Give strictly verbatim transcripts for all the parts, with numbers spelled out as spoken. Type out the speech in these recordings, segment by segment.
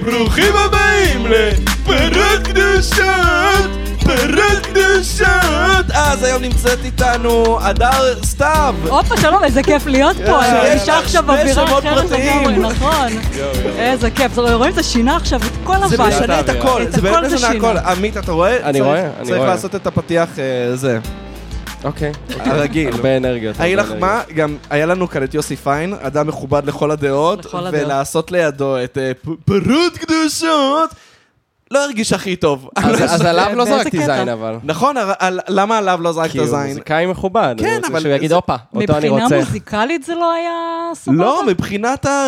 ברוכים הבאים לפרות קדושות, פרות קדושות. אז היום נמצאת איתנו הדר סתיו. אופה, שלום, איזה כיף להיות פה. אני אישה עכשיו אווירה אחרת לגמרי, נכון. איזה כיף. רואים את השינה עכשיו, את כל הבית. זה משנה את הכל, זה באמת משנה הכל. עמית, אתה רואה? אני רואה, אני רואה. צריך לעשות את הפתיח זה. אוקיי. הרגיל. הרבה אנרגיות. אגיד לך מה, גם היה לנו כאן את יוסי פיין, אדם מכובד לכל הדעות, ולעשות לידו את פרות קדושות, לא הרגיש הכי טוב. אז עליו לא זרקתי זין אבל. נכון, למה עליו לא זרקת זין? כי הוא מוזיקאי מכובד. כן, אבל... שהוא יגיד, אופה, אותו אני רוצה. מבחינה מוזיקלית זה לא היה סבבה? לא, מבחינת ה...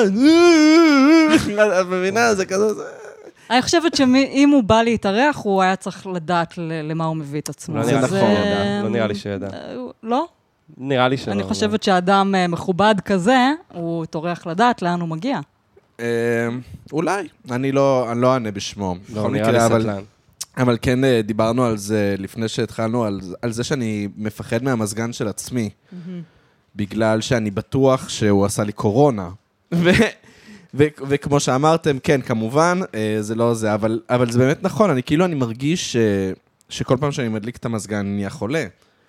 את מבינה, זה כזה... אני חושבת שאם הוא בא להתארח, הוא היה צריך לדעת למה הוא מביא את עצמו. לא נראה לך שידע, לא נראה לי שידע. לא? נראה לי שלא. אני חושבת שאדם מכובד כזה, הוא תורך לדעת לאן הוא מגיע. אולי, אני לא אענה בשמו. לא, נראה לי סטלן. אבל כן דיברנו על זה לפני שהתחלנו, על זה שאני מפחד מהמזגן של עצמי, בגלל שאני בטוח שהוא עשה לי קורונה. ו... וכמו שאמרתם, כן, כמובן, זה לא זה, אבל, אבל זה באמת נכון, אני כאילו, אני מרגיש ש, שכל פעם שאני מדליק את המזגן, אני נהיה חולה.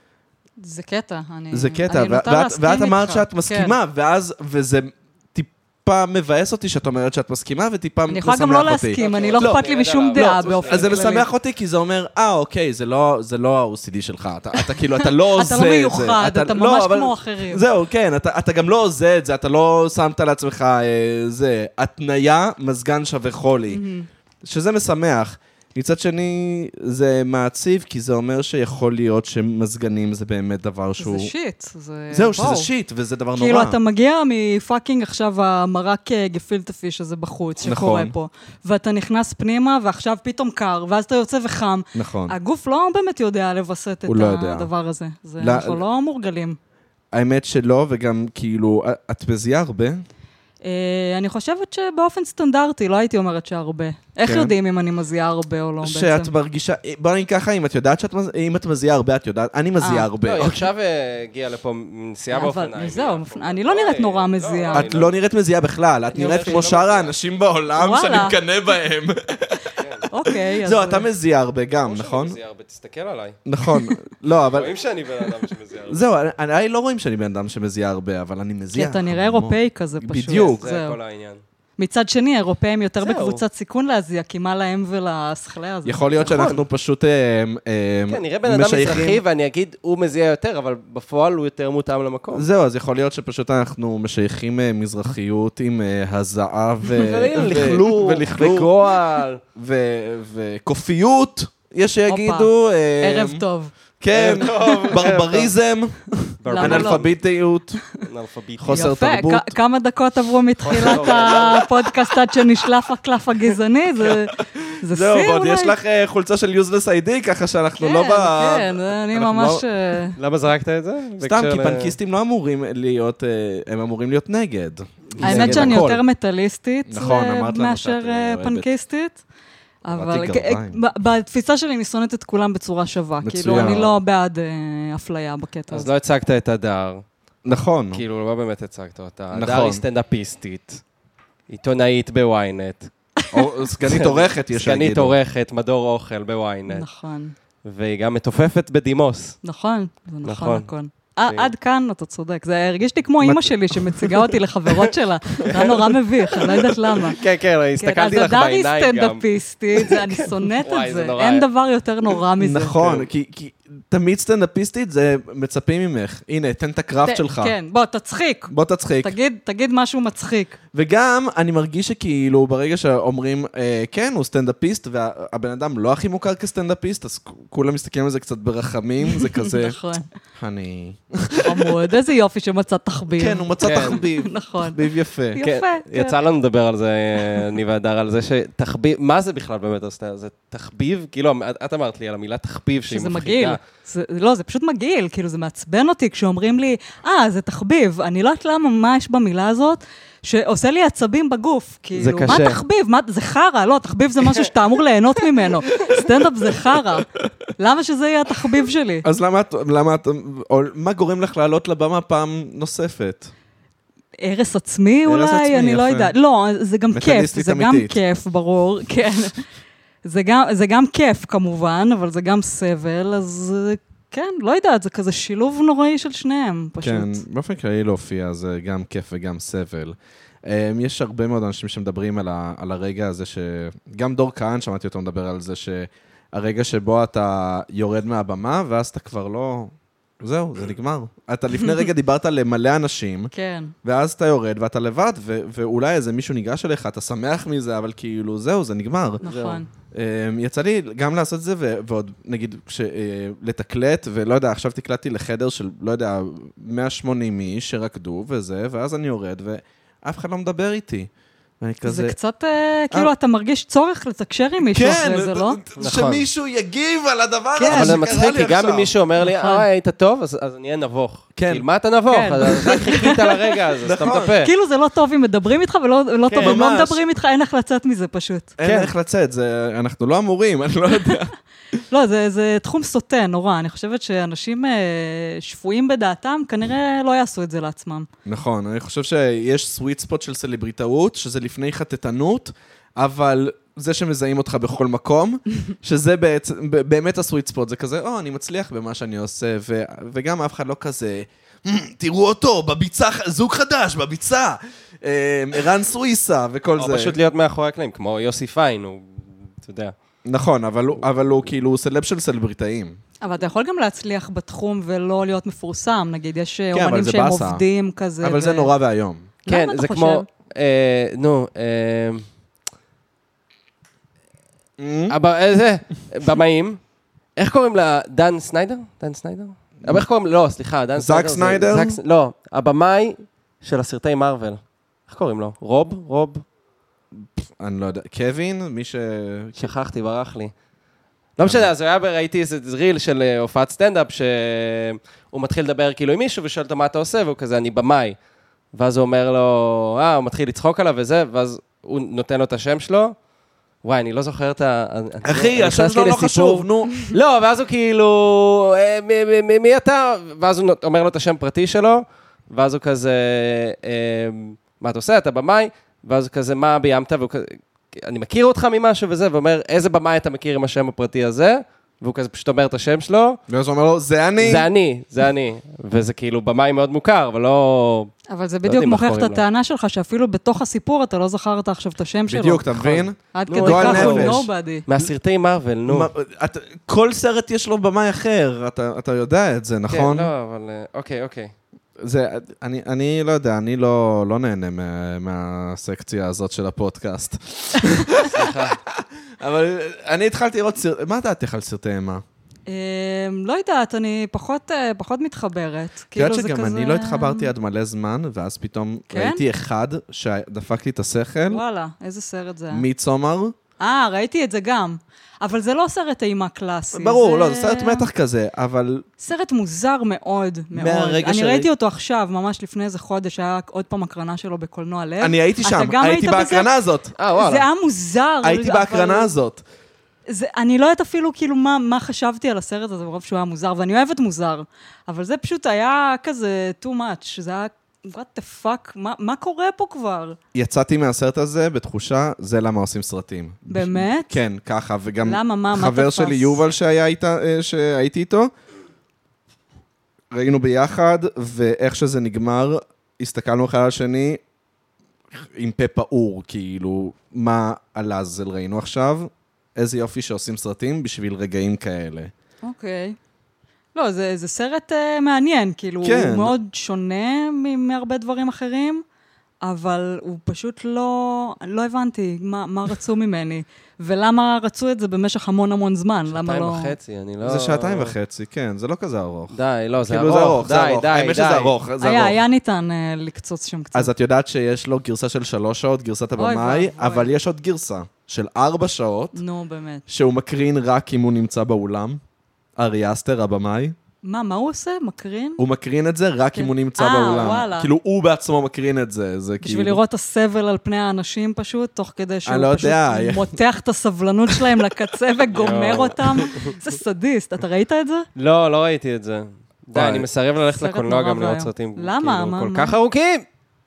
זה קטע, אני... זה קטע, ואת, ואת אמרת שאת מסכימה, כן. ואז, וזה טיפה מבאס אותי שאת אומרת שאת מסכימה, וטיפה משמח אותי. אני יכולה גם לא להסכים, אני לא אכפת לי משום דעה באופן. אז זה משמח אותי, כי זה אומר, אה, אוקיי, זה לא, זה לא ה-או סי די שלך, אתה, אתה כאילו, אתה לא עושה את זה. אתה לא מיוחד, אתה ממש כמו אחרים. זהו, כן, אתה, אתה גם לא עושה את זה, אתה לא שמת לעצמך, זה, התניה, מזגן שווה חולי, שזה משמח. מצד שני, זה מעציב, כי זה אומר שיכול להיות שמזגנים זה באמת דבר שהוא... זה שיט. זהו, שזה שיט, וזה דבר נורא. כאילו, אתה מגיע מפאקינג עכשיו המרק גפילטה פיש הזה בחוץ, שקורה פה, ואתה נכנס פנימה, ועכשיו פתאום קר, ואז אתה יוצא וחם. נכון. הגוף לא באמת יודע לבסט את הדבר הזה. אנחנו לא מורגלים. האמת שלא, וגם כאילו, את מזיעה הרבה? אני חושבת שבאופן סטנדרטי, לא הייתי אומרת שהרבה. איך יודעים אם אני מזיעה הרבה או לא בעצם? שאת מרגישה, בוא נגיד ככה, אם את יודעת אם את מזיעה הרבה, את יודעת, אני מזיעה הרבה. לא, עכשיו הגיעה לפה נסיעה באופניים. זהו, אני לא נראית נורא מזיעה. את לא נראית מזיעה בכלל, את נראית כמו שאר האנשים בעולם שאני מקנה בהם. אוקיי. זהו, אתה מזיע הרבה גם, נכון? אני מזיע הרבה, תסתכל עליי. נכון. לא, אבל... רואים שאני בן אדם שמזיע הרבה. זהו, אני לא רואים שאני בן אדם שמזיע הרבה, אבל אני מזיע. כי אתה נראה אירופאי כזה פשוט. בדיוק. זה כל העניין. מצד שני, האירופאים יותר בקבוצת סיכון להזיע, כי מה להם ולשכלה הזה? יכול להיות שאנחנו פשוט משייכים... כן, נראה בן אדם מזרחי ואני אגיד, הוא מזיע יותר, אבל בפועל הוא יותר מותאם למקום. זהו, אז יכול להיות שפשוט אנחנו משייכים מזרחיות עם הזעה ולכלוך, וגועל, וקופיות, יש שיגידו... ערב טוב. כן, ברבריזם, אנאלפביתיות, חוסר תרבות. יפה, כמה דקות עברו מתחילת הפודקאסט עד שנשלף הקלף הגזעני, זה שיא זהו, אולי. ועוד יש לך חולצה של יוזלס איי די, ככה שאנחנו לא ב... כן, כן, אני ממש... למה זרקת את זה? סתם, כי פנקיסטים לא אמורים להיות, הם אמורים להיות נגד. האמת שאני יותר מטליסטית מאשר פנקיסטית. אבל בתפיסה שלי אני שונאת את כולם בצורה שווה. כאילו, אני לא בעד אפליה בקטע הזה. אז לא הצגת את הדר. נכון. כאילו, לא באמת הצגת אותה. הדר היא סטנדאפיסטית, עיתונאית בוויינט. סגנית עורכת, יש להגיד. סגנית עורכת, מדור אוכל בוויינט. נכון. והיא גם מתופפת בדימוס. נכון, זה נכון, נכון. עד כאן אתה צודק, זה הרגיש לי כמו אמא שלי שמציגה אותי לחברות שלה, זה נורא מביך, אני לא יודעת למה. כן, כן, הסתכלתי לך בעיניים גם. אז הדר היא סטנדאפיסטית, אני שונאת את זה, אין דבר יותר נורא מזה. נכון, כי תמיד סטנדאפיסטית זה מצפים ממך, הנה, תן את הקראפט שלך. כן, בוא, תצחיק. בוא תצחיק. תגיד משהו מצחיק. וגם אני מרגיש שכאילו ברגע שאומרים, כן, הוא סטנדאפיסט, והבן אדם לא הכי מוכר כסטנדאפיסט, אז כולם מסתכלים על זה קצת ברחמים, זה כזה... נכון. אני... חמוד, איזה יופי שמצא תחביב. כן, הוא מצא תחביב. נכון. תחביב יפה. יפה. יצא לנו לדבר על זה, אני והדר, על זה שתחביב, מה זה בכלל באמת זה תחביב? כאילו, את אמרת לי על המילה תחביב שהיא מפחידה. זה, לא, זה פשוט מגעיל, כאילו זה מעצבן אותי כשאומרים לי, אה, זה תחביב, אני לא יודעת למה מה יש במילה הזאת, שעושה לי עצבים בגוף, כאילו, מה תחביב? מה, זה חרה, לא, תחביב זה משהו שאתה אמור ליהנות ממנו, סטנדאפ זה חרה, למה שזה יהיה התחביב שלי? אז למה את, למה את, או מה גורם לך לעלות לבמה פעם נוספת? הרס עצמי אולי, אני לא יודעת. לא, זה גם כיף, זה גם כיף, ברור, כן. זה גם, זה גם כיף כמובן, אבל זה גם סבל, אז כן, לא יודעת, זה כזה שילוב נוראי של שניהם, פשוט. כן, באופן כללי להופיע, זה גם כיף וגם סבל. יש הרבה מאוד אנשים שמדברים על, ה, על הרגע הזה, שגם דור כהן, שמעתי אותו מדבר על זה, שהרגע שבו אתה יורד מהבמה, ואז אתה כבר לא... זהו, זה נגמר. אתה לפני רגע דיברת למלא אנשים, כן. ואז אתה יורד ואתה לבד, ו- ואולי איזה מישהו ניגש אליך, אתה שמח מזה, אבל כאילו, זהו, זה נגמר. נכון. יצא לי גם לעשות את זה, ו- ועוד, נגיד, לתקלט, ולא יודע, עכשיו תקלטתי לחדר של, לא יודע, מאה ושמונים איש שרקדו וזה, ואז אני יורד, ואף אחד לא מדבר איתי. זה קצת, כאילו, אתה מרגיש צורך לתקשר עם מישהו אחרי זה, לא? כן, שמישהו יגיב על הדבר הזה אבל זה מצחיק, כי גם אם מישהו אומר לי, אה, היית טוב, אז אני אהיה נבוך. כאילו, מה אתה נבוך? אז רק חיכית לרגע הזה, אז אתה מטפה. כאילו, זה לא טוב אם מדברים איתך, ולא טוב אם לא מדברים איתך, אין איך לצאת מזה פשוט. אין איך לצאת, אנחנו לא אמורים, אני לא יודע. לא, זה תחום סוטה, נורא. אני חושבת שאנשים שפויים בדעתם, כנראה לא יעשו את זה לעצמם. נכון, אני חושב שיש סוויט ספוט של סלבריטאות, שזה לפני חטטנות, אבל זה שמזהים אותך בכל מקום, שזה באמת הסוויט ספוט, זה כזה, או, אני מצליח במה שאני עושה, וגם אף אחד לא כזה, תראו אותו, בביצה, זוג חדש, בביצה, ערן סוויסה וכל זה. או פשוט להיות מאחורי הקלעים, כמו יוסי פיין, הוא, אתה יודע. נכון, אבל, אבל הוא כאילו סלב של סלבריטאים. אבל אתה יכול גם להצליח בתחום ולא להיות מפורסם, נגיד, יש כן, אומנים שהם בסה. עובדים כזה. אבל ו... זה נורא והיום. כן, זה חושב? כמו, אה, נו, אה, אבל זה, במאים, איך קוראים לה? דן סניידר? דן סניידר? אבל איך קוראים, לא, סליחה, דן סניידר. זק סניידר? זק, לא, הבמאי של הסרטי מרוול. איך קוראים לו? רוב? רוב? אני לא יודע, קווין, מי ש... שכחתי, ברח לי. לא משנה, אז ראיתי איזה ריל של הופעת סטנדאפ, שהוא מתחיל לדבר כאילו עם מישהו, ושואל אותו מה אתה עושה, והוא כזה, אני במאי. ואז הוא אומר לו, אה, הוא מתחיל לצחוק עליו וזה, ואז הוא נותן לו את השם שלו. וואי, אני לא זוכר את ה... אחי, השם שלו לא חשוב, נו. לא, ואז הוא כאילו, מי אתה? ואז הוא אומר לו את השם פרטי שלו, ואז הוא כזה, מה אתה עושה? אתה במאי? ואז כזה, מה ביימת? אני מכיר אותך ממשהו וזה, ואומר, איזה במאי אתה מכיר עם השם הפרטי הזה? והוא כזה פשוט אומר את השם שלו. ואז הוא אומר לו, זה אני? זה אני, זה אני. וזה כאילו במאי מאוד מוכר, אבל לא... אבל זה בדיוק מוכיח את הטענה שלך, שאפילו בתוך הסיפור אתה לא זכרת עכשיו את השם שלו. בדיוק, אתה מבין? עד כדי כך הוא נובדי. מהסרטי מרוול, נו. כל סרט יש לו במאי אחר, אתה יודע את זה, נכון? כן, לא, אבל... אוקיי, אוקיי. זה, אני, אני לא יודע, אני לא, לא נהנה מה, מהסקציה הזאת של הפודקאסט. סליחה. אבל אני התחלתי לראות סרט, מה דעתך על סרטי אימה? לא יודעת, אני פחות, פחות מתחברת. כאילו זה שגם אני לא התחברתי עד מלא זמן, ואז פתאום ראיתי אחד שדפק לי את השכל. וואלה, איזה סרת זה? מידסומר. אה, ראיתי את זה גם. אבל זה לא סרט אימה קלאסי. ברור, זה... לא, זה סרט מתח כזה, אבל... סרט מוזר מאוד, מאוד. אני ש... ראיתי אותו עכשיו, ממש לפני איזה חודש, היה עוד פעם הקרנה שלו בקולנוע לב. אני הייתי שם, הייתי בהקרנה הזאת. אה, וואלה. זה היה מוזר. הייתי אבל... בהקרנה הזאת. זה, אני לא יודעת אפילו כאילו מה, מה חשבתי על הסרט הזה, ברוב שהוא היה מוזר, ואני אוהבת מוזר. אבל זה פשוט היה כזה too much, זה היה... what the fuck, מה, מה קורה פה כבר? יצאתי מהסרט הזה בתחושה, זה למה עושים סרטים. באמת? כן, ככה, וגם למה, מה, חבר מה שלי יובל שהיה איתה, שהייתי איתו, ראינו ביחד, ואיך שזה נגמר, הסתכלנו אחד על השני, עם פה פעור, כאילו, מה הלאזל ראינו עכשיו, איזה יופי שעושים סרטים בשביל רגעים כאלה. אוקיי. לא, זה, זה סרט uh, מעניין, כאילו, כן. הוא מאוד שונה מהרבה דברים אחרים, אבל הוא פשוט לא, לא הבנתי מה, מה רצו ממני, ולמה רצו את זה במשך המון המון זמן, למה לא... שעתיים וחצי, אני לא... זה שעתיים וחצי, כן, זה לא כזה ארוך. די, לא, זה כאילו ארוך, זה די, די, די. האמת שזה ארוך, זה היה, ארוך. היה ניתן uh, לקצוץ שם קצת. אז את יודעת שיש לו גרסה של שלוש שעות, גרסת הבמאי, אבל יש עוד גרסה של ארבע שעות, נו, באמת. שהוא מקרין רק אם הוא נמצא באולם. ארי אסטר, הבמאי. מה, מה הוא עושה? מקרין? הוא מקרין את זה רק אם הוא נמצא באולם. וואלה. כאילו, הוא בעצמו מקרין את זה. בשביל לראות את הסבל על פני האנשים פשוט, תוך כדי שהוא פשוט מותח את הסבלנות שלהם לקצה וגומר אותם. זה סדיסט. אתה ראית את זה? לא, לא ראיתי את זה. די, אני מסרב ללכת לקולנוע גם לראות סרטים. למה? כל כך ארוכים.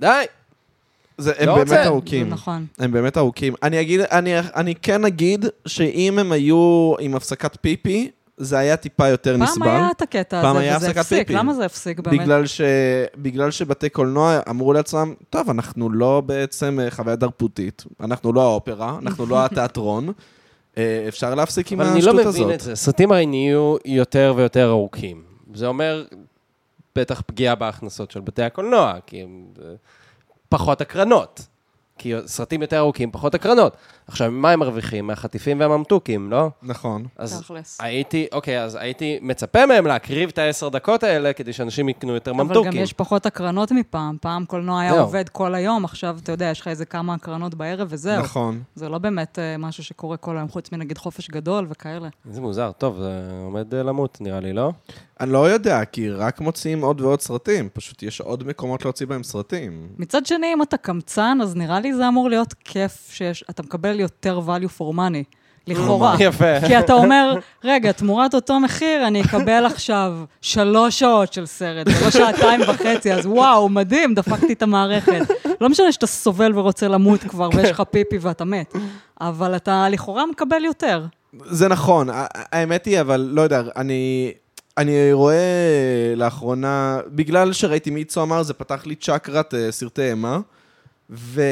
די. זה, הם באמת ארוכים. זה נכון. הם באמת ארוכים. אני אגיד, אני, אני כן אגיד שאם הם היו עם הפסקת פיפי, זה היה טיפה יותר פעם נסבל. פעם היה את הקטע פעם הזה, היה וזה הפסקת הפסיק. פיפי. למה זה הפסיק באמת? בגלל, ש, בגלל שבתי קולנוע אמרו לעצמם, טוב, אנחנו לא בעצם חוויה דרפותית, אנחנו לא האופרה, אנחנו לא התיאטרון, אפשר להפסיק עם השטות הזאת. אבל אני לא מבין את זה. סרטים הרי נהיו יותר ויותר ארוכים. זה אומר בטח פגיעה בהכנסות של בתי הקולנוע, כי הם פחות הקרנות. כי סרטים יותר ארוכים, פחות הקרנות. עכשיו, מה הם מרוויחים? מהחטיפים והממתוקים, לא? נכון. אז הייתי, אוקיי, אז הייתי מצפה מהם להקריב את העשר דקות האלה, כדי שאנשים יקנו יותר ממתוקים. אבל גם יש פחות הקרנות מפעם. פעם קולנוע היה עובד כל היום, עכשיו, אתה יודע, יש לך איזה כמה הקרנות בערב וזהו. נכון. זה לא באמת משהו שקורה כל היום, חוץ מנגיד חופש גדול וכאלה. זה מוזר. טוב, זה עומד למות, נראה לי, לא? אני לא יודע, כי רק מוציאים עוד ועוד סרטים. פשוט יש עוד מקומות להוציא בהם סרטים. מצד שני, אם אתה קמצן, אז נראה לי זה אמור להיות כיף שיש, אתה מקבל יותר value for money, לכאורה. יפה. כי אתה אומר, רגע, תמורת אותו מחיר, אני אקבל עכשיו שלוש שעות של סרט, ולא שעתיים וחצי, אז וואו, מדהים, דפקתי את המערכת. לא משנה שאתה סובל ורוצה למות כבר, ויש לך פיפי ואתה מת, אבל אתה לכאורה מקבל יותר. זה נכון, האמת היא, אבל לא יודע, אני... אני רואה לאחרונה, בגלל שראיתי מיצו אמר, זה פתח לי צ'קרת סרטי אימה, ו...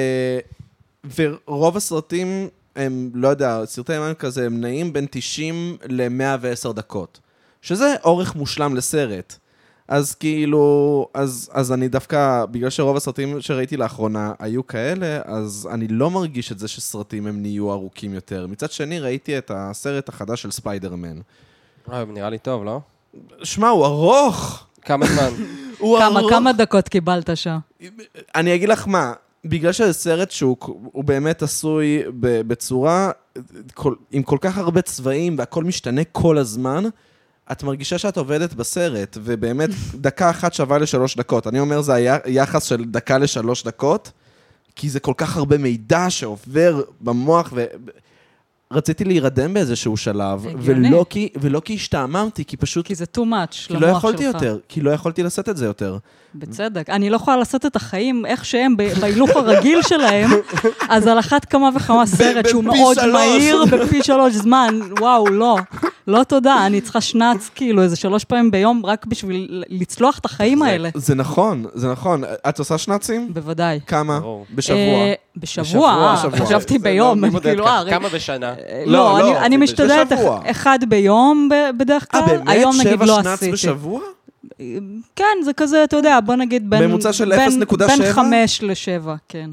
ורוב הסרטים הם, לא יודע, סרטי אימה כזה, הם נעים בין תשעים ל-מאה ועשר דקות, שזה אורך מושלם לסרט. אז כאילו, אז, אז אני דווקא, בגלל שרוב הסרטים שראיתי לאחרונה היו כאלה, אז אני לא מרגיש את זה שסרטים הם נהיו ארוכים יותר. מצד שני, ראיתי את הסרט החדש של ספיידרמן. נראה לי טוב, לא? שמע, הוא ארוך. כמה זמן? כמה, כמה דקות קיבלת שם? אני אגיד לך מה, בגלל שזה סרט שהוא הוא באמת עשוי בצורה, עם כל כך הרבה צבעים, והכל משתנה כל הזמן, את מרגישה שאת עובדת בסרט, ובאמת דקה אחת שווה לשלוש דקות. אני אומר, זה היחס של דקה לשלוש דקות, כי זה כל כך הרבה מידע שעובר במוח, ו... רציתי להירדם באיזשהו שלב, ולא כי, ולא כי השתעממתי, כי פשוט... כי זה too much כי לא יכולתי יותר, כי לא יכולתי לשאת את זה יותר. בצדק. אני לא יכולה לשאת את החיים איך שהם בהילוך הרגיל שלהם, אז על אחת כמה וכמה סרט שהוא מאוד מהיר, בפי שלוש זמן, וואו, לא. לא תודה, אני צריכה שנץ כאילו איזה שלוש פעמים ביום, רק בשביל לצלוח את החיים האלה. זה נכון, זה נכון. את עושה שנצים? בוודאי. כמה? בשבוע. בשבוע, חשבתי ביום. כמה בשנה? לא, אני משתדלת אחד ביום בדרך כלל. היום נגיד לא עשיתי. שבע שנץ בשבוע? כן, זה כזה, אתה יודע, בוא נגיד בין... ממוצע של אפס נקודה שבע? בין חמש לשבע, כן.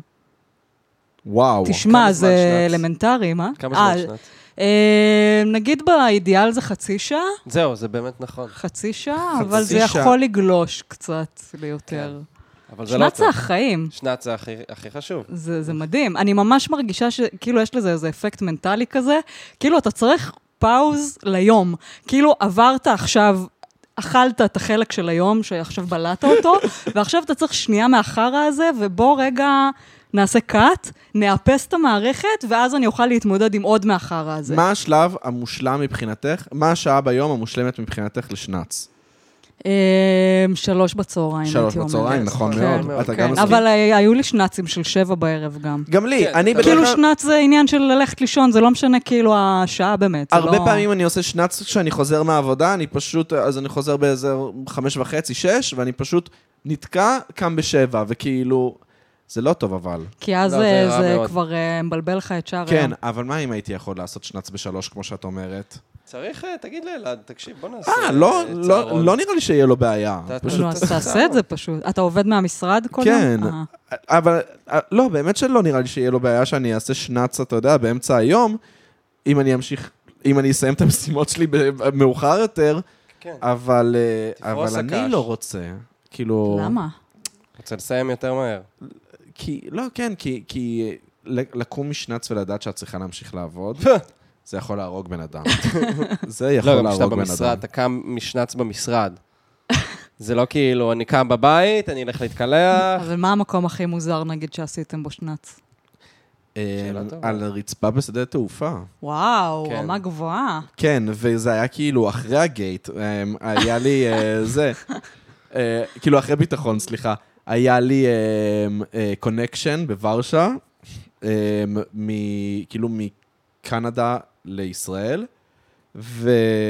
וואו. תשמע, זה אלמנטרי, מה? כמה זמן שנץ? נגיד באידיאל זה חצי שעה. זהו, זה באמת נכון. חצי שעה, אבל זה יכול לגלוש קצת ליותר. שנץ זה החיים. שנץ זה הכי חשוב. זה מדהים. אני ממש מרגישה שכאילו יש לזה איזה אפקט מנטלי כזה, כאילו אתה צריך פאוז ליום. כאילו עברת עכשיו, אכלת את החלק של היום, שעכשיו בלעת אותו, ועכשיו אתה צריך שנייה מהחרה הזה, ובוא רגע... נעשה קאט, נאפס את המערכת, ואז אני אוכל להתמודד עם עוד מהחרה הזה. מה השלב המושלם מבחינתך? מה השעה ביום המושלמת מבחינתך לשנץ? שלוש בצהריים. שלוש בצהריים, נכון מאוד. אבל היו לי שנצים של שבע בערב גם. גם לי. כאילו שנץ זה עניין של ללכת לישון, זה לא משנה כאילו השעה באמת. הרבה פעמים אני עושה שנץ כשאני חוזר מהעבודה, אני פשוט, אז אני חוזר באיזה חמש וחצי, שש, ואני פשוט נתקע, קם בשבע, וכאילו... זה לא טוב, אבל. כי אז זה כבר מבלבל לך את שער היום. כן, אבל מה אם הייתי יכול לעשות שנץ בשלוש, כמו שאת אומרת? צריך, תגיד לאלעד, תקשיב, בוא נעשה... אה, לא נראה לי שיהיה לו בעיה. אז תעשה את זה פשוט. אתה עובד מהמשרד כל יום? כן, אבל לא, באמת שלא נראה לי שיהיה לו בעיה שאני אעשה שנץ, אתה יודע, באמצע היום, אם אני אמשיך, אם אני אסיים את המשימות שלי מאוחר יותר, אבל אני לא רוצה. כאילו... למה? רוצה לסיים יותר מהר. כי, לא, כן, כי, כי לקום משנץ ולדעת שאת צריכה להמשיך לעבוד, זה יכול להרוג בן אדם. זה יכול לא, להרוג בן במשרד, אדם. אתה קם משנץ במשרד. זה לא כאילו, אני קם בבית, אני אלך להתקלח. אבל מה המקום הכי מוזר, נגיד, שעשיתם בו שנץ? על הרצפה בשדה תעופה. וואו, רמה גבוהה. כן, וזה היה כאילו אחרי הגייט, היה לי זה, כאילו אחרי ביטחון, סליחה. היה לי קונקשן בוורשה, כאילו מקנדה לישראל, וזה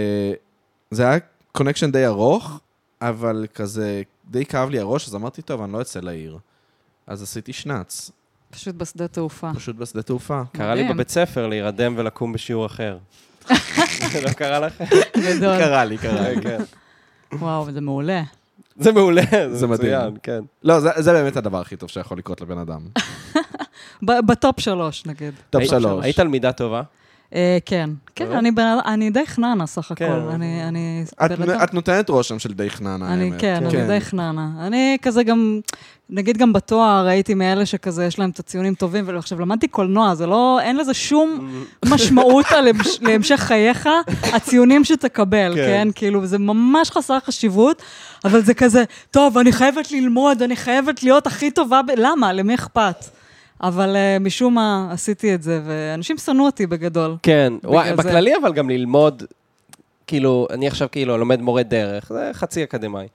היה קונקשן די ארוך, אבל כזה די כאב לי הראש, אז אמרתי, טוב, אני לא אצא לעיר. אז עשיתי שנץ. פשוט בשדה תעופה. פשוט בשדה תעופה. קרה לי בבית ספר להירדם ולקום בשיעור אחר. זה לא קרה לכם? גדול. קרה לי, קרה לי. וואו, זה מעולה. זה מעולה, זה זה מדהים. מצוין, כן. לא, זה, זה באמת הדבר הכי טוב שיכול לקרות לבן אדם. בטופ שלוש, נגיד. טופ שלוש. היית תלמידה טובה? כן, כן, אני די חננה סך הכל. את נותנת רושם של די חננה, האמת. כן, אני די חננה. אני כזה גם, נגיד גם בתואר, הייתי מאלה שכזה יש להם את הציונים טובים, ועכשיו למדתי קולנוע, זה לא, אין לזה שום משמעות להמשך חייך, הציונים שתקבל, כן? כאילו, זה ממש חסר חשיבות, אבל זה כזה, טוב, אני חייבת ללמוד, אני חייבת להיות הכי טובה, למה? למי אכפת? אבל uh, משום מה עשיתי את זה, ואנשים שנאו אותי בגדול. כן, וואי, בכללי אבל גם ללמוד, כאילו, אני עכשיו כאילו לומד מורה דרך, זה חצי אקדמי.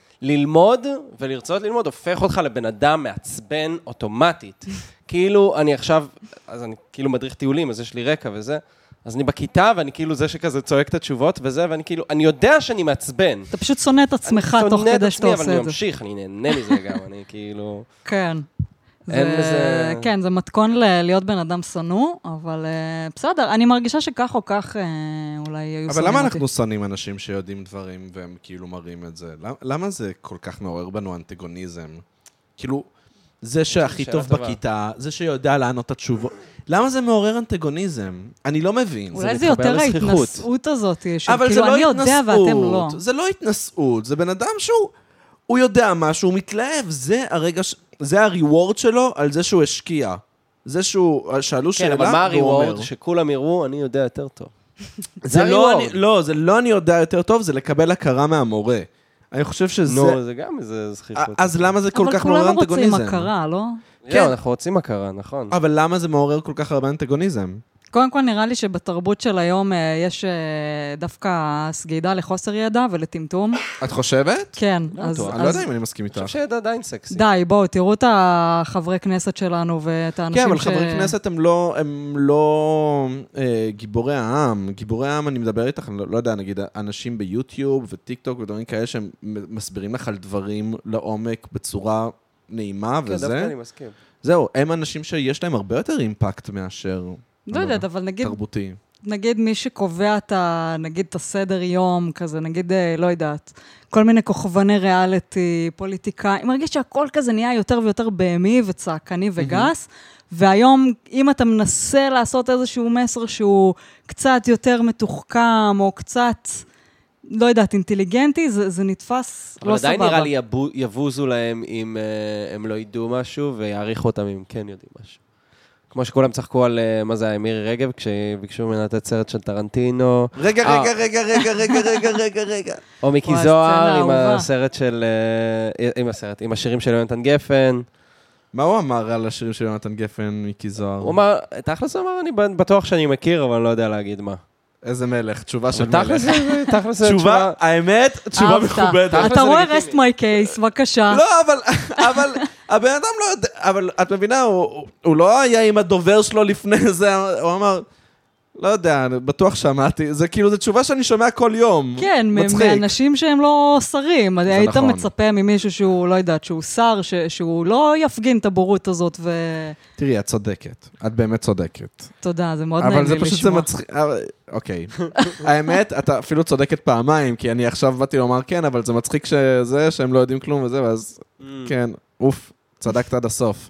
ללמוד ולרצות ללמוד הופך אותך לבן אדם מעצבן אוטומטית. כאילו, אני עכשיו, אז אני כאילו מדריך טיולים, אז יש לי רקע וזה, אז אני בכיתה, ואני כאילו זה שכזה צועק את התשובות וזה, ואני כאילו, אני יודע שאני מעצבן. אתה פשוט שונא את עצמך תוך כדי שאתה עושה את זה. אבל אני ממשיך, אני נהנה מזה גם, אני כאילו... כן. אין לזה... כן, זה מתכון להיות בן אדם שנוא, אבל בסדר, אני מרגישה שכך או כך אולי היו שונאים אותי. אבל למה אנחנו שונאים אנשים שיודעים דברים והם כאילו מראים את זה? למה זה כל כך מעורר בנו אנטגוניזם? כאילו, זה שהכי טוב בכיתה, זה שיודע לענות את התשובות. למה זה מעורר אנטגוניזם? אני לא מבין. אולי זה יותר ההתנסות הזאת, שכאילו אני יודע ואתם לא. זה לא התנסות, זה בן אדם שהוא... הוא יודע משהו, הוא מתלהב, זה הרגע, זה הריוורד שלו על זה שהוא השקיע. זה שהוא, שאלו שאלה, כן, אבל מה הריוורד? שכולם יראו, אני יודע יותר טוב. זה לא, לא, זה לא אני יודע יותר טוב, זה לקבל הכרה מהמורה. אני חושב שזה... נו, זה גם איזה זכיחות. אז למה זה כל כך מעורר אנטגוניזם? אבל כולם רוצים הכרה, לא? כן, אנחנו רוצים הכרה, נכון. אבל למה זה מעורר כל כך הרבה אנטגוניזם? קודם כל נראה לי שבתרבות של היום יש דווקא סגידה לחוסר ידע ולטמטום. את חושבת? כן. אני לא יודע אם אני מסכים איתך. אני חושב שידע עדיין סקסי. די, בואו, תראו את החברי כנסת שלנו ואת האנשים ש... כן, אבל חברי כנסת הם לא, הם לא אה, גיבורי העם. גיבורי העם, אני מדבר איתך, אני לא, לא יודע, נגיד, אנשים ביוטיוב וטיק טוק ודברים כאלה שהם מסבירים לך על דברים לעומק בצורה נעימה כן, וזה. כן, דווקא אני מסכים. זהו, הם אנשים שיש להם הרבה יותר אימפקט מאשר... לא יודעת, אבל נגיד... תרבותי. נגיד מי שקובע את ה... נגיד את הסדר יום, כזה, נגיד, לא יודעת, כל מיני כוכבני ריאליטי, פוליטיקאים, מרגיש שהכל כזה נהיה יותר ויותר בהמי וצעקני וגס, והיום, אם אתה מנסה לעשות איזשהו מסר שהוא קצת יותר מתוחכם, או קצת, לא יודעת, אינטליגנטי, זה, זה נתפס לא סבבה. אבל עדיין נראה לי יבו, יבוזו להם אם uh, הם לא ידעו משהו, ויעריכו אותם אם כן יודעים משהו. כמו שכולם צחקו על, מה זה, מירי רגב, כשביקשו ממנה לתת סרט של טרנטינו. רגע, רגע, רגע, רגע, רגע, רגע, רגע, רגע. או מיקי זוהר עם הסרט של, עם הסרט, עם השירים של יונתן גפן. מה הוא אמר על השירים של יונתן גפן, מיקי זוהר? הוא אמר, תכלס הוא אמר, אני בטוח שאני מכיר, אבל אני לא יודע להגיד מה. איזה מלך, תשובה של מלך. תכלס זה תשובה, האמת, תשובה מכובדת. אתה רואה rest my case, בבקשה. לא, אבל הבן אדם לא יודע, אבל את מבינה, הוא לא היה עם הדובר שלו לפני זה, הוא אמר, לא יודע, בטוח שמעתי, זה כאילו, זו תשובה שאני שומע כל יום. כן, מאנשים שהם לא שרים. היית מצפה ממישהו שהוא, לא יודעת, שהוא שר, שהוא לא יפגין את הבורות הזאת ו... תראי, את צודקת. את באמת צודקת. תודה, זה מאוד נעים לי לשמוע. אבל זה פשוט זה מצחיק... אוקיי. האמת, אתה אפילו צודקת פעמיים, כי אני עכשיו באתי לומר כן, אבל זה מצחיק שזה, שהם לא יודעים כלום וזה, ואז כן, אוף. צדקת עד הסוף.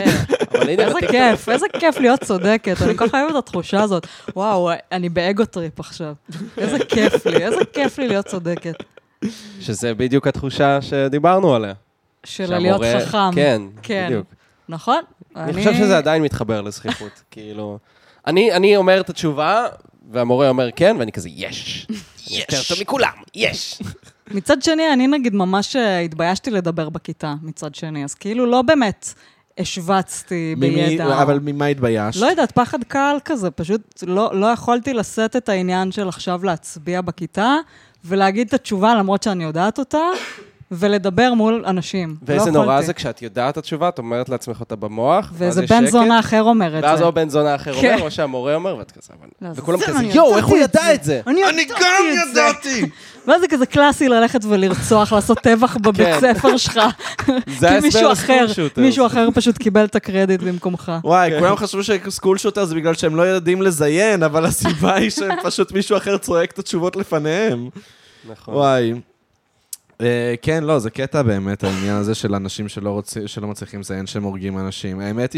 איזה כיף, איזה כיף להיות צודקת. אני כל כך אוהבת את התחושה הזאת. וואו, אני באגו טריפ עכשיו. איזה כיף לי, איזה כיף לי להיות צודקת. שזה בדיוק התחושה שדיברנו עליה. של להיות חכם. כן, בדיוק. נכון? אני חושב שזה עדיין מתחבר לזכיחות. כאילו, אני אומר את התשובה, והמורה אומר כן, ואני כזה, יש. אני יותר טוב מכולם, יש. מצד שני, אני נגיד ממש התביישתי לדבר בכיתה, מצד שני, אז כאילו לא באמת השווצתי בידע. אבל ממה התביישת? לא יודעת, פחד קהל כזה, פשוט לא, לא יכולתי לשאת את העניין של עכשיו להצביע בכיתה, ולהגיד את התשובה למרות שאני יודעת אותה, ולדבר מול אנשים. ואיזה נורא זה כשאת יודעת את התשובה, את אומרת לעצמך אותה במוח, ואיזה בן זונה אחר אומר את זה. ואז או בן זונה אחר אומר, או שהמורה אומר, ואת כזה, וכולם כזה, יואו, איך הוא ידע את זה? אני גם ידעתי! ואז זה כזה קלאסי ללכת ולרצוח, לעשות טבח בבית ספר שלך. זה ההסבר לסקול שוטר. מישהו אחר פשוט קיבל את הקרדיט במקומך. וואי, כולם חשבו שסקול שוטר זה בגלל שהם לא יודעים לזיין, אבל הסיבה היא שפשוט מישהו אחר צועק את התשובות לפניהם. נכון. וואי. כן, לא, זה קטע באמת, העניין הזה של אנשים שלא מצליחים לזיין שהם הורגים אנשים. האמת היא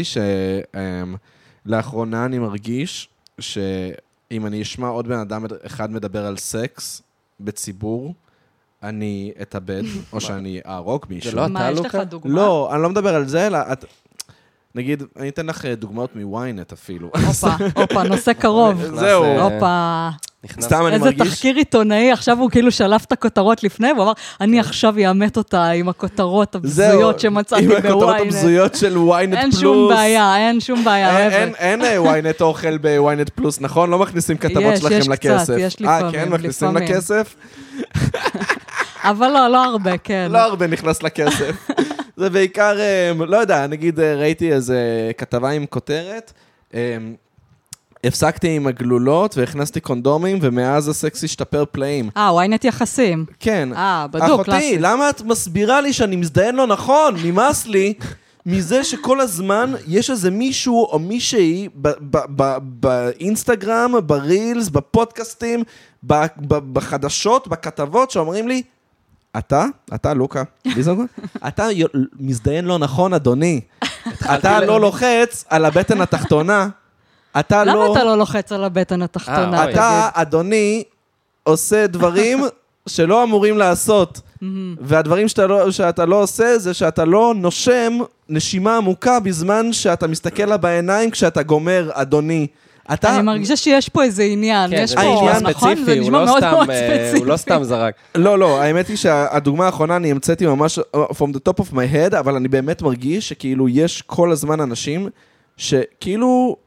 שלאחרונה אני מרגיש שאם אני אשמע עוד בן אדם אחד מדבר על סקס בציבור, אני אתאבד, או שאני אהרוג מישהו. זה לא מה, יש לך דוגמה? לא, אני לא מדבר על זה, אלא... נגיד, אני אתן לך דוגמאות מוויינט אפילו. הופה, הופה, נושא קרוב. זהו. הופה. סתם אני מרגיש... איזה תחקיר עיתונאי, עכשיו הוא כאילו שלף את הכותרות לפני, והוא אמר, אני עכשיו יאמת אותה עם הכותרות הבזויות שמצאתי בוויינט. עם הכותרות הבזויות של וויינט פלוס. אין שום בעיה, אין שום בעיה. אין וויינט אוכל בוויינט פלוס, נכון? לא מכניסים כתבות שלכם לכסף. יש, יש לפעמים. אה, כן? מכניסים לכסף? אבל לא, לא הרבה, כן. לא הרבה נכנס לכסף. זה בעיקר, לא יודע, נגיד ראיתי איזה כתבה עם כותרת, הפסקתי עם הגלולות והכנסתי קונדומים, ומאז הסקס השתפר פלאים. אה, וויינט יחסים. כן. אה, בדוק, קלאסי. אחותי, למה את מסבירה לי שאני מזדיין לא נכון? נמאס לי מזה שכל הזמן יש איזה מישהו או מישהי באינסטגרם, ברילס, בפודקאסטים, בחדשות, בכתבות, שאומרים לי, אתה, אתה, לוקה, אתה מזדיין לא נכון, אדוני. אתה לא לוחץ על הבטן התחתונה. אתה לא... למה אתה לא לוחץ על הבטן התחתונה? אתה, אדוני, עושה דברים שלא אמורים לעשות. והדברים שאתה לא עושה זה שאתה לא נושם נשימה עמוקה בזמן שאתה מסתכל לה בעיניים כשאתה גומר, אדוני. אני מרגישה שיש פה איזה עניין, יש פה, נכון? זה נשמע מאוד מאוד ספציפי. הוא לא סתם זרק. לא, לא, האמת היא שהדוגמה האחרונה אני המצאתי ממש from the top of my head, אבל אני באמת מרגיש שכאילו יש כל הזמן אנשים שכאילו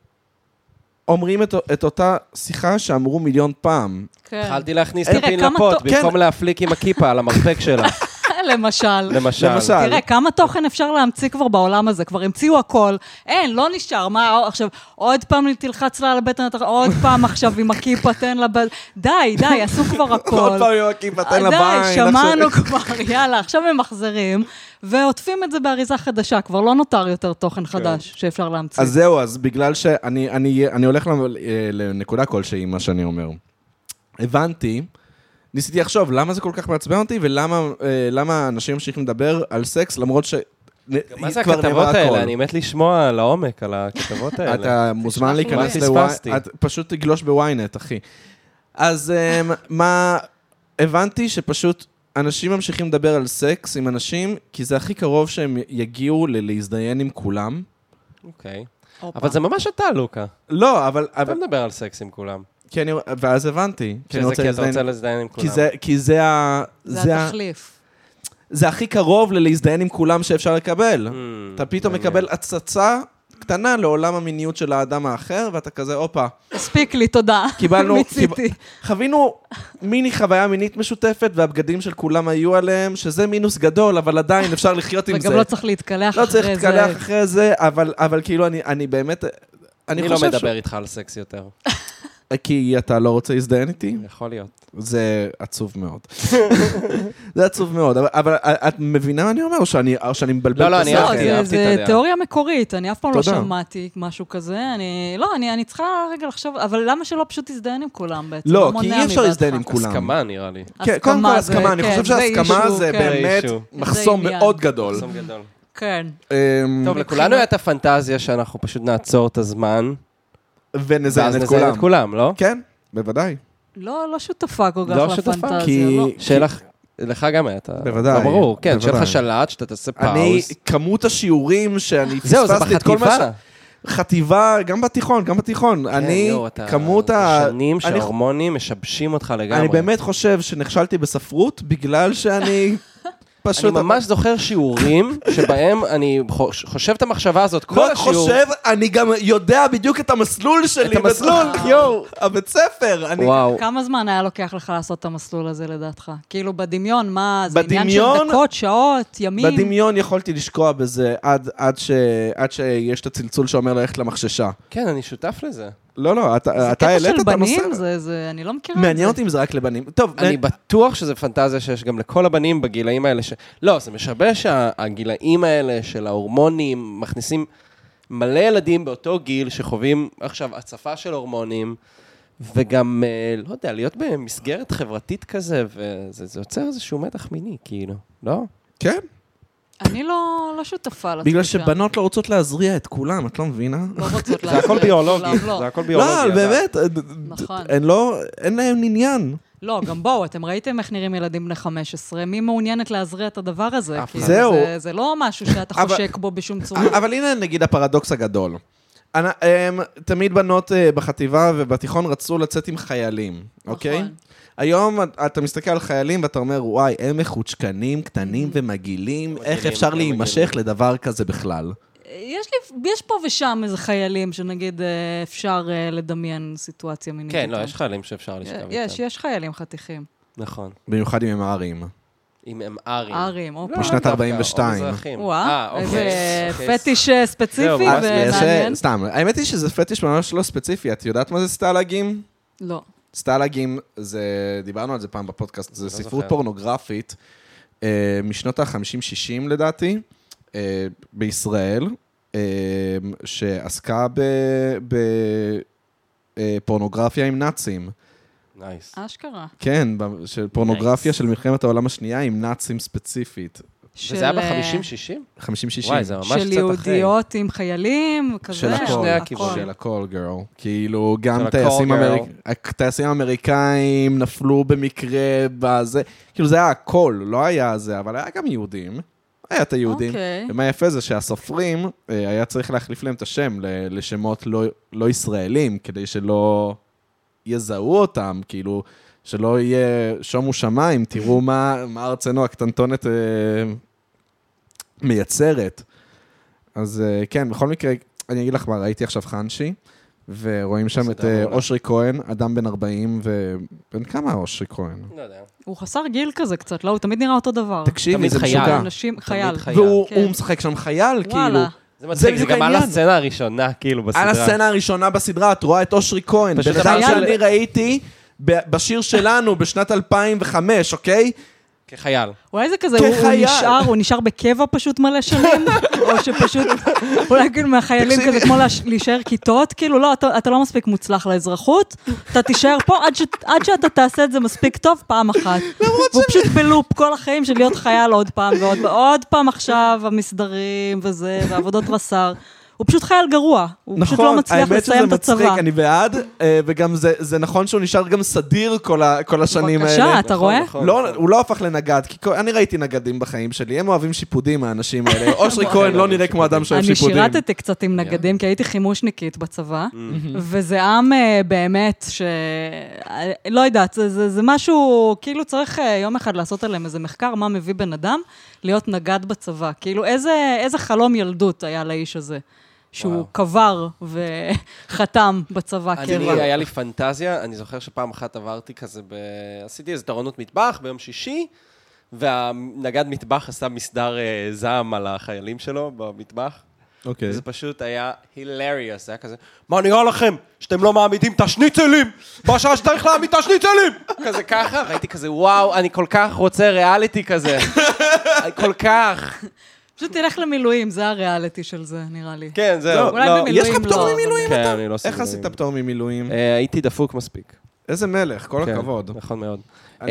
אומרים את אותה שיחה שאמרו מיליון פעם. התחלתי להכניס את הפין לפוט, במקום להפליק עם הכיפה על המרפק שלה. למשל. למשל. תראה, כמה תוכן אפשר להמציא כבר בעולם הזה, כבר המציאו הכל, אין, לא נשאר, מה, עכשיו, עוד פעם תלחץ לה על הבטן, עוד פעם עכשיו עם הכיפה, תן לה, די, די, עשו כבר הכל. עוד פעם עם הכיפה, תן לה בעין. די, שמענו כבר, יאללה, עכשיו הם מחזרים, ועוטפים את זה באריזה חדשה, כבר לא נותר יותר תוכן חדש שאפשר להמציא. אז זהו, אז בגלל שאני הולך לנקודה כלשהי, מה שאני אומר. הבנתי, ניסיתי לחשוב, למה זה כל כך מעצבן אותי, ולמה אנשים ממשיכים לדבר על סקס, למרות ש... מה זה הכתבות האלה? אני מת לשמוע לעומק על הכתבות האלה. אתה מוזמן להיכנס לוויינט, פשוט תגלוש בוויינט, אחי. אז מה... הבנתי שפשוט אנשים ממשיכים לדבר על סקס עם אנשים, כי זה הכי קרוב שהם יגיעו להזדיין עם כולם. אוקיי. אבל זה ממש אתה, לוקה. לא, אבל... אתה מדבר על סקס עם כולם. כי אני, ואז הבנתי. שזה כי אתה רוצה להזדיין עם כולם. כי זה, כי זה ה... זה התחליף. זה הכי קרוב ללהזדיין עם כולם שאפשר לקבל. אתה פתאום מקבל הצצה קטנה לעולם המיניות של האדם האחר, ואתה כזה, אופה. הספיק לי, תודה. קיבלנו, חווינו מיני חוויה מינית משותפת, והבגדים של כולם היו עליהם, שזה מינוס גדול, אבל עדיין אפשר לחיות עם זה. וגם לא צריך להתקלח אחרי זה. לא צריך להתקלח אחרי זה, אבל כאילו אני באמת... אני לא מדבר איתך על סקס יותר. כי אתה לא רוצה להזדיין איתי? יכול להיות. זה עצוב מאוד. זה עצוב מאוד. אבל את מבינה מה אני אומר? או שאני מבלבל? לא, לא, אני אהבתי את הדעה. זה תיאוריה מקורית. אני אף פעם לא שמעתי משהו כזה. לא, אני צריכה רגע לחשוב, אבל למה שלא פשוט תזדיין עם כולם בעצם? לא, כי אי אפשר להזדיין עם כולם. הסכמה נראה לי. קודם כל הסכמה. אני חושב שהסכמה זה באמת מחסום מאוד גדול. מחסום גדול. כן. טוב, לכולנו הייתה פנטזיה שאנחנו פשוט נעצור את הזמן. ונזיין את כולם. את כולם, לא? כן, בוודאי. לא, לא שותפה כל כך לא לפנטזיה. שותפה, כי... שלך, לך גם הייתה. בוודאי. ברור, כן, שלך שלט, שאתה תעשה פאוז. אני, כמות השיעורים שאני זהו, זה בחטיבה. חטיבה, גם בתיכון, גם בתיכון. אני, כמות ה... שנים שההורמונים משבשים אותך לגמרי. אני באמת חושב שנכשלתי בספרות, בגלל שאני... פשוט... אני ממש זוכר שיעורים שבהם אני חושב את המחשבה הזאת, כל השיעור... לא חושב, אני גם יודע בדיוק את המסלול שלי. את המסלול, יואו. הבית ספר. וואו. כמה זמן היה לוקח לך לעשות את המסלול הזה לדעתך? כאילו בדמיון, מה, זה עניין של דקות, שעות, ימים? בדמיון יכולתי לשקוע בזה עד שיש את הצלצול שאומר ללכת למחששה. כן, אני שותף לזה. לא, לא, אתה אתה העלית את הנושא. זה קטע של בנים? זה, אני לא מכירה את זה. מעניין אותי אם זה רק לבנים. טוב, אני בטוח שזה פנטזיה שיש גם לכל הבנים בגילאים האלה ש... לא, זה משבש שהגילאים האלה של ההורמונים מכניסים מלא ילדים באותו גיל שחווים עכשיו הצפה של הורמונים, וגם, לא יודע, להיות במסגרת חברתית כזה, וזה יוצר איזשהו מתח מיני, כאילו, לא? כן. אני לא, לא שותפה לתחושה. בגלל שבנות לא רוצות להזריע את כולם, את לא מבינה? לא רוצות להזריע. זה הכל ביולוגי, זה הכל ביולוגי. לא, באמת, נכון. אין להם עניין. לא, גם בואו, אתם ראיתם איך נראים ילדים בני חמש עשרה, מי מעוניינת להזריע את הדבר הזה? זהו. זה לא משהו שאתה חושק בו בשום צורה. אבל הנה נגיד הפרדוקס הגדול. תמיד בנות בחטיבה ובתיכון רצו לצאת עם חיילים, אוקיי? היום אתה מסתכל על חיילים ואתה אומר, וואי, הם מחוצ'קנים, קטנים ומגילים, איך אפשר להימשך לדבר כזה בכלל? יש לי, יש פה ושם איזה חיילים שנגיד אפשר לדמיין סיטואציה מינית. כן, לא, יש חיילים שאפשר לשכב איתם. יש, יש חיילים חתיכים. נכון. במיוחד אם הם ארים. אם הם ארים. ארים, אופה. משנת ארבעים ושתיים. וואה, איזה פטיש ספציפי ומעניין. סתם, האמת היא שזה פטיש ממש לא ספציפי. את יודעת מה זה סטלגים? לא. סטלגים, זה, דיברנו על זה פעם בפודקאסט, זה ספרות פורנוגרפית, משנות ה-חמישים שישים לדעתי, בישראל, שעסקה בפורנוגרפיה עם נאצים. נייס. אשכרה. כן, של פורנוגרפיה של מלחמת העולם השנייה עם נאצים ספציפית. וזה היה ב-חמישים שישים? חמישים שישים. וואי, זה ממש קצת אחרי. של יהודיות עם חיילים, כזה. של הכל, של הכל, גרל. כאילו, גם טייסים אמריקאים נפלו במקרה בזה. כאילו, זה היה הכל, לא היה זה, אבל היה גם יהודים. היה את היהודים. ומה יפה זה שהסופרים, היה צריך להחליף להם את השם לשמות לא ישראלים, כדי שלא יזהו אותם, כאילו, שלא יהיה שומו שמיים, תראו מה ארצנו הקטנטונת מייצרת. אז כן, בכל מקרה, אני אגיד לך מה, ראיתי עכשיו חנשי, ורואים שם את אושרי כהן, אדם בן ארבעים, ובן כמה אושרי כהן? לא יודע. הוא חסר גיל כזה קצת, לא? הוא תמיד נראה אותו דבר. תקשיבי, זה משוגע. חייל. והוא משחק שם חייל, כאילו. זה מצחיק, זה גם על הסצנה הראשונה, כאילו, בסדרה. על הסצנה הראשונה בסדרה, את רואה את אושרי כהן, בן אדם שאני ראיתי בשיר שלנו בשנת אלפיים וחמש, אוקיי? כחייל. אולי זה כזה, הוא נשאר, הוא נשאר בקבע פשוט מלא שנים, או שפשוט, אולי כאילו מהחיילים כזה, כמו להישאר כיתות, כאילו לא, אתה לא מספיק מוצלח לאזרחות, אתה תישאר פה עד שאתה תעשה את זה מספיק טוב פעם אחת. והוא פשוט בלופ כל החיים של להיות חייל עוד פעם, ועוד פעם עכשיו, המסדרים וזה, ועבודות רס"ר. הוא פשוט חייל גרוע, הוא פשוט לא מצליח לסיים את הצבא. האמת שזה מצחיק, אני בעד, וגם זה נכון שהוא נשאר גם סדיר כל השנים האלה. בבקשה, אתה רואה? לא, הוא לא הפך לנגד, כי אני ראיתי נגדים בחיים שלי, הם אוהבים שיפודים, האנשים האלה. אושרי כהן לא נראה כמו אדם שאוהב שיפודים. אני שירתתי קצת עם נגדים, כי הייתי חימושניקית בצבא, וזה עם באמת ש... לא יודעת, זה משהו, כאילו צריך יום אחד לעשות עליהם איזה מחקר, מה מביא בן אדם להיות נגד בצבא. כאילו, איזה חלום ילדות היה לאיש הזה. שהוא קבר וחתם בצבא קבע. אני, היה לי פנטזיה, אני זוכר שפעם אחת עברתי כזה, עשיתי איזו תורנות מטבח ביום שישי, והנגד מטבח עשה מסדר זעם על החיילים שלו במטבח. אוקיי. זה פשוט היה hilarious, זה היה כזה, מה נראה לכם שאתם לא מעמידים את השניצלים? בשעה שצריך להעמיד את השניצלים! כזה ככה, והייתי כזה, וואו, אני כל כך רוצה ריאליטי כזה. כל כך. פשוט תלך למילואים, זה הריאליטי של זה, נראה לי. כן, זהו. אולי במילואים לא. יש לך פטור ממילואים כן, אתה? אני לא עושה איך עשית פטור ממילואים? הייתי דפוק מספיק. איזה מלך, כל הכבוד. נכון מאוד.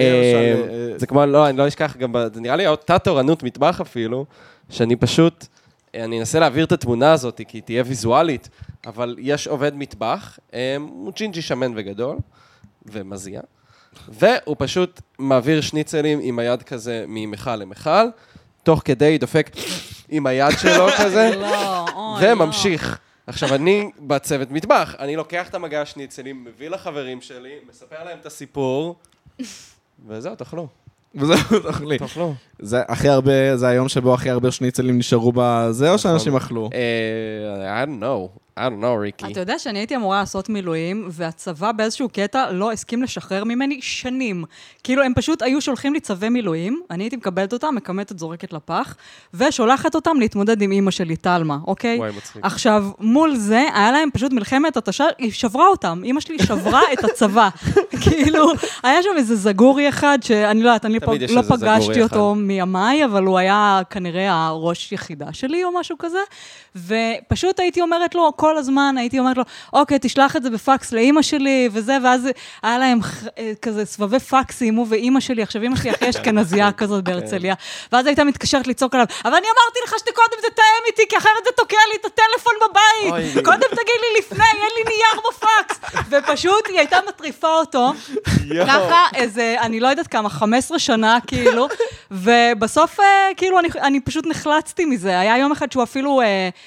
זה כמו, לא, אני לא אשכח גם, זה נראה לי אותה תורנות מטבח אפילו, שאני פשוט, אני אנסה להעביר את התמונה הזאת, כי היא תהיה ויזואלית, אבל יש עובד מטבח, הוא ג'ינג'י שמן וגדול, ומזיע, והוא פשוט מעביר שניצלים עם היד כזה ממחל למחל, תוך כדי דופק עם היד שלו כזה, וממשיך. עכשיו, אני בצוות מטבח, אני לוקח את המגע השניצלים, מביא לחברים שלי, מספר להם את הסיפור, וזהו, תאכלו. וזהו, תאכלי. תאכלו. זה הכי הרבה, זה היום שבו הכי הרבה שניצלים נשארו בזה, או שאנשים אכלו? I don't know. I don't know, ריקי. אתה יודע שאני הייתי אמורה לעשות מילואים, והצבא באיזשהו קטע לא הסכים לשחרר ממני שנים. כאילו, הם פשוט היו שולחים לי צווי מילואים, אני הייתי מקבלת אותם, מקמטת זורקת לפח, ושולחת אותם להתמודד עם אמא שלי, תלמה, אוקיי? וואי, מצחיק. עכשיו, מול זה, היה להם פשוט מלחמת התשה, היא שברה אותם, אמא שלי שברה את הצבא. כאילו, היה שם איזה זגורי אחד, שאני לא יודעת, אני לא פגשתי אותו מימיי, אבל הוא היה כנראה הראש יחידה שלי או משהו כזה, ופשוט הייתי אומרת לו, כל הזמן הייתי אומרת לו, אוקיי, תשלח את זה בפקס לאמא שלי, וזה, ואז היה להם כזה סבבי פקסים, הוא ואמא שלי, עכשיו אמא שלי הכי אשכנזייה כזאת בהרצליה, ואז הייתה מתקשרת לצעוק עליו, אבל אני אמרתי לך שקודם זה תאם איתי, כי אחרת זה תוקע לי את הטלפון בבית, קודם תגיד לי לפני, אין לי נייר בפקס, ופשוט היא הייתה מטריפה אותו, ככה איזה, אני לא יודעת כמה, חמש עשרה שנה כאילו, ובסוף כאילו אני, אני פשוט נחלצתי מזה, היה יום אחד שהוא אפילו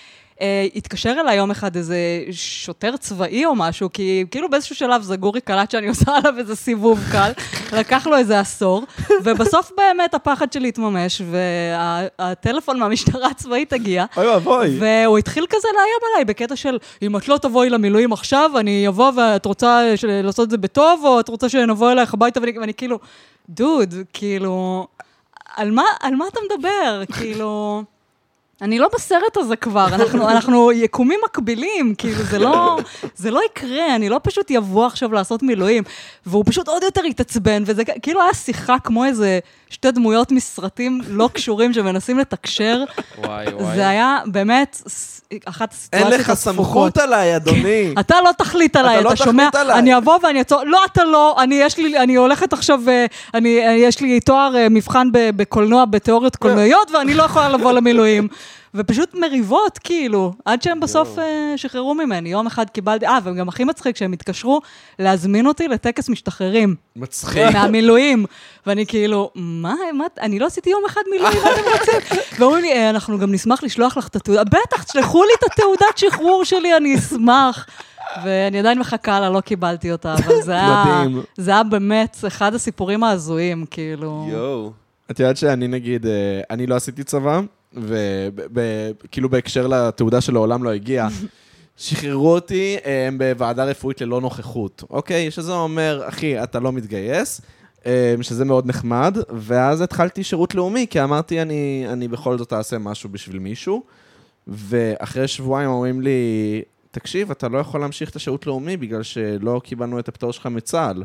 התקשר אליי יום אחד איזה שוטר צבאי או משהו, כי כאילו באיזשהו שלב זגורי קלט שאני עושה עליו איזה סיבוב קל, לקח לו איזה עשור, ובסוף באמת הפחד שלי התממש, והטלפון מהמשטרה הצבאית הגיע, והוא התחיל כזה לאיים עליי בקטע של, אם את לא תבואי למילואים עכשיו, אני אבוא ואת רוצה לעשות את זה בטוב, או את רוצה שנבוא אלייך הביתה, ואני כאילו, דוד, כאילו, על מה, על מה אתה מדבר? כאילו... אני לא בסרט הזה כבר, אנחנו, אנחנו יקומים מקבילים, כאילו זה לא, זה לא יקרה, אני לא פשוט יבוא עכשיו לעשות מילואים, והוא פשוט עוד יותר יתעצבן, וזה כאילו היה שיחה כמו איזה שתי דמויות מסרטים לא קשורים שמנסים לתקשר. וואי, וואי. זה היה באמת אחת הסיטואציות אין לך סמכות עליי, אדוני. אתה לא תחליט עליי, אתה שומע, אני אבוא ואני אצור, לא, אתה לא, אני יש לי, אני הולכת עכשיו, אני, יש לי תואר מבחן בקולנוע, בתיאוריות קולנועיות, ואני לא יכולה לבוא למילואים. ופשוט מריבות, כאילו, עד שהם בסוף שחררו ממני. יום אחד קיבלתי, אה, והם גם הכי מצחיק, שהם התקשרו להזמין אותי לטקס משתחררים. מצחיק. מהמילואים. ואני כאילו, מה, מה, אני לא עשיתי יום אחד מילואים, מה אתם רוצים? ואומרים לי, אנחנו גם נשמח לשלוח לך את התעודה. בטח, תשלחו לי את התעודת שחרור שלי, אני אשמח. ואני עדיין מחכה לה, לא קיבלתי אותה, אבל זה היה, זה היה באמת אחד הסיפורים ההזויים, כאילו. יואו. את יודעת שאני נגיד, אני לא עשיתי צבא, וכאילו בהקשר לתעודה שלו העולם לא הגיע, שחררו אותי בוועדה רפואית ללא נוכחות, אוקיי? שזה אומר, אחי, אתה לא מתגייס, שזה מאוד נחמד, ואז התחלתי שירות לאומי, כי אמרתי, אני, אני בכל זאת אעשה משהו בשביל מישהו, ואחרי שבועיים אומרים לי, תקשיב, אתה לא יכול להמשיך את השירות לאומי, בגלל שלא קיבלנו את הפטור שלך מצה"ל.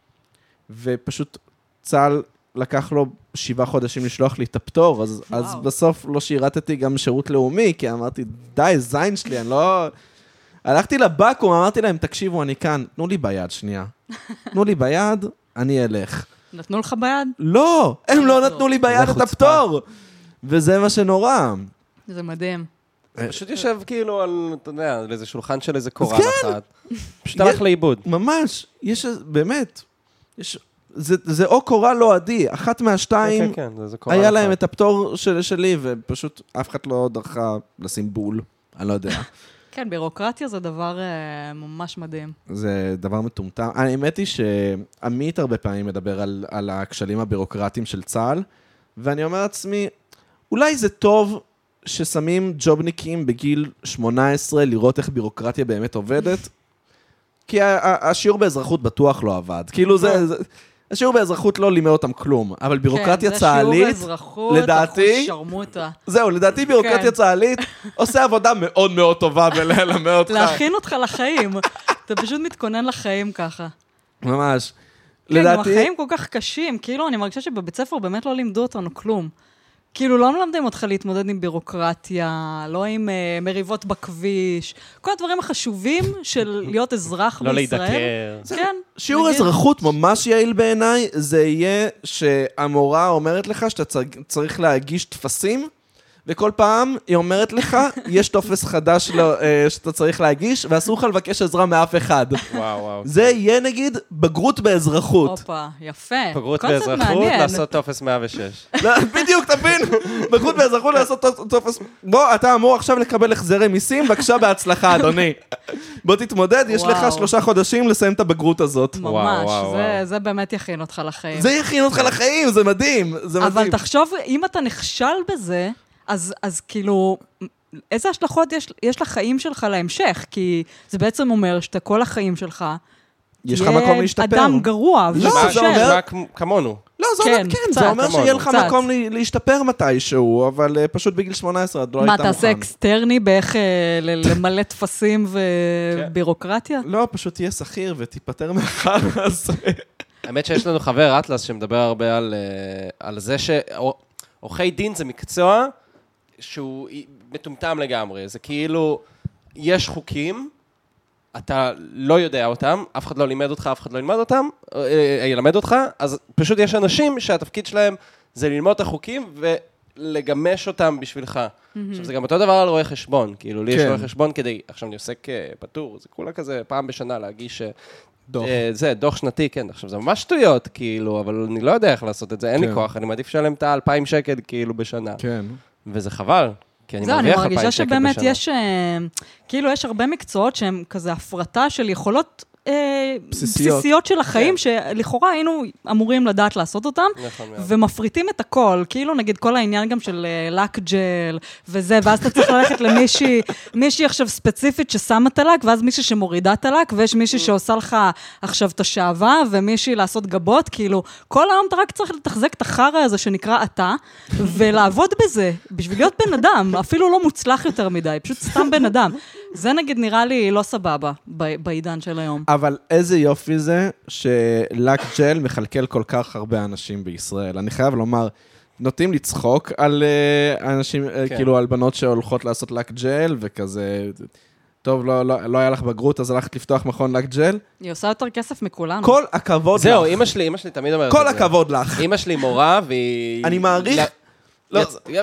ופשוט צה"ל לקח לו שבעה חודשים לשלוח לי את הפטור, אז, אז בסוף לא שירתתי גם שירות לאומי, כי אמרתי, די, זין שלי, אני לא... הלכתי לבקו"ם, אמרתי להם, תקשיבו, אני כאן, תנו לי ביד שנייה. תנו לי ביד, אני אלך. נתנו לך ביד? לא, הם לא נתנו לי ביד את הפטור. וזה מה שנורא. זה מדהים. פשוט יושב כאילו על, אתה יודע, על איזה שולחן של איזה קורן אחת. פשוט הלך לאיבוד. ממש, יש, באמת, יש... זה, זה או קורא לא עדי, אחת מהשתיים, כן, כן, כן, היה להם את הפטור של, שלי, ופשוט אף אחד לא דרכה לשים בול, אני לא יודע. כן, בירוקרטיה זה דבר uh, ממש מדהים. זה דבר מטומטם. האמת היא שעמית הרבה פעמים מדבר על, על הכשלים הבירוקרטיים של צה"ל, ואני אומר לעצמי, אולי זה טוב ששמים ג'ובניקים בגיל שמונה עשרה לראות איך בירוקרטיה באמת עובדת, כי השיעור באזרחות בטוח לא עבד. כאילו זה... זה השיעור באזרחות לא לימד אותם כלום, אבל בירוקרטיה צה"לית, לדעתי, זהו, לדעתי בירוקרטיה צה"לית עושה עבודה מאוד מאוד טובה בללמד אותך. להכין אותך לחיים, אתה פשוט מתכונן לחיים ככה. ממש. כן, החיים כל כך קשים, כאילו אני מרגישה שבבית ספר באמת לא לימדו אותנו כלום. כאילו לא מלמדים אותך להתמודד עם בירוקרטיה, לא עם uh, מריבות בכביש, כל הדברים החשובים של להיות אזרח לא בישראל. לא להידקר. כן. שיעור נגיד... אזרחות ממש יעיל בעיניי, זה יהיה שהמורה אומרת לך שאתה צריך להגיש תפסים, וכל פעם היא אומרת לך, יש טופס חדש שאתה צריך להגיש, ואסור לך לבקש עזרה מאף אחד. וואו, וואו. זה יהיה נגיד בגרות באזרחות. הופה, יפה. בגרות באזרחות, לעשות טופס מאה ושש. בדיוק, תבין. בגרות באזרחות לעשות טופס... בוא, אתה אמור עכשיו לקבל החזרי מיסים, בבקשה בהצלחה, אדוני. בוא תתמודד, יש לך שלושה חודשים לסיים את הבגרות הזאת. ממש, זה באמת יכין אותך לחיים. זה יכין אותך לחיים, זה מדהים. אבל תחשוב, אם אתה נכשל בזה, אז, אז כאילו, איזה השלכות יש, יש לחיים שלך להמשך? כי זה בעצם אומר שאתה כל החיים שלך, יש לך מקום להשתפר. אדם גרוע. לא, זה אומר... כמונו. לא, זה אומר, כן, זה אומר שיהיה לך מקום להשתפר מתישהו, אבל פשוט בגיל שמונה עשרה, את לא הייתה מוכן. מה, תעשה אקסטרני באיך למלא תפסים ובירוקרטיה? לא, פשוט תהיה שכיר ותיפטר מאחר הזה. האמת שיש לנו חבר, אטלס, שמדבר הרבה על זה שעורכי דין זה מקצוע שהוא מטומטם לגמרי. זה כאילו, יש חוקים, אתה לא יודע אותם, אף אחד לא לימד אותך, אף אחד לא ילמד אותם, ילמד אותך, אז פשוט יש אנשים שהתפקיד שלהם זה ללמוד את החוקים ולגמש אותם בשבילך. עכשיו, זה גם אותו דבר על רואי חשבון, כאילו, לי יש רואי חשבון כדי, עכשיו אני עוסק פטור, זה כולה כזה פעם בשנה להגיש... דוח. זה, דוח שנתי, כן, עכשיו זה ממש שטויות, כאילו, אבל אני לא יודע איך לעשות את זה, אין לי כוח, אני מעדיף לשלם את האלפיים שקל, כאילו, בשנה. כן. וזה חבל. זהו, אני מרגישה שבאמת יש, כאילו יש הרבה מקצועות שהם כזה הפרטה של יכולות בסיסיות של החיים, שלכאורה היינו אמורים לדעת לעשות אותם, ומפריטים את הכל, כאילו נגיד כל העניין גם של לק ג'ל וזה, ואז אתה צריך ללכת למישהי, מישהי עכשיו ספציפית ששמה את הלק, ואז מישהי שמורידה את הלק, ויש מישהי שעושה לך עכשיו את השעבה, ומישהי לעשות גבות, כאילו כל היום אתה רק צריך לתחזק את החרא הזה שנקרא אתה, ולעבוד בזה, בשביל להיות בן אדם, אפילו לא מוצלח יותר מדי, פשוט סתם בן אדם. זה נגיד נראה לי לא סבבה בעידן של היום. אבל איזה יופי זה שלק ג'ל מחלקל כל כך הרבה אנשים בישראל. אני חייב לומר, נוטים לצחוק על אנשים, כאילו על בנות שהולכות לעשות לק ג'ל, וכזה, טוב, לא, לא, לא היה לך בגרות, אז הלכת לפתוח מכון לק ג'ל. היא עושה יותר כסף מכולנו. כל הכבוד לך. זהו, אמא שלי, אמא שלי תמיד אומרת. כל הכבוד לך. אמא שלי מורה, והיא... אני מעריך... לא,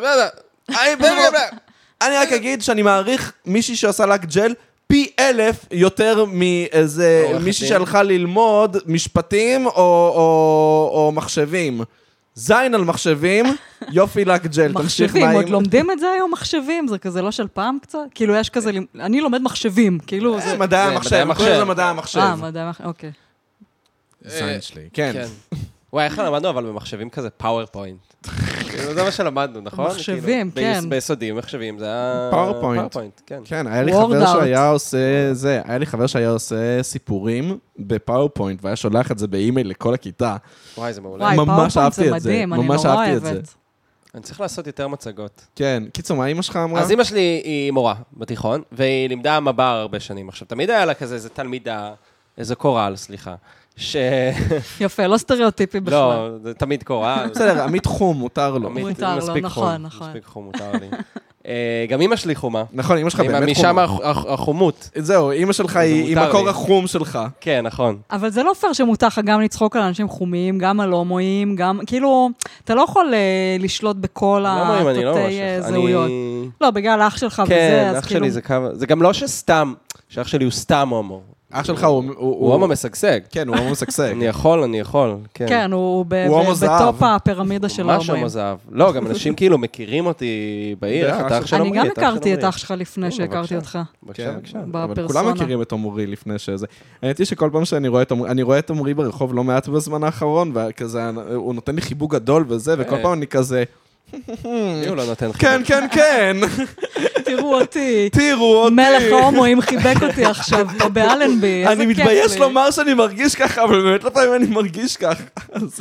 אני רק אגיד שאני מעריך מישהי שעושה לק ג'ל פי אלף יותר מאיזה מישהי שהלכה ללמוד משפטים או, או, או מחשבים. זין על מחשבים, יופי לק ג'ל. מחשבים, עוד לומדים את זה היום מחשבים, זה כזה לא של פעם קצת? כאילו יש כזה, אני לומד מחשבים, כאילו זה... מדעי המחשב, זה מדעי המחשב. אה, מדעי המחשב, אוקיי. זין שלי, כן. וואי, איך למדנו אבל במחשבים כזה פאורפוינט. זה מה שלמדנו, נכון? מחשבים, כן. ביסודים, מחשבים, זה היה... פאורפוינט. כן, היה לי חבר שהיה עושה זה, היה לי חבר שהיה עושה סיפורים בפאורפוינט, והיה שולח את זה באימייל לכל הכיתה. וואי, זה מעולה. וואי, פאורפוינט זה מדהים, אני נורא אוהבת. אני צריך לעשות יותר מצגות. כן, קיצור, מה אמא שלך אמרה? אז אמא שלי היא מורה בתיכון, והיא לימדה מב"ר הרבה שנים. עכשיו, תמיד היה לה כזה, איזה תלמידה, איזה קורל, סליחה. ש... יפה, לא סטריאוטיפי בכלל. לא, זה תמיד קורל. בסדר, עמית חום, מותר לו. מותר לו, נכון, נכון. מספיק חום, מותר לי. גם אמא שלי חומה. נכון, אמא שלך באמת חומה. משם החומות. זהו, אמא שלך היא מקור החום שלך. כן, נכון. אבל זה לא פייר שמותר לך גם לצחוק על אנשים חומיים, גם על הומואים, גם, כאילו, אתה לא יכול לשלוט בכל התותי זהויות. לא, בגלל האח שלך וזה, כן, אח שלי זה כמה, זה גם לא שסתם, שאח שלי הוא סתם הומו. אח שלך הוא... הוא הומו משגשג. כן, הוא הומו משגשג. אני יכול, אני יכול. כן, הוא בטופ הפירמידה של ההומואים. ממש הומו זהב. לא, גם אנשים כאילו מכירים אותי בעיר, את אח של עמרי. אני גם הכרתי את אח שלך לפני שהכרתי אותך. בבקשה, בבקשה. אבל כולם מכירים את עמרי לפני שזה. האמת היא שכל פעם שאני רואה את עמרי, אני רואה את עמרי ברחוב לא מעט בזמן האחרון, וכזה, הוא נותן לי חיבוק גדול וזה, וכל פעם אני כזה... הוא לא נותן חיבוק. כן, כן, כן. תראו אותי. תראו אותי. מלך ההומואים חיבק אותי עכשיו, פה באלנבי. אני מתבייש לומר שאני מרגיש ככה, אבל באמת לפעמים אני מרגיש ככה. אז...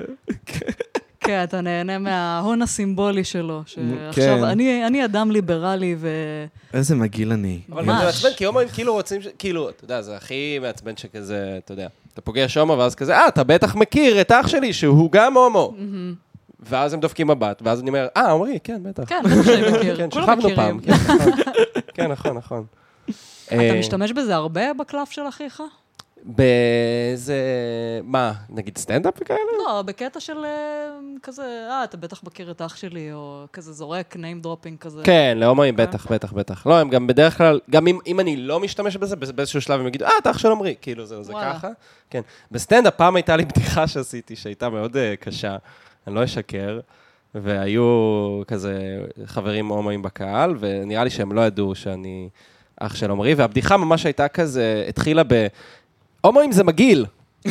כן, אתה נהנה מההון הסימבולי שלו, שעכשיו אני אדם ליברלי ו... איזה מגעיל אני. אבל זה מעצבן, כי הומואים כאילו רוצים, כאילו, אתה יודע, זה הכי מעצבן שכזה, אתה יודע, אתה פוגש הומו ואז כזה, אה, אתה בטח מכיר את אח שלי שהוא גם הומו. ואז הם דופקים מבט, ואז אני אומר, אה, עמרי, כן, בטח. כן, בטח שאני מכיר. כן, שכבנו פעם. כן, נכון, נכון. אתה משתמש בזה הרבה בקלף של אחיך? באיזה... מה, נגיד סטנדאפ וכאלה? לא, בקטע של כזה, אה, אתה בטח מכיר את אח שלי, או כזה זורק, name dropping כזה. כן, להומואים, בטח, בטח, בטח. לא, הם גם בדרך כלל, גם אם אני לא משתמש בזה, באיזשהו שלב הם יגידו, אה, אתה אח של עמרי, כאילו, זה ככה. כן. בסטנדאפ פעם הייתה לי בדיחה שעשיתי, שהייתה מאוד קשה, אני לא אשקר, והיו כזה חברים הומואים בקהל, ונראה לי שהם לא ידעו שאני אח של עמרי, והבדיחה ממש הייתה כזה, התחילה ב... הומואים זה מגעיל.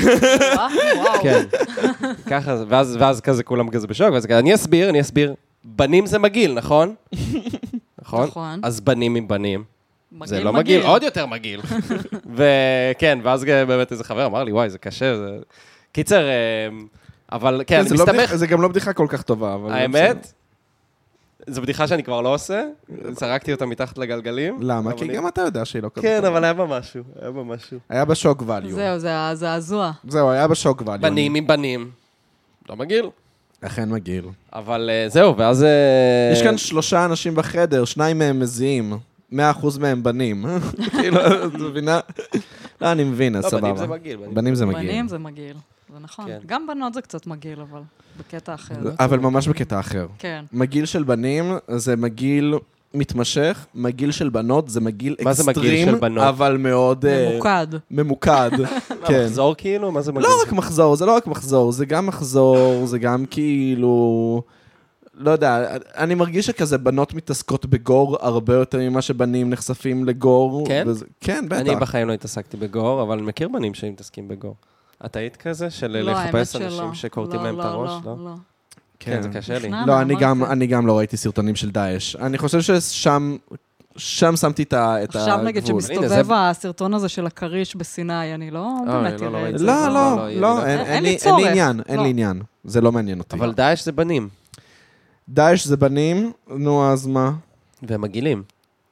כן. ככה, ואז, ואז כזה כולם כזה בשוק, ואז כזה, אני אסביר, אני אסביר, בנים זה מגעיל, נכון? נכון? נכון. אז בנים עם בנים. זה לא מגעיל, עוד יותר מגעיל. וכן, ואז באמת איזה חבר אמר לי, וואי, זה קשה, זה... קיצר, אבל כן, אני מסתמך... זה גם לא בדיחה כל כך טובה, אבל... האמת? זו בדיחה שאני כבר לא עושה, זרקתי אותה מתחת לגלגלים. למה? כי גם אתה יודע שהיא לא כזאת. כן, אבל היה בה משהו, היה בה משהו. היה בשוק ואליו. זהו, זה הזעזוע. זהו, היה בשוק ואליו. בנים עם בנים. לא מגעיל. אכן מגעיל. אבל זהו, ואז... יש כאן שלושה אנשים בחדר, שניים מהם מזיעים. מאה אחוז מהם בנים. כאילו, את מבינה? לא, אני מבין, סבבה. בנים זה מגעיל. בנים זה מגעיל. בנים זה מגעיל. זה נכון. גם בנות זה קצת מגעיל, אבל בקטע אחר. אבל ממש בקטע אחר. כן. מגעיל של בנים זה מגעיל מתמשך, מגעיל של בנות זה מגעיל מה זה מגעיל של בנות? אבל מאוד... ממוקד. ממוקד, כן. מחזור כאילו? מה זה מגעיל? לא רק מחזור, זה לא רק מחזור, זה גם מחזור, זה גם כאילו... לא יודע, אני מרגיש שכזה בנות מתעסקות בגור הרבה יותר ממה שבנים נחשפים לגור. כן? וזה, כן, בטח. אני בחיים לא התעסקתי בגור, אבל מכיר בנים שמתעסקים בגור. את היית כזה? של לא, לחפש האמת אנשים שלא. שקורטים לא, להם לא, את הראש? לא, לא? לא. כן, זה קשה לי. לא, אני גם, אני גם לא ראיתי סרטונים של דאעש. אני חושב ששם, שם שמתי את הגבול. עכשיו נגיד שמסתובב הסרטון הזה של הקריש בסיני, אני לא באמת אראה את זה. לא, לא, לא, אין לי עניין, אין לי עניין. זה לא מעניין אותי. אבל דאעש זה בנים. דאעש זה בנים, נו אז מה? והם מגעילים.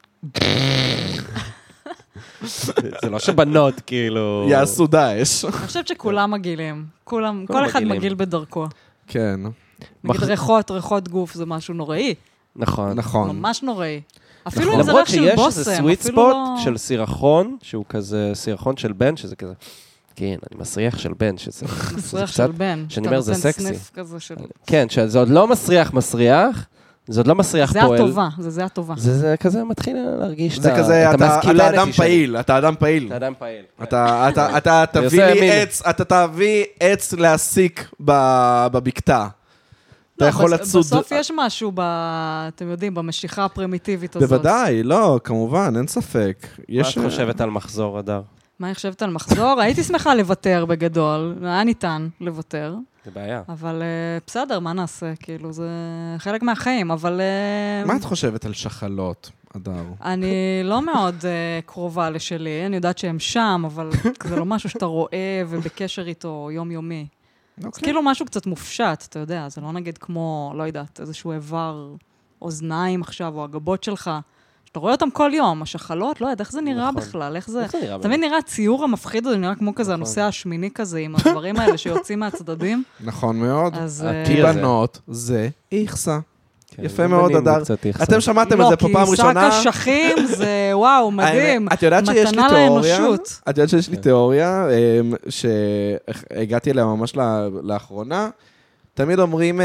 זה לא שבנות, כאילו... יעשו דאעש. אני חושבת שכולם מגעילים. כולם, כל אחד מגעיל בדרכו. כן. נגיד ריחות, ריחות גוף זה משהו נוראי. נכון. נכון. ממש נוראי. אפילו אם זה ריח של בושם, למרות שיש איזה סוויט ספוט של סירחון, שהוא כזה סירחון של בן, שזה כזה... כן, אני מסריח של בן, שזה... מסריח של בן. שאני אומר, זה סקסי. סניף כזה של... כן, שזה עוד לא מסריח מסריח, זה עוד לא מסריח פועל. זה הטובה, זה זה הטובה. זה כזה מתחיל להרגיש את זה כזה, אתה אדם פעיל, אתה אדם פעיל. אתה אדם פעיל. אתה תביא לי עץ, אתה תביא עץ להסיק בבקתה. אתה יכול לצוד... בסוף יש משהו, אתם יודעים, במשיכה הפרימיטיבית הזאת. בוודאי, לא, כמובן, אין ספק. מה את חושבת על מחזור, אדר? מה אני חושבת על מחזור? הייתי שמחה לוותר בגדול, היה ניתן לוותר. זה בעיה. אבל בסדר, מה נעשה? כאילו, זה חלק מהחיים, אבל... מה את חושבת על שחלות, אדר? אני לא מאוד קרובה לשלי, אני יודעת שהם שם, אבל זה לא משהו שאתה רואה ובקשר איתו יומיומי. זה כאילו משהו קצת מופשט, אתה יודע, זה לא נגיד כמו, לא יודעת, איזשהו איבר אוזניים עכשיו, או הגבות שלך, שאתה רואה אותם כל יום, השחלות, לא יודעת, איך זה נראה בכלל, איך זה... תמיד נראה הציור המפחיד, זה נראה כמו כזה, הנושא השמיני כזה, עם הדברים האלה שיוצאים מהצדדים. נכון מאוד. כי בנות זה איכסה. יפה מאוד, אדר. אתם שמעתם את זה פה פעם ראשונה? לא, כי שק אשכים זה, וואו, מדהים. את יודעת שיש לי תיאוריה, את יודעת שיש לי תיאוריה, שהגעתי אליה ממש לאחרונה, תמיד אומרים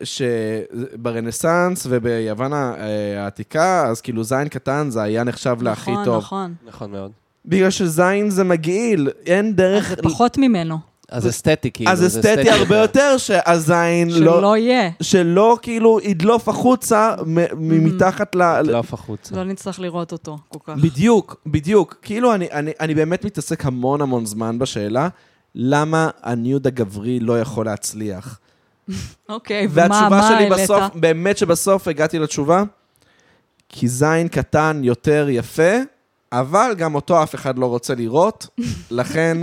שברנסנס וביוון העתיקה, אז כאילו זין קטן זה היה נחשב להכי טוב. נכון, נכון. נכון מאוד. בגלל שזין זה מגעיל, אין דרך... זה פחות ממנו. אז אסתטי, כאילו. אז אסתטי הרבה יותר שהזין לא... שלא יהיה. שלא, כאילו, ידלוף החוצה מתחת ל... ידלוף החוצה. לא נצטרך לראות אותו כל כך. בדיוק, בדיוק. כאילו, אני, אני, אני באמת מתעסק המון המון זמן בשאלה, למה הניוד הגברי לא יכול להצליח. אוקיי, ומה, מה העלית? והתשובה שלי בסוף, באמת שבסוף הגעתי לתשובה, כי זין קטן יותר יפה, אבל גם אותו אף אחד לא רוצה לראות, לכן...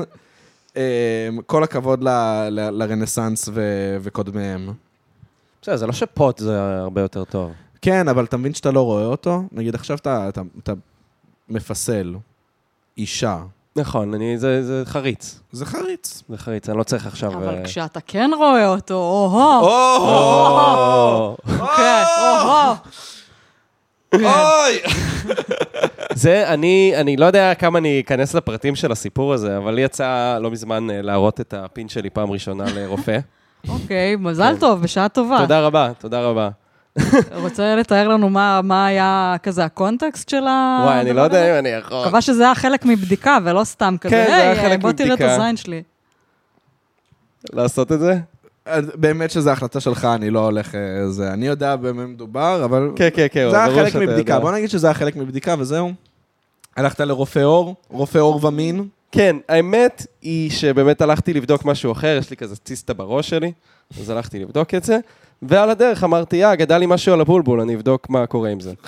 כל הכבוד לרנסנס וקודמיהם. בסדר, זה לא שפוט זה הרבה יותר טוב. כן, אבל אתה מבין שאתה לא רואה אותו? נגיד, עכשיו אתה מפסל אישה. נכון, זה חריץ. זה חריץ. זה חריץ, אני לא צריך עכשיו... אבל כשאתה כן רואה אותו, או-הו. או-הו. כן, או-הו. אוי! זה, אני, אני לא יודע כמה אני אכנס לפרטים של הסיפור הזה, אבל לי יצא לא מזמן להראות את הפין שלי פעם ראשונה לרופא. אוקיי, מזל טוב, בשעה טובה. תודה רבה, תודה רבה. רוצה לתאר לנו מה היה כזה הקונטקסט של ה... וואי, אני לא יודע אם אני יכול. מקווה שזה היה חלק מבדיקה ולא סתם כזה. כן, זה היה חלק מבדיקה. בוא תראה את הזין שלי. לעשות את זה? באמת שזו החלטה שלך, אני לא הולך... זה, אני יודע במה מדובר, אבל... כן, כן, כן. זה היה חלק מבדיקה. בוא נגיד שזה היה חלק מבדיקה, וזהו. הלכת לרופא אור, רופא אור ומין. כן, האמת היא שבאמת הלכתי לבדוק משהו אחר, יש לי כזה ציסטה בראש שלי, אז הלכתי לבדוק את זה, ועל הדרך אמרתי, יא, גדל לי משהו על הבולבול, אני אבדוק מה קורה עם זה.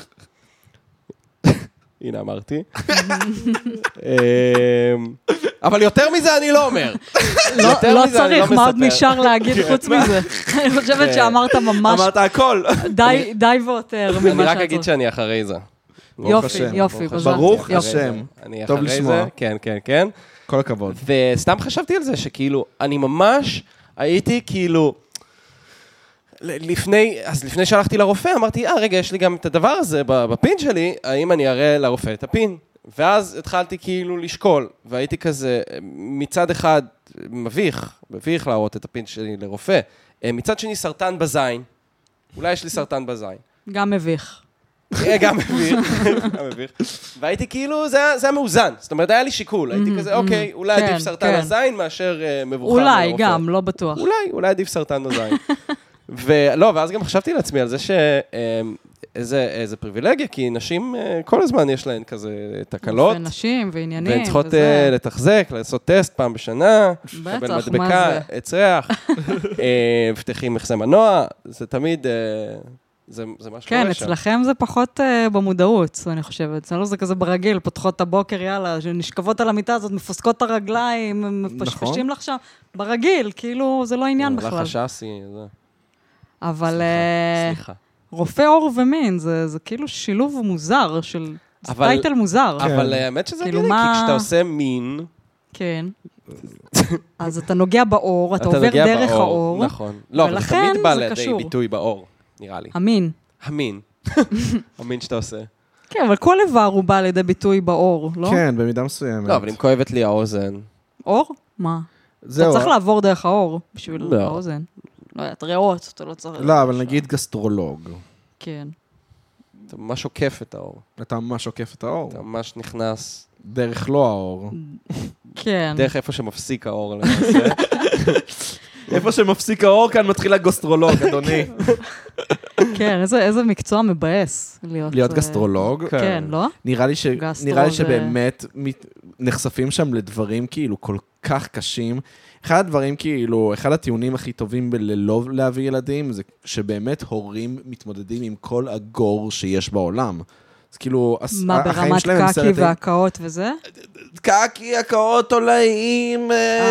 הנה אמרתי. אבל יותר מזה אני לא אומר. לא צריך, מה עוד נשאר להגיד חוץ מזה? אני חושבת שאמרת ממש... אמרת הכל. די ויותר ממה אני רק אגיד שאני אחרי זה. יופי, יופי. ברוך השם. אני טוב אחרי לשמוע. זה, כן, כן, כן. כל הכבוד. וסתם חשבתי על זה שכאילו, אני ממש הייתי כאילו... לפני, אז לפני שהלכתי לרופא, אמרתי, אה, רגע, יש לי גם את הדבר הזה בפין שלי, האם אני אראה לרופא את הפין? ואז התחלתי כאילו לשקול, והייתי כזה, מצד אחד מביך, מביך להראות את הפין שלי לרופא, מצד שני סרטן בזין, אולי יש לי סרטן בזין. גם מביך. גם מביך, גם מביך. והייתי כאילו, זה היה מאוזן, זאת אומרת, היה לי שיקול, הייתי כזה, אוקיי, אולי עדיף סרטן בזין מאשר מבוכה לרופא. אולי, גם, לא בטוח. אולי, אולי עדיף סרטן בזין. ולא, ואז גם חשבתי לעצמי על זה שאיזה פריבילגיה, כי נשים כל הזמן יש להן כזה תקלות. ונשים ועניינים. והן צריכות לתחזק, לעשות טסט פעם בשנה. בטח, מה זה? מדבקה, עצריח, פתחים מכסה מנוע, זה תמיד, זה מה שקורה שם. כן, אצלכם זה פחות במודעות, אני חושבת. אצלנו זה כזה ברגיל, פותחות את הבוקר, יאללה, שנשכבות על המיטה הזאת, מפוסקות את הרגליים, מפשפשים לך שם, ברגיל, כאילו זה לא עניין בכלל. לחשסי, זה. אבל רופא אור ומין, זה כאילו שילוב מוזר, של טייטל מוזר. אבל האמת שזה הגיוני, כי כשאתה עושה מין... כן. אז אתה נוגע באור, אתה עובר דרך האור. נכון. לא, אבל זה תמיד בא לידי ביטוי באור, נראה לי. המין. המין. המין שאתה עושה. כן, אבל כל איבר הוא בא לידי ביטוי באור, לא? כן, במידה מסוימת. לא, אבל אם כואבת לי האוזן... אור? מה? אתה צריך לעבור דרך האור בשביל האוזן. לא, את ריאות, אתה לא צריך... לא, אבל נגיד גסטרולוג. כן. אתה ממש עוקף את האור. אתה ממש עוקף את האור. אתה ממש נכנס... דרך לא האור. כן. דרך איפה שמפסיק האור, למעשה. איפה שמפסיק האור, כאן מתחיל הגסטרולוג, אדוני. כן, איזה מקצוע מבאס להיות... להיות גסטרולוג. כן, לא? נראה לי שבאמת נחשפים שם לדברים כאילו כל כך קשים. אחד הדברים כאילו, אחד הטיעונים הכי טובים בלא להביא ילדים, זה שבאמת הורים מתמודדים עם כל הגור שיש בעולם. אז כאילו, מה, ברמת קאקי והקאות וזה? קאקי, הקאות, תולעים,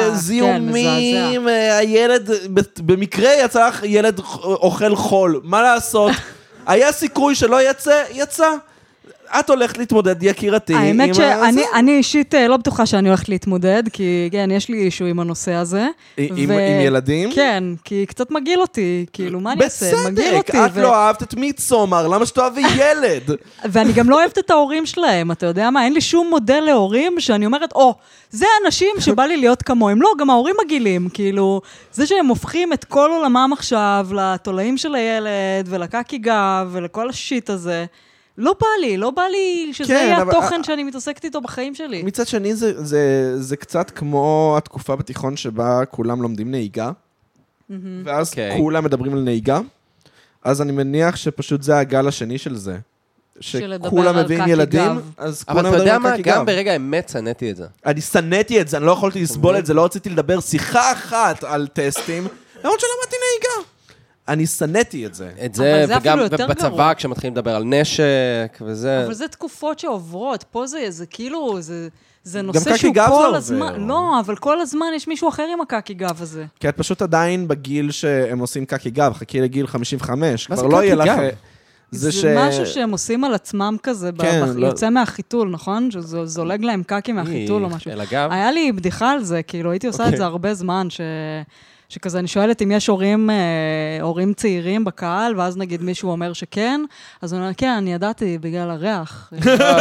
זיהומים, הילד, במקרה יצא ילד אוכל חול, מה לעשות? היה סיכוי שלא יצא, יצא. את הולכת להתמודד, יקירתי. האמת שאני אישית לא בטוחה שאני הולכת להתמודד, כי כן, יש לי אישו עם הנושא הזה. עם ילדים? כן, כי קצת מגיל אותי, כאילו, מה אני אעשה? מגיל אותי. בסדר, את לא אהבת את מיצומר, למה שתאהבי ילד? ואני גם לא אוהבת את ההורים שלהם, אתה יודע מה? אין לי שום מודל להורים שאני אומרת, או, זה אנשים שבא לי להיות כמוהם. לא, גם ההורים מגילים, כאילו, זה שהם הופכים את כל עולמם עכשיו לתולעים של הילד, ולקקי גב, ולכל השיט הזה. לא בא לי, לא בא לי שזה כן, יהיה התוכן אבל... שאני מתעסקת איתו בחיים שלי. מצד שני, זה, זה, זה קצת כמו התקופה בתיכון שבה כולם לומדים נהיגה, mm-hmm. ואז okay. כולם מדברים על נהיגה, אז אני מניח שפשוט זה הגל השני של זה. שכולם מביאים ילדים, אז כולם מדברים על קקי גב. אבל אתה יודע מה, גם ברגע האמת שנאתי את זה. אני שנאתי את זה, אני לא יכולתי לסבול את זה, לא רציתי לדבר שיחה אחת על טסטים, למרות שלמדתי נהיגה. אני שנאתי את זה. את זה, וגם בצבא, כשמתחילים לדבר על נשק וזה. אבל זה תקופות שעוברות. פה זה, זה כאילו, זה, זה נושא שהוא כל הזמן. לא, אבל כל הזמן יש מישהו אחר עם הקקי גב הזה. כי את פשוט עדיין בגיל שהם עושים קקי גב, חכי לגיל חמישים וחמש. כבר לא יהיה לך... זה משהו שהם עושים על עצמם כזה, יוצא מהחיתול, נכון? שזה זולג להם קקי מהחיתול או משהו. היה לי בדיחה על זה, כאילו הייתי עושה את זה הרבה זמן, ש... שכזה אני שואלת אם יש הורים, הורים צעירים בקהל, ואז נגיד מישהו אומר שכן, אז אני אומר, כן, אני ידעתי בגלל הריח.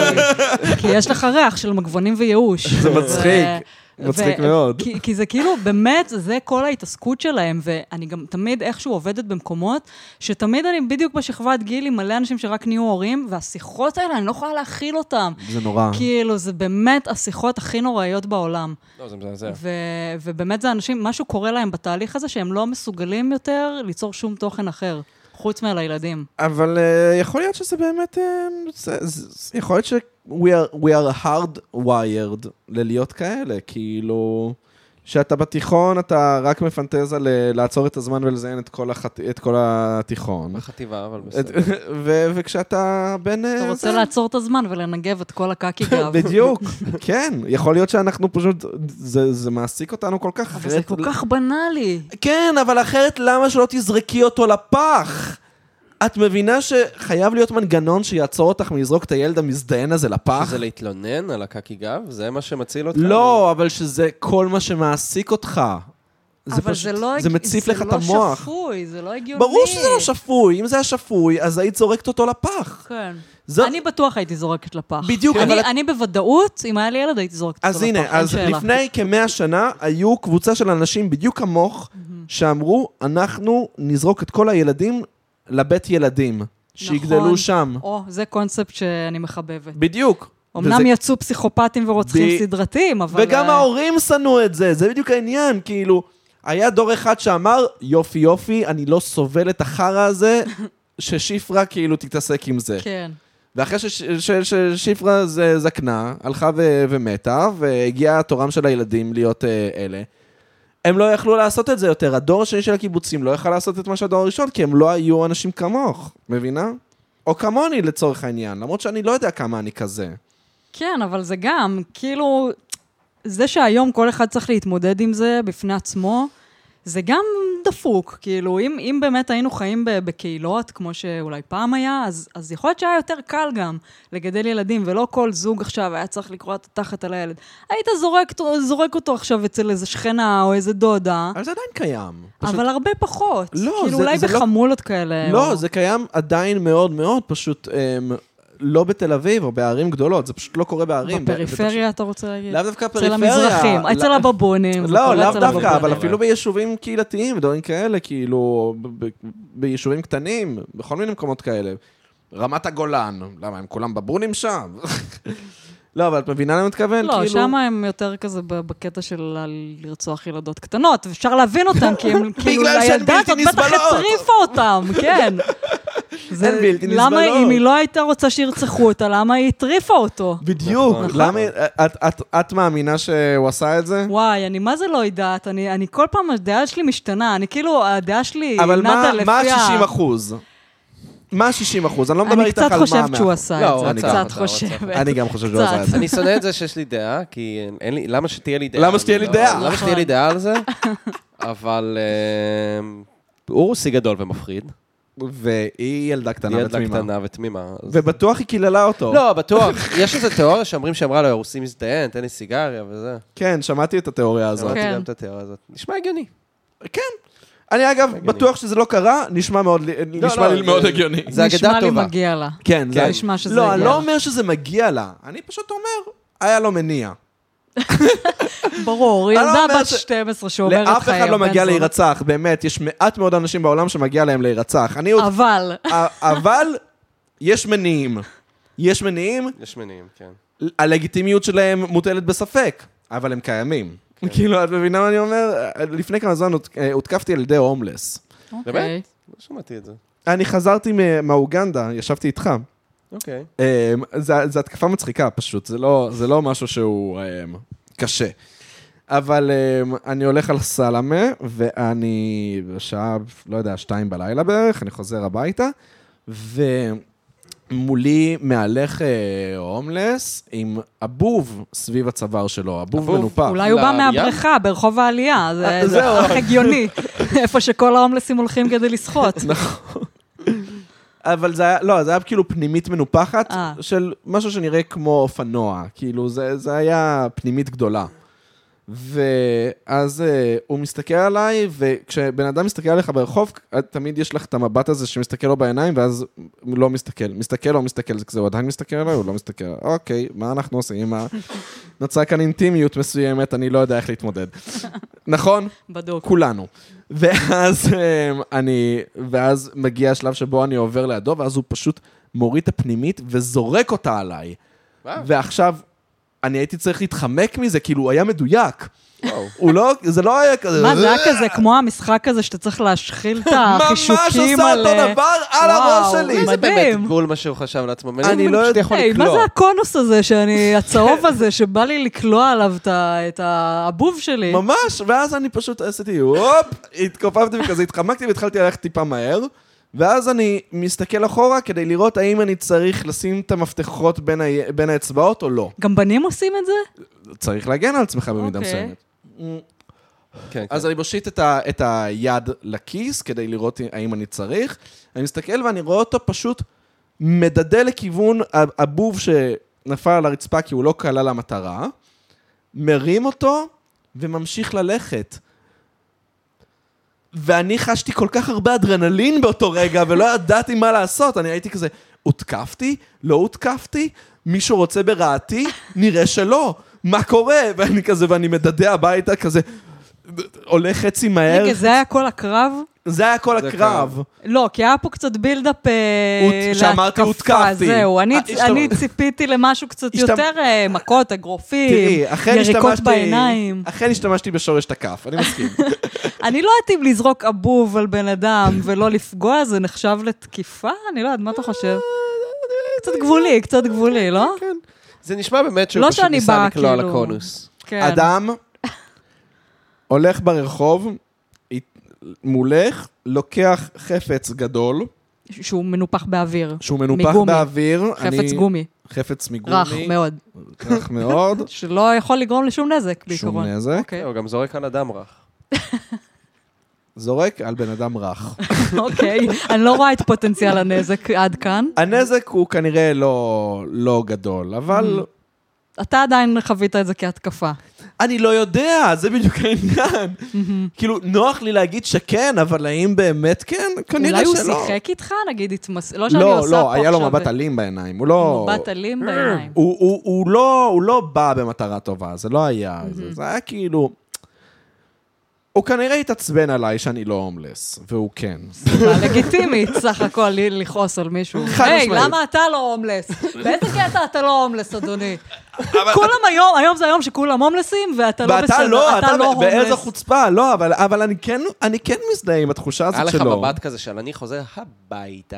כי יש לך ריח של מגוונים וייאוש. זה מצחיק. מצחיק מאוד. כי, כי זה כאילו, באמת, זה כל ההתעסקות שלהם, ואני גם תמיד איכשהו עובדת במקומות, שתמיד אני בדיוק בשכבת גיל עם מלא אנשים שרק נהיו הורים, והשיחות האלה, אני לא יכולה להכיל אותם. זה נורא. כאילו, זה באמת השיחות הכי נוראיות בעולם. לא, זה מזעזע. ו- ובאמת זה אנשים, משהו קורה להם בתהליך הזה, שהם לא מסוגלים יותר ליצור שום תוכן אחר, חוץ מעל הילדים. אבל uh, יכול להיות שזה באמת, uh, זה, זה, יכול להיות ש... we are, we are hard wired ללהיות כאלה, כאילו, שאתה בתיכון, אתה רק מפנטז על לעצור את הזמן ולזיין את כל, החת... את כל התיכון. בחטיבה, אבל בסדר. ו- וכשאתה בין... אתה רוצה לעצור את הזמן ולנגב את כל הקקי גב. בדיוק, כן. יכול להיות שאנחנו פשוט, זה, זה מעסיק אותנו כל כך. אבל זה כל כך בנאלי. כן, אבל אחרת למה שלא תזרקי אותו לפח? את מבינה שחייב להיות מנגנון שיעצור אותך מלזרוק את הילד המזדיין הזה לפח? שזה להתלונן על הקקי גב? זה מה שמציל אותך? לא, אבל שזה כל מה שמעסיק אותך. זה אבל פשוט, זה לא, זה מציף זה לך את לא המוח. שפוי, זה לא הגיוני. ברור שזה לא שפוי. אם זה היה שפוי, אז היית זורקת אותו לפח. כן. זו... אני בטוח הייתי זורקת לפח. בדיוק, אני, אבל... אני בוודאות, אם היה לי ילד, הייתי זורקת אז אותו הנה, לפח. אז שאלה. לפני כמאה שנה, היו קבוצה של אנשים בדיוק כמוך, שאמרו, אנחנו נזרוק את כל הילדים לבית ילדים. שיגדלו נכון. שם. או, זה קונספט שאני מחבבת. בדיוק. אמנם וזה... יצאו פסיכופטים ורוצחים ב... סדרתיים, אבל... וגם ההורים שנאו את זה, זה בדיוק העניין, כאילו, היה דור אחד שאמר, יופי יופי, אני לא סובל את החרא הזה, ששיפרה כאילו תתעסק עם זה. כן. ואחרי ששיפרה זקנה, הלכה ו... ומתה, והגיע התורם של הילדים להיות אלה, הם לא יכלו לעשות את זה יותר. הדור השני של הקיבוצים לא יכל לעשות את מה שהדור הראשון, כי הם לא היו אנשים כמוך, מבינה? או כמוני לצורך העניין, למרות שאני לא יודע כמה אני כזה. כן, אבל זה גם, כאילו, זה שהיום כל אחד צריך להתמודד עם זה בפני עצמו, זה גם דפוק, כאילו, אם, אם באמת היינו חיים בקהילות, כמו שאולי פעם היה, אז, אז יכול להיות שהיה יותר קל גם לגדל ילדים, ולא כל זוג עכשיו היה צריך לקרוא את התחת על הילד. היית זורק, זורק אותו עכשיו אצל איזה שכנה או איזה דודה. אבל זה עדיין קיים. פשוט... אבל הרבה פחות. לא, כאילו, זה, אולי זה בחמולות לא... כאלה. לא, או... זה קיים עדיין מאוד מאוד, פשוט... אמ... לא בתל אביב או בערים גדולות, זה פשוט לא קורה בערים. בפריפריה אתה רוצה להגיד? לאו דווקא פריפריה. אצל המזרחים, אצל הבבונים. לא, לאו דווקא, אבל אפילו ביישובים קהילתיים, דברים כאלה, כאילו, ביישובים קטנים, בכל מיני מקומות כאלה. רמת הגולן, למה, הם כולם בבונים שם? לא, אבל את מבינה למה מתכוון? לא, שם הם יותר כזה בקטע של לרצוח ילדות קטנות, ואפשר להבין אותם, כי הם כאילו, הילדה הזאת בטח הטריפה אותם, כן. זה בלתי נסבלות. למה אם היא לא הייתה רוצה שירצחו אותה, למה היא הטריפה אותו? בדיוק. למה, את מאמינה שהוא עשה את זה? וואי, אני מה זה לא יודעת? אני כל פעם, הדעה שלי משתנה, אני כאילו, הדעה שלי נדה לפיה... אבל מה ה-שישים אחוז? מה ה-שישים אחוז? אני לא מדבר איתך על מה... אני קצת חושבת שהוא עשה את זה, אני קצת חושבת. אני גם חושב שהוא עשה את זה. אני שונא את זה שיש לי דעה, כי אין לי... למה שתהיה לי דעה? למה שתהיה לי דעה? למה שתהיה לי דעה על זה? אבל הוא רוסי גדול ומפחיד. והיא ילדה קטנה ותמימה. היא ילדה קטנה ותמימה. ובטוח היא קיללה אותו. לא, בטוח. יש איזו תיאוריה שאומרים שאמרה לו, רוסי מזדיין, תן לי סיגריה וזה. כן, שמעתי את התיאוריה הזאת. שמעתי גם את התיאוריה הזאת. נשמע הגיוני. כן. אני אגב בטוח שזה לא קרה, נשמע לי מאוד הגיוני. זה אגדה טובה. נשמע לי מגיע לה. כן, זה נשמע שזה מגיע לה. לא, אני לא אומר שזה מגיע לה. אני פשוט אומר, היה לו מניע. ברור, ילדה בת שתים עשרה שאומרת חיי. לאף אחד לא מגיע להירצח, באמת, יש מעט מאוד אנשים בעולם שמגיע להם להירצח. אבל. אבל, יש מניעים. יש מניעים. יש מניעים, כן. הלגיטימיות שלהם מוטלת בספק, אבל הם קיימים. כאילו, את מבינה מה אני אומר? לפני כמה זמן הותקפתי על ידי הומלס. באמת? לא שמעתי את זה. אני חזרתי מהאוגנדה, ישבתי איתך. אוקיי. זו התקפה מצחיקה פשוט, זה לא משהו שהוא קשה. אבל אני הולך על סלמה, ואני בשעה, לא יודע, שתיים בלילה בערך, אני חוזר הביתה, ומולי מהלך הומלס עם אבוב סביב הצוואר שלו, אבוב מנופח. אולי הוא בא מהבריכה, ברחוב העלייה, זה הגיוני, איפה שכל ההומלסים הולכים כדי לשחות. נכון. אבל זה היה, לא, זה היה כאילו פנימית מנופחת, של משהו שנראה כמו אופנוע, כאילו זה, זה היה פנימית גדולה. ואז הוא מסתכל עליי, וכשבן אדם מסתכל עליך ברחוב, תמיד יש לך את המבט הזה שמסתכל לו בעיניים, ואז לא מסתכל. מסתכל, לא מסתכל, זה כזה, הוא עדיין מסתכל עליי, הוא לא מסתכל. אוקיי, מה אנחנו עושים? נוצרה כאן אינטימיות מסוימת, אני לא יודע איך להתמודד. נכון? בדוק. כולנו. ואז אני, ואז מגיע השלב שבו אני עובר לידו, ואז הוא פשוט מוריד את הפנימית וזורק אותה עליי. ועכשיו, אני הייתי צריך להתחמק מזה, כאילו הוא היה מדויק. הוא לא, זה לא היה כזה... מה, זה היה כזה כמו המשחק הזה שאתה צריך להשחיל את החישוקים על... ממש עושה אותו דבר על הראש שלי. זה באמת גבול מה שהוא חשב לעצמו. אני לא יודע. מה זה הקונוס הזה, שאני, הצהוב הזה, שבא לי לקלוע עליו את הבוב שלי? ממש, ואז אני פשוט עשיתי, הופ, התקופפתי וכזה, התחמקתי והתחלתי ללכת טיפה מהר, ואז אני מסתכל אחורה כדי לראות האם אני צריך לשים את המפתחות בין, ה... בין האצבעות או לא. גם בנים עושים את זה? צריך להגן על עצמך במידה okay. מסוימת. כן, אז כן. אני מושיט את, ה... את היד לכיס כדי לראות האם אני צריך. אני מסתכל ואני רואה אותו פשוט מדדה לכיוון הבוב שנפל על הרצפה כי הוא לא קלה למטרה, מרים אותו וממשיך ללכת. ואני חשתי כל כך הרבה אדרנלין באותו רגע, ולא ידעתי מה לעשות. אני הייתי כזה, הותקפתי? לא הותקפתי? מישהו רוצה ברעתי? נראה שלא. מה קורה? ואני כזה, ואני מדדה הביתה כזה, הולך חצי מהר. רגע, זה היה כל הקרב? זה היה כל הקרב. לא, כי היה פה קצת בילדאפ להתקפה. שאמרתי, הותקפתי. זהו, אני ציפיתי למשהו קצת יותר מכות, אגרופים, יריקות בעיניים. אכן השתמשתי בשורש תקף, אני מסכים. אני לא יודעת אם לזרוק אבוב על בן אדם ולא לפגוע, זה נחשב לתקיפה? אני לא יודעת, מה אתה חושב? קצת גבולי, קצת גבולי, לא? כן. זה נשמע באמת שהוא פשוט ניסה לקלוע על הקונוס. אדם הולך ברחוב, מולך, לוקח חפץ גדול. שהוא מנופח באוויר. שהוא מנופח באוויר. חפץ גומי. חפץ מגומי. רך מאוד. רך מאוד. שלא יכול לגרום לשום נזק, בעיקרון. שום נזק. הוא גם זורק על אדם רך. זורק על בן אדם רך. אוקיי, אני לא רואה את פוטנציאל הנזק עד כאן. הנזק הוא כנראה לא גדול, אבל... אתה עדיין חווית את זה כהתקפה. אני לא יודע, זה בדיוק העניין. כאילו, נוח לי להגיד שכן, אבל האם באמת כן? כנראה שלא. אולי הוא שיחק איתך, נגיד, התמס... לא שאני לא, עושה לא, פה עכשיו... היה לו מבט אלים בעיניים. הוא לא... מבט אלים בעיניים. הוא, הוא, הוא לא, הוא לא בא במטרה טובה, זה לא היה. זה, זה היה כאילו... הוא כנראה התעצבן עליי שאני לא הומלס, והוא כן. זה לגיטימית, סך הכל, לכעוס על מישהו. היי, למה אתה לא הומלס? באיזה קטע אתה לא הומלס, אדוני? כולם היום, היום זה היום שכולם הומלסים, ואתה לא בסדר, אתה לא הומלס. באיזו חוצפה, לא, אבל אני כן מזדהה עם התחושה הזאת שלו. היה לך מבט כזה של אני חוזר הביתה.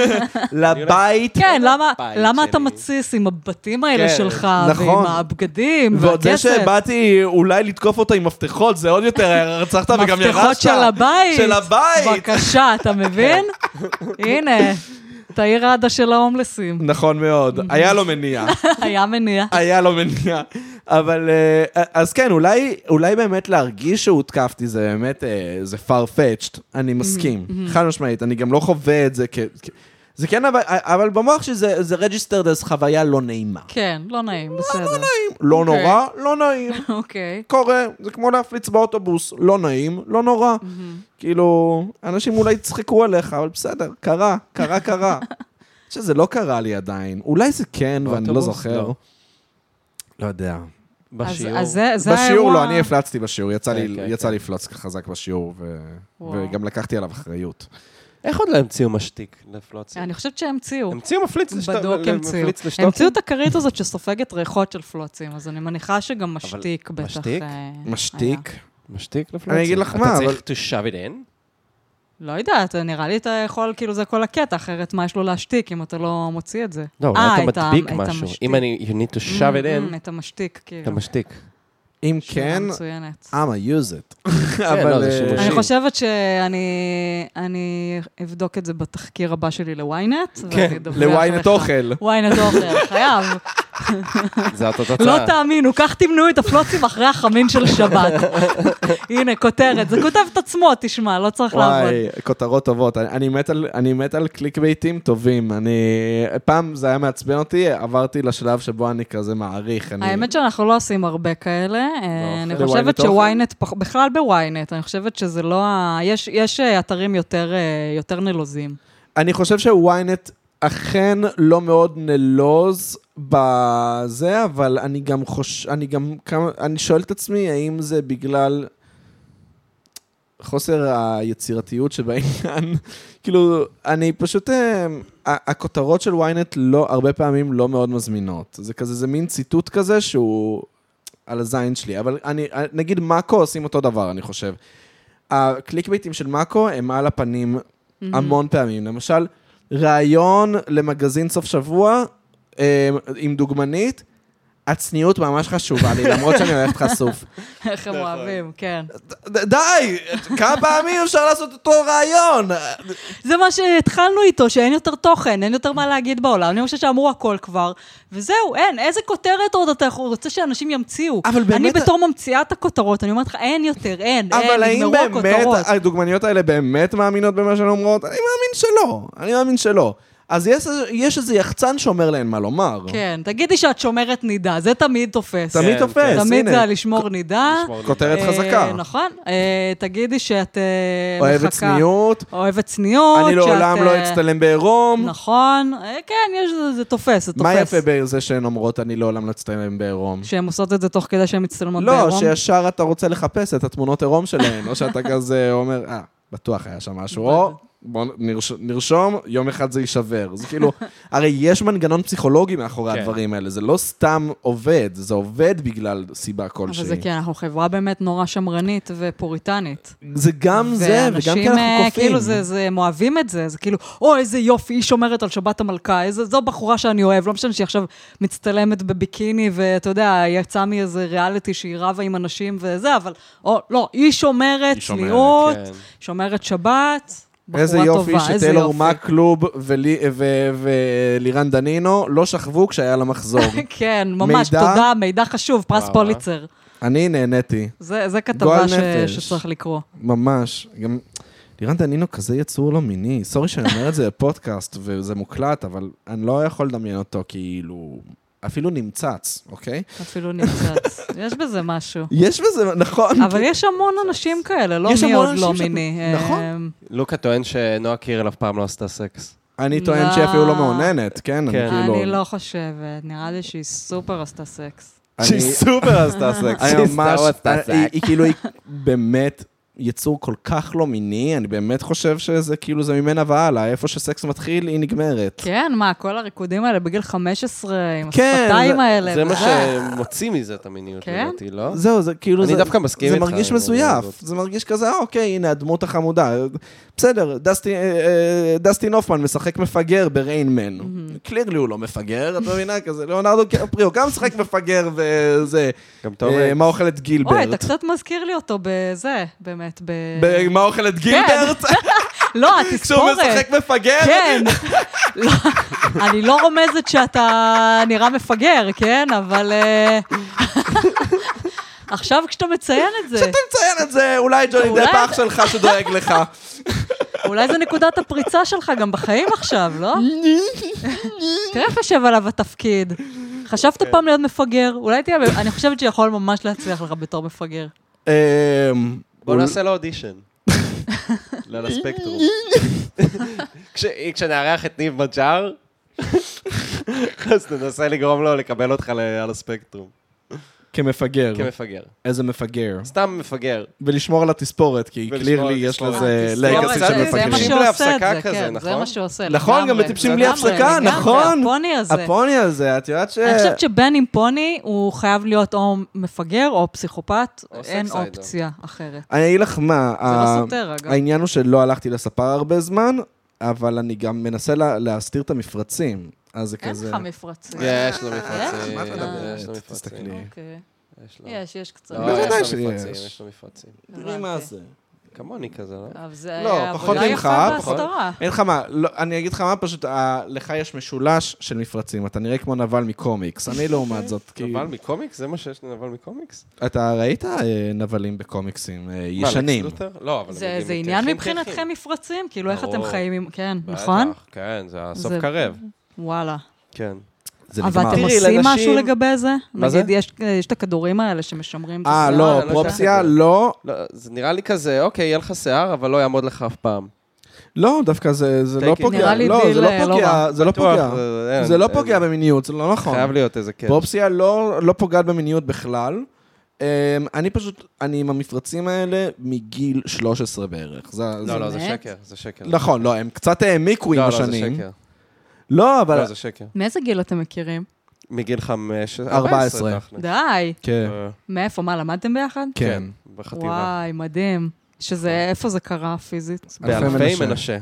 לבית. כן, למה אתה מציס עם הבתים האלה שלך, ועם הבגדים, והכסף? ועוד זה שבאתי אולי לתקוף אותו עם מפתחות, זה עוד יותר רצחת וגם ירשת. מפתחות של הבית. של הבית. בבקשה, אתה מבין? הנה. תאיר עדה של ההומלסים. נכון מאוד. היה לו מניע. היה מניע. היה לו מניע. אבל, אז כן, אולי, אולי באמת להרגיש שהותקפתי, זה באמת, זה far-fetched. אני מסכים. חד משמעית. אני גם לא חווה את זה כ... זה כן, אבל, אבל במוח שזה, זה registered as חוויה לא נעימה. כן, לא נעים, בסדר. לא נעים. לא נורא, לא נעים. אוקיי. קורה, זה כמו להפליץ באוטובוס. לא נעים, לא נורא. כאילו, אנשים אולי צחקו עליך, אבל בסדר, קרה, קרה, קרה. שזה לא קרה לי עדיין. אולי זה כן, ואני לא זוכר. לא יודע. בשיעור? בשיעור לא, אני הפלצתי בשיעור. יצא לי לפלוץ חזק בשיעור, וגם לקחתי עליו אחריות. איך עוד לא המציאו משתיק לפלוצים? אני חושבת שהמציאו. המציאו מפליץ לשתות. בדוק המציאו. המציאו את הכרית הזאת שסופגת ריחות של פלוצים, אז אני מניחה שגם משתיק בטח. משתיק? משתיק? משתיק לפלוצים? אני אגיד לך מה, אבל... אתה צריך to shove it in? לא יודעת, נראה לי אתה יכול, כאילו זה כל הקטע, אחרת מה יש לו להשתיק אם אתה לא מוציא את זה? לא, אולי אתה מדביק משהו. אם אני, you need to shove it in. את המשתיק, כאילו. את המשתיק. אם כן, I'm a use it. אני חושבת שאני אבדוק את זה בתחקיר הבא שלי לוויינט. כן, לוויינט אוכל. וויינט אוכל, חייב. זה אותו תוצאה. לא תאמינו, כך תמנעו את הפלוצים אחרי החמין של שבת. הנה, כותרת, זה כותב את עצמו, תשמע, לא צריך לעבוד. וואי, כותרות טובות. אני מת על, אני מת על קליק בייטים טובים. אני, פעם זה היה מעצבן אותי, עברתי לשלב שבו אני כזה מעריך. אני... האמת שאנחנו לא עושים הרבה כאלה. אני חושבת שוויינט, בכלל בוויינט, אני חושבת שזה לא, יש, יש אתרים יותר, יותר נלוזים. אני חושב שוויינט אכן לא מאוד נלוז בזה, אבל אני גם חוש... אני גם כמה... אני שואל את עצמי, האם זה בגלל חוסר היצירתיות שבעניין? כאילו, אני פשוט... הכותרות של וויינט לא, הרבה פעמים לא מאוד מזמינות. זה כזה, זה מין ציטוט כזה שהוא על הזין שלי. אבל אני, נגיד מאקו עושים אותו דבר, אני חושב. הקליק בייטים של מאקו הם על הפנים המון פעמים. למשל, רעיון למגזין סוף שבוע, עם דוגמנית, הצניעות ממש חשובה לי, למרות שאני הולכת חשוף. איך הם אוהבים, כן. די, כמה פעמים אפשר לעשות אותו רעיון? זה מה שהתחלנו איתו, שאין יותר תוכן, אין יותר מה להגיד בעולם. אני חושבת שאמרו הכל כבר, וזהו, אין, איזה כותרת עוד אתה רוצה שאנשים ימציאו? אני בתור ממציאה את הכותרות, אני אומרת לך, אין יותר, אין, אין, נגמרו הכותרות. אבל האם באמת הדוגמניות האלה באמת מאמינות במה שהן אומרות? אני מאמין שלא, אני מאמין שלא. אז יש, יש איזה יחצן שאומר להן מה לומר. כן, תגידי שאת שומרת נידה, זה תמיד תופס. תמיד תופס, הנה. תמיד זה לשמור נידה. כותרת חזקה. נכון. תגידי שאת מחכה. אוהבת צניעות. אוהבת צניעות. אני לעולם לא אצטלם בעירום. נכון. כן, זה תופס, זה תופס. מה יפה בזה שהן אומרות, אני לעולם לא אצטלם בעירום? שהן עושות את זה תוך כדי שהן מצטלמות בעירום? לא, שישר אתה רוצה לחפש את התמונות עירום שלהן, או שאתה כזה אומר, אה, בטוח היה שם משהו, או... בוא נרשום, יום אחד זה יישבר. זה כאילו, הרי יש מנגנון פסיכולוגי מאחורי הדברים האלה, זה לא סתם עובד, זה עובד בגלל סיבה כלשהי. אבל זה כי אנחנו חברה באמת נורא שמרנית ופוריטנית. זה גם זה, וגם כי אנחנו קופים. כאילו, הם אוהבים את זה, זה כאילו, או איזה יופי, היא שומרת על שבת המלכה, זו בחורה שאני אוהב, לא משנה שהיא עכשיו מצטלמת בביקיני, ואתה יודע, יצא מי איזה ריאליטי שהיא רבה עם אנשים וזה, אבל, לא, היא שומרת צניעות, שומרת שבת, איזה יופי שטיילור מקלוב ולירן דנינו לא שכבו כשהיה לה מחזור. כן, ממש, תודה, מידע חשוב, פרס פוליצר. אני נהניתי. זה כתבה שצריך לקרוא. ממש. גם לירן דנינו כזה יצור לא מיני. סורי שאני אומר את זה בפודקאסט וזה מוקלט, אבל אני לא יכול לדמיין אותו כאילו... אפילו נמצץ, אוקיי? אפילו נמצץ. יש בזה משהו. יש בזה, נכון. אבל יש המון אנשים כאלה, לא מי עוד לא מיני. נכון. לוקה טוען שנועה קירל אף פעם לא עשתה סקס. אני טוען שהיא אפילו לא מעוננת, כן? אני לא חושבת. נראה לי שהיא סופר עשתה סקס. שהיא סופר עשתה סקס. היא כאילו, היא באמת... יצור כל כך לא מיני, אני באמת חושב שזה כאילו זה ממנה והלאה, איפה שסקס מתחיל, היא נגמרת. כן, מה, כל הריקודים האלה בגיל חמש עשרה, עם השפתיים האלה. זה מה שמוציא מזה את המיניות, לדעתי, לא? זהו, זה כאילו, אני דווקא מסכים איתך. זה מרגיש מזויף, זה מרגיש כזה, אוקיי, הנה, הדמות החמודה. בסדר, דסטין הופמן משחק מפגר בריינמן. קלירלי הוא לא מפגר, את מבינה, כזה, ליאונרדו קפריו, גם משחק מפגר וזה, מה אוכל את גילברט. אוי, אתה קצת מזכיר לי אותו בזה, באמת. מה אוכל את גילברט? לא, התספורת. שהוא משחק מפגר? כן. אני לא רומזת שאתה נראה מפגר, כן? אבל... עכשיו כשאתה מציין את זה... כשאתה מציין את זה, אולי ג'וני דפ אח שלך שדואג לך. אולי זה נקודת הפריצה שלך גם בחיים עכשיו, לא? תראה איך יושב עליו התפקיד. חשבת פעם להיות מפגר? אולי תהיה... אני חושבת שיכול ממש להצליח לך בתור מפגר. בוא נעשה לו אודישן. לא לספקטרום. כשנערך את ניב מג'אר, אז ננסה לגרום לו לקבל אותך על הספקטרום. כמפגר. כמפגר. איזה מפגר. סתם מפגר. ולשמור על התספורת, כי קלירלי יש לזה לגאסי של מפגרים. זה מה שעושה את זה, כן. זה מה שעושה. נכון, גם בטיפשים בלי הפסקה, נכון. הפוני הזה. הפוני הזה, את יודעת ש... אני חושבת שבן עם פוני, הוא חייב להיות או מפגר או פסיכופת, אין אופציה אחרת. אני אגיד לך מה, זה לא סותר, אגב. העניין הוא שלא הלכתי לספר הרבה זמן, אבל אני גם מנסה להסתיר את המפרצים. אז זה כזה... אין לך מפרצים. יש לו מפרצים. מה את מדברת? תסתכלי. יש, יש קצת. בוודאי שיש. יש לו מפרצים. תראי מה זה. כמוני כזה, לא? אבל זה לא, פחות עבודה ממך, יפה פחות. בהסתרה. אין לך מה, לא, אני אגיד לך מה, פשוט, ה- לך יש משולש של מפרצים, אתה נראה כמו נבל מקומיקס, אני לעומת זאת, כי... נבל מקומיקס? זה מה שיש לנבל מקומיקס? אתה ראית אה, נבלים בקומיקסים אה, מה, ישנים? לקס לותר? לא, אבל... זה הם זה יודעים עניין יותר מבחינתכם חינכים. מפרצים? כאילו, איך אתם ברור. חיים עם... כן, בטח, נכון? כן, זה הסוף זה- קרב. וואלה. כן. זה אבל נגמר. אתם תראי, עושים לנשים- משהו לגבי זה? מה זה? נגיד, יש יש את הכדורים האלה שמשמרים את אה, השיער. לא, אני לא פרופסיה יודע. לא, לא, זה נראה לי כזה, אוקיי, יהיה לך שיער, אבל לא יעמוד לך אף פעם. לא, דווקא זה זה לא Take it. פוגע, נראה לי לא, דיל, זה לא אה, לא פוגע, רע. זה לא בטוח, פוגע, אין, זה לא אין. פוגע במיניות, זה לא נכון. חייב להיות איזה כיף. פרופסיה לא לא פוגעת במיניות בכלל. אמ, אני פשוט, אני עם המפרצים האלה מגיל שלוש עשרה בערך. זה- זה- לא, לא, זה באמת? שקר, זה שקר. נכון, לא, הם קצת העמיקו עם לא, לא, זה השנים. שקר. לא, אבל... לא, זה שקר. מאיזה גיל אתם מכירים? מגיל חמש... ארבע עשרה. תכל'ס. די. כן, אה, מאיפה? מה, למדתם ביחד? כן. בחטיבה. וואי, מדהים. שזה, איפה זה קרה פיזית? אלפי באלפי מנשה. מנשה.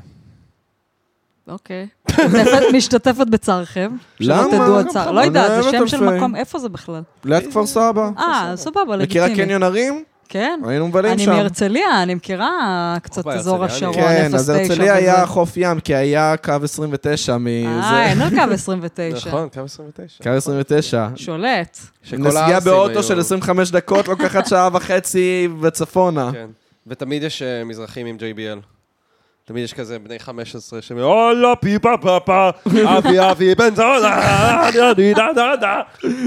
אוקיי. משתתפת- משתתפת בצערכם. שלא למה? תדעו הצער. לא אני יודעת, זה אוהבת שם של אלפי. מקום, איפה זה בכלל? ליד כפר סבא. אה, סבבה, מכירה לגיטימי. קניון הרים? כן. היינו מבלים אני שם. מהרצליה, אני מכירה קצת אופה, אזור הרצליה, השרון, כן, אפס אז תשע הרצליה היה וזה. חוף ים, כי היה קו עשרים ותשע מזה. אה, אין לו קו עשרים ותשע. נכון, קו עשרים ותשע. קו עשרים ותשע. שולט. שכל נסיעה הערסים באוטו היו- של עשרים וחמש דקות, לוקחת שעה וחצי וצפונה. כן. ותמיד יש אה, מזרחים עם ג'יי בי אל. תמיד יש כזה בני חמש עשרה שהם אולה פיפה פאפה, אבי אבי בן זונה, דה דה דה דה.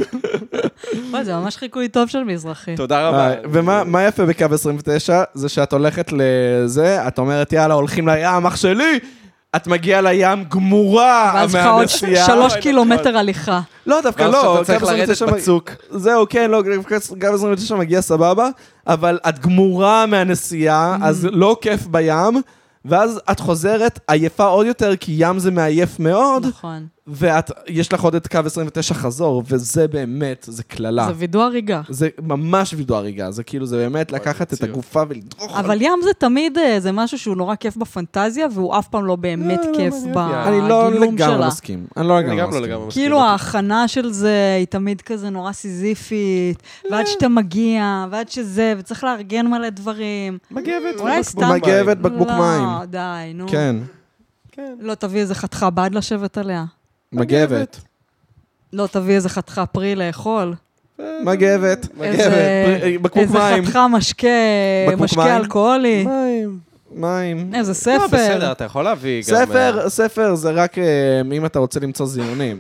וואי, זה ממש חיקוי טוב של מזרחי. תודה רבה. אה, ומה מה יפה בקו עשרים ותשע? זה שאת הולכת לזה, את אומרת, יאללה, הולכים לים, אח שלי! את מגיעה לים גמורה ואז לך עוד מהנסיעה. שלוש אוי, קילומטר נכון. הליכה. לא, דווקא ואז לא, שאתה צריך קו עשרים ותשע לרדת מג- בצוק. זהו, כן, לא, קו עשרים ותשע מגיע סבבה, אבל את גמורה מהנסיעה, אז לא כיף בים, ואז את חוזרת עייפה עוד יותר, כי ים זה מעייף מאוד, נכון. ויש לך עוד את קו עשרים ותשע חזור, וזה באמת, זה כללה. זה וידוא הריגה. זה ממש וידוא הריגה, זה כאילו, זה באמת לקחת את ציור. הגופה ולדרוך. אבל ים זה תמיד, אה, זה משהו שהוא נורא כיף בפנטזיה, והוא אף פעם לא באמת לא, לא, כיף מעניין. אני לא בגילום לגמרי שלה. מסכים. אני לא אני לגמרי גם לא מסכים. לגמרי מסכים. כאילו ההכנה של זה היא תמיד כזה נורא סיזיפית, ועד שאתה מגיע, ועד שזה, וצריך לארגן מלא דברים. מגבת. אולי ובקבוק סתם. מים. מגבת, בקבוק מים. לא, די, נו. כן, כן. לא תביא איזה חתיכה בד לשבת עליה. מגבת. לא תביא איזה חתיכה פרי לאכול. מגבת. איזה- פרי- בקבוק איזה מים. חתיכה משקה, בקבוק משקה מים. אלכוהולי. מים. מים. איזה לא, ספר. בסדר, אתה יכול להביא גם... ספר, ספר זה רק אה, אם אתה רוצה למצוא זיונים.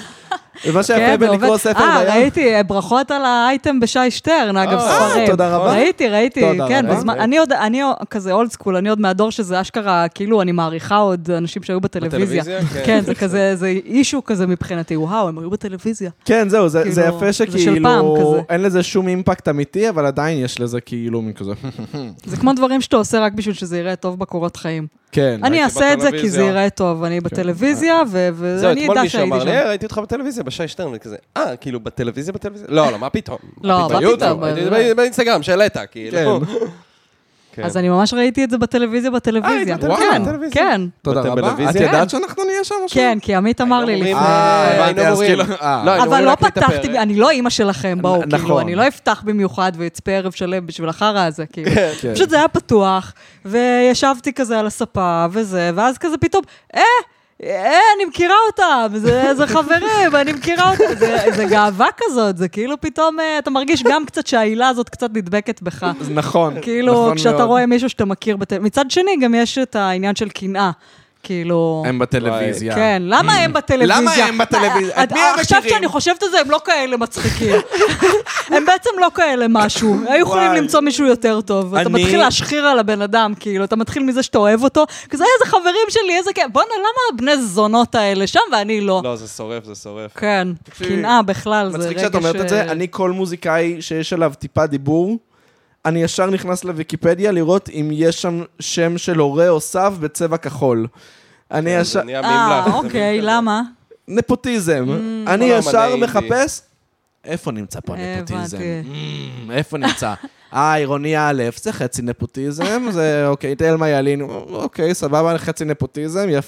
ומה שיפה כן, זה בלקרוא עובד. ספר אה, בים. ראיתי, אה, ברכות על האייטם בשי שטרן, אגב, אה, ספרים. תודה רבה. ראיתי, ראיתי, תודה כן, רבה. בזמן, אני עוד, אני כזה אולד סקול, אני עוד מהדור שזה אשכרה, כאילו, אני מעריכה עוד אנשים שהיו בטלוויזיה. בטלוויזיה? כן, זה כזה, זה אישו כזה מבחינתי, וואו, הם היו בטלוויזיה. כן, זהו, זה זה כאילו, יפה זה של שכאילו, פעם כזה. אין לזה שום אימפקט אמיתי, אבל עדיין יש לזה כאילו מין כזה. זה כמו דברים שאתה עושה רק בשביל שזה יראה טוב בקורות חיים. כן. אני הייתי אעשה את זה כי זה בטלוויזיה. יראה טוב, אני בטלוויזיה, ו- זהו, ואני אתמול אדע מישהו שהייתי אמר לי, שם. "אה, ראיתי אותך בטלוויזיה בשי שטרן, וכזה, אה, כאילו בטלוויזיה בטלוויזיה? לא, לא, מה פתאום? לא, מה ביוטיוב, פתאום, הייתי אבל- באינסטגרם, שהעלית, כאילו. כן. אז אני ממש ראיתי את זה בטלוויזיה, בטלוויזיה. אה, היית כן, בטלוויזיה? כן, תודה רבה. בטלוויזיה? את כן. ידעת שאנחנו נהיה שם עכשיו? כן, כי עמית אמר לי היינו לפני... אומרים, אה, היינו הבנתי, אז אומרים- כאילו, אה. לא, היינו אבל אומרים לא להקליט את פתחתי, הפרק. אני לא אימא שלכם, בואו, נכון. כאילו, אני לא אפתח במיוחד ואצפה ערב שלם בשביל החרא הזה, כאילו. כן. פשוט זה היה פתוח, וישבתי כזה על הספה וזה, ואז כזה פתאום, אה, אה, אני מכירה אותם, זה, זה חברים, אני מכירה אותם, זה, זה גאווה כזאת, זה כאילו פתאום, אה, אתה מרגיש גם קצת שהעילה הזאת קצת נדבקת בך. נכון. כאילו, נכון כשאתה מאוד. רואה מישהו שאתה מכיר, בת... מצד שני, גם יש את העניין של קנאה. כאילו... הם בטלוויזיה. כן, למה הם בטלוויזיה? למה הם בטלוויזיה? את מי הם עכשיו מכירים? שאני חושבת על זה, הם לא כאלה מצחיקים. הם בעצם לא כאלה משהו. היו יכולים וואי. למצוא מישהו יותר טוב. ואתה אני- מתחיל להשחיר על הבן אדם, כאילו, אתה מתחיל מזה שאתה אוהב אותו. כזה, איזה חברים שלי, איזה כן. בוא'נה, למה הבני זונות האלה שם ואני לא? לא, זה שורף, זה שורף. כן, תקשיבי, קנאה בכלל, זה רגש... מצחיק שאת אומרת את זה, אה, אני כל מוזיקאי שיש עליו טיפה דיבור, אני ישר נכנס לוויקיפדיה לראות אם יש שם שם של הורה או סב בצבע כחול. אני כן, ישר... זה נהיה אה, ממלך. אוקיי, למה? נפוטיזם. אני כל ישר האמני מחפש, איפה נמצא פה נפוטיזם? הבנתי. Mm, איפה נמצא? אה, עירוני א', זה חצי נפוטיזם, זה אוקיי, תלמה ילין, אוקיי, סבבה, חצי נפוטיזם, יפה.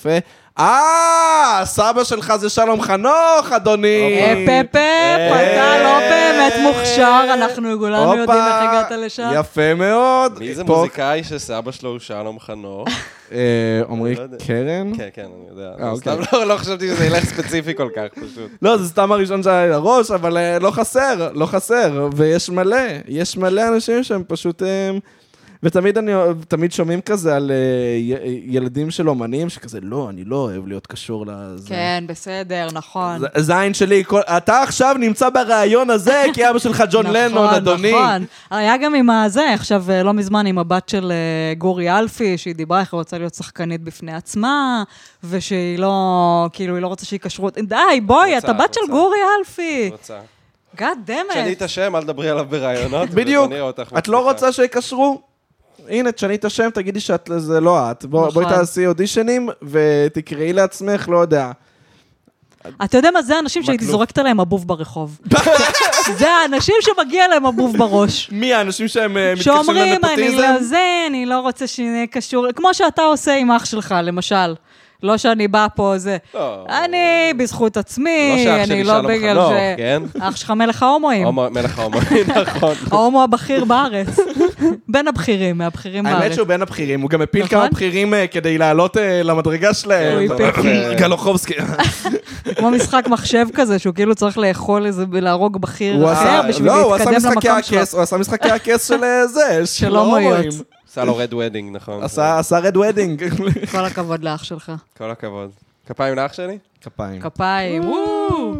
אה, סבא שלך זה שלום חנוך, אדוני. פפפ, אתה לא באמת מוכשר, אנחנו כולנו יודעים איך הגעת לשם. יפה מאוד. מי זה מוזיקאי שסבא שלו הוא שלום חנוך? עמרי קרן? כן, כן, אני יודע. סתם לא חשבתי שזה ילך ספציפי כל כך, פשוט. לא, זה סתם הראשון שהיה לראש, אבל לא חסר, לא חסר, ויש מלא, יש מלא אנשים שהם פשוט... ותמיד אני, תמיד שומעים כזה על ילדים של אומנים, שכזה, לא, אני לא אוהב להיות קשור לזה. כן, בסדר, נכון. זין שלי, אתה עכשיו נמצא ברעיון הזה, כי אבא שלך ג'ון לנון, אדוני. נכון, נכון. היה גם עם הזה, עכשיו לא מזמן עם הבת של גורי אלפי, שהיא דיברה איך היא רוצה להיות שחקנית בפני עצמה, ושהיא לא, כאילו, היא לא רוצה שהיא קשרות. די, בואי, אתה בת של גורי אלפי. רוצה. God damn it. כשאני את השם, אל דברי עליו ברעיונות. בדיוק. את לא רוצה שיקשרו? הנה, תשני את השם, תגידי שזה לא את. בואי תעשי אודישנים, ותקראי לעצמך, לא יודע. אתה יודע מה? זה האנשים שהייתי זורקת עליהם הבוב ברחוב. זה האנשים שמגיע להם הבוב בראש. מי האנשים שהם מתקשרים לנפוטיזם? שאומרים, אני לא זה, אני לא רוצה שנהיה קשור. כמו שאתה עושה עם אח שלך, למשל. לא שאני באה פה, זה... אני בזכות עצמי, אני לא בגלל ש... אח שלך מלך ההומואים. מלך ההומואים, נכון. ההומו הבכיר בארץ. בין הבכירים, מהבכירים בארץ. האמת שהוא בין הבכירים, הוא גם הפיל כמה בכירים כדי לעלות למדרגה שלהם. גלוחובסקי. כמו משחק מחשב כזה, שהוא כאילו צריך לאכול איזה, להרוג בכיר אחר, בשביל להתקדם למקום שלו. הוא עשה משחקי הכס של זה, של הומואיות. עשה לו רד וודינג, נכון. עשה רד וודינג. כל הכבוד לאח שלך. כל הכבוד. כפיים לאח שלי? כפיים. כפיים, וואו.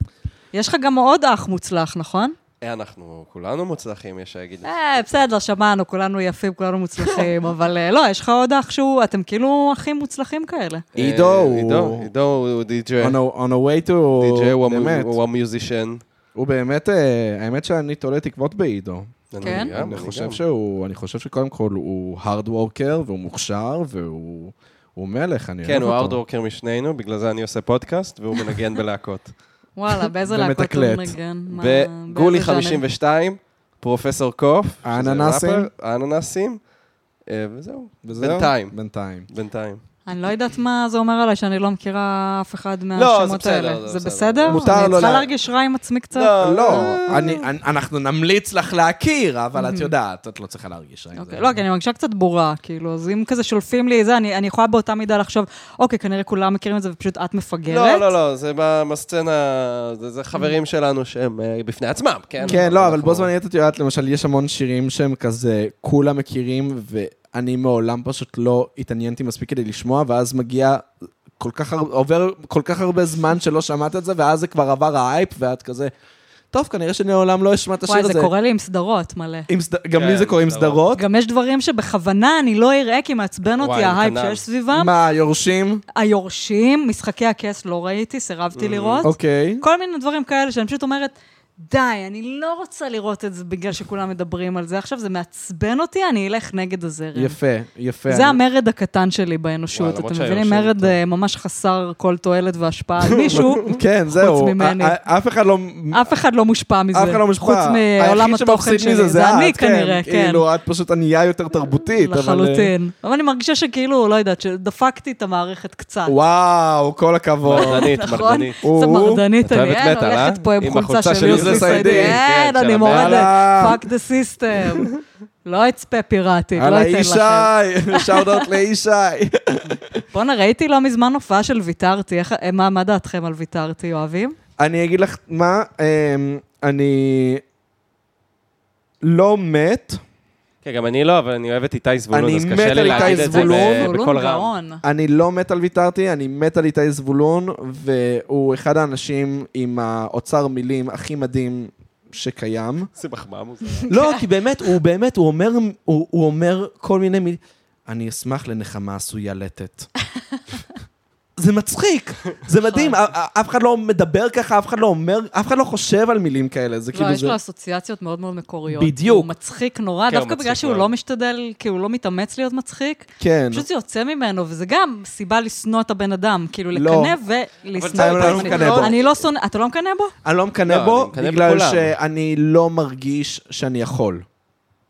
יש לך גם עוד אח מוצלח, נכון? אנחנו כולנו מוצלחים, יש להגיד. אה, בסדר, שמענו, כולנו יפים, כולנו מוצלחים, אבל לא, יש לך עוד אח שהוא, אתם כאילו אחים מוצלחים כאלה. עידו הוא... עידו, עידו הוא די-ג'יי. On a way to... די-ג'יי הוא המיוזישן. הוא באמת, האמת שאני תולה תקוות בעידו. כן? אני חושב שהוא, אני חושב שקודם כל הוא hard worker, והוא מוכשר, והוא מלך, אני אוהב אותו. כן, הוא hard worker משנינו, בגלל זה אני עושה פודקאסט, והוא מנגן בלהקות. וואלה, באיזה להקות הוא מנגן? בגולי חמישים ושתיים, פרופסור קוף. האננסים. האננסים. וזהו. בינתיים. בינתיים. בינתיים. אני לא יודעת מה זה אומר עליי, שאני לא מכירה אף אחד מהשמות האלה. זה בסדר? מותר אני צריכה להרגיש רע עם עצמי קצת? לא, לא. אנחנו נמליץ לך להכיר, אבל את יודעת, את לא צריכה להרגיש רע עם זה. לא, כי אני מרגישה קצת בורה, כאילו, אז אם כזה שולפים לי זה, אני יכולה באותה מידה לחשוב, אוקיי, כנראה כולם מכירים את זה, ופשוט את מפגרת. לא, לא, לא, זה בסצנה, זה חברים שלנו שהם בפני עצמם, כן? כן, לא, אבל בו זמנית את יודעת, למשל, יש המון שירים שהם כזה, כולם מכירים, ו... אני מעולם פשוט לא התעניינתי מספיק כדי לשמוע, ואז מגיע כל כך, עובר כל כך הרבה זמן שלא שמעת את זה, ואז זה כבר עבר האייפ, ואת כזה, טוב, כנראה שאני מעולם לא אשמע את השיר הזה. וואי, זה קורה לי עם סדרות מלא. גם לי זה קורה עם סדרות. גם יש דברים שבכוונה אני לא אראה, כי מעצבן אותי ההייפ שיש סביבם. מה, היורשים? היורשים, משחקי הכס לא ראיתי, סירבתי לראות. אוקיי. כל מיני דברים כאלה שאני פשוט אומרת, די, אני לא רוצה לראות את זה בגלל שכולם מדברים על זה. עכשיו זה מעצבן אותי, אני אלך נגד הזרם. יפה, יפה. זה המרד הקטן שלי באנושות. אתם מבינים? מרד ממש חסר כל תועלת והשפעה על מישהו. כן, זהו. חוץ ממני. אף אחד לא... אף אחד לא מושפע מזה. אף אחד לא מושפע. חוץ מעולם התוכן שלי. זה אני כנראה, כן. כאילו, את פשוט ענייה יותר תרבותית. לחלוטין. אבל אני מרגישה שכאילו, לא יודעת, שדפקתי את המערכת קצת. וואו, כל הכבוד. מרדנית, מרדנית. זה מרדנית, אני הולכת פה עם חולצה של כן, אני מורדת, fuck the system. לא אצפה פיראטית, לא אתן לכם. על האישי, שאודות לאישי. בוא'נה, ראיתי לא מזמן הופעה של ויתרתי, מה דעתכם על ויתרתי, אוהבים? אני אגיד לך מה, אני לא מת. כן, גם אני לא, אבל אני אוהב את איתי זבולון, אז קשה לי להגיד את זה בכל רם. אני לא מת על ויתרתי, אני מת על איתי זבולון, והוא אחד האנשים עם האוצר מילים הכי מדהים שקיים. זה מחמאה מוזרה. לא, כי באמת, הוא באמת, הוא אומר, הוא אומר כל מיני מילים, אני אשמח לנחמה עשויה לטט. זה מצחיק, זה מדהים, אף אחד לא מדבר ככה, אף אחד לא אומר, אף אחד לא חושב על מילים כאלה, זה כאילו זה... לא, יש לו אסוציאציות מאוד מאוד מקוריות. בדיוק. הוא מצחיק נורא, דווקא בגלל שהוא לא משתדל, כי הוא לא מתאמץ להיות מצחיק. כן. פשוט זה יוצא ממנו, וזה גם סיבה לשנוא את הבן אדם, כאילו לקנא ולשנוא אותו. אני לא שונא, אתה לא מקנא בו? אני לא מקנא בו, בגלל שאני לא מרגיש שאני יכול.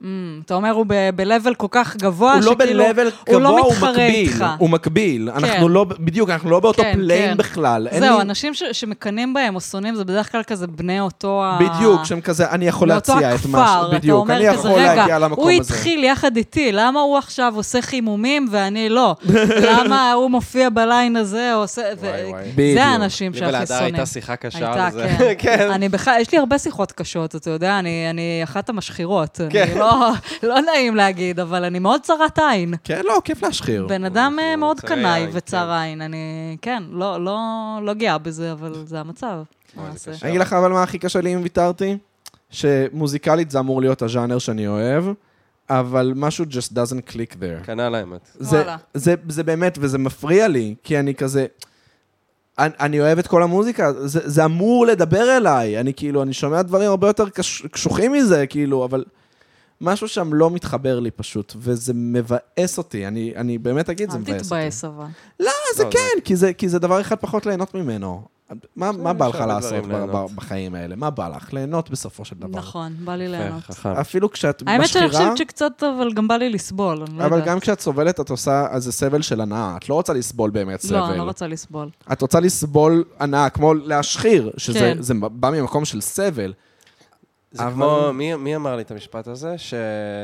אתה אומר, הוא ב-level כל כך גבוה, הוא לא ב-level גבוה, הוא מקביל. הוא מקביל. אנחנו לא, בדיוק, אנחנו לא באותו פליין בכלל. זהו, אנשים שמקנים בהם או שונאים, זה בדרך כלל כזה בני אותו ה... בדיוק, שהם כזה, אני יכול להציע את משהו. בדיוק, אני יכול להגיע למקום הזה. הוא התחיל יחד איתי, למה הוא עכשיו עושה חימומים ואני לא? למה הוא מופיע בליין הזה, זה האנשים שהכי שונאים. ולהדר הייתה שיחה קשה על זה. אני בכלל, יש לי הרבה שיחות קשות, אתה יודע, אני אחת המשחירות. אני לא נעים להגיד, אבל אני מאוד צרת עין. כן, לא, כיף להשחיר. בן אדם מאוד קנאי וצר עין. אני, כן, לא גאה בזה, אבל זה המצב. אני אגיד לך, אבל מה הכי קשה לי אם ויתרתי? שמוזיקלית זה אמור להיות הז'אנר שאני אוהב, אבל משהו just doesn't click there. כנ"ל האמת. זה באמת, וזה מפריע לי, כי אני כזה... אני אוהב את כל המוזיקה, זה, זה אמור לדבר אליי, אני כאילו, אני שומע דברים הרבה יותר קשוחים מזה, כאילו, אבל משהו שם לא מתחבר לי פשוט, וזה מבאס אותי, אני, אני באמת אגיד, זה מבאס אותי. אל תתבאס אבל. לא, זה כן, כי זה, כי זה דבר אחד פחות ליהנות ממנו. מה, מה בא לך לעשות בחיים האלה? מה בא לך? ליהנות בסופו של דבר. נכון, בא לי ליהנות. אפילו כשאת משחירה... האמת שאני חושבת שקצת, אבל גם בא לי לסבול. אבל גם כשאת סובלת, את עושה איזה סבל של הנאה. את לא רוצה לסבול באמת סבל. לא, אני לא רוצה לסבול. את רוצה לסבול הנאה, כמו להשחיר, שזה בא ממקום של סבל. זה כמו, מי אמר לי את המשפט הזה? ש...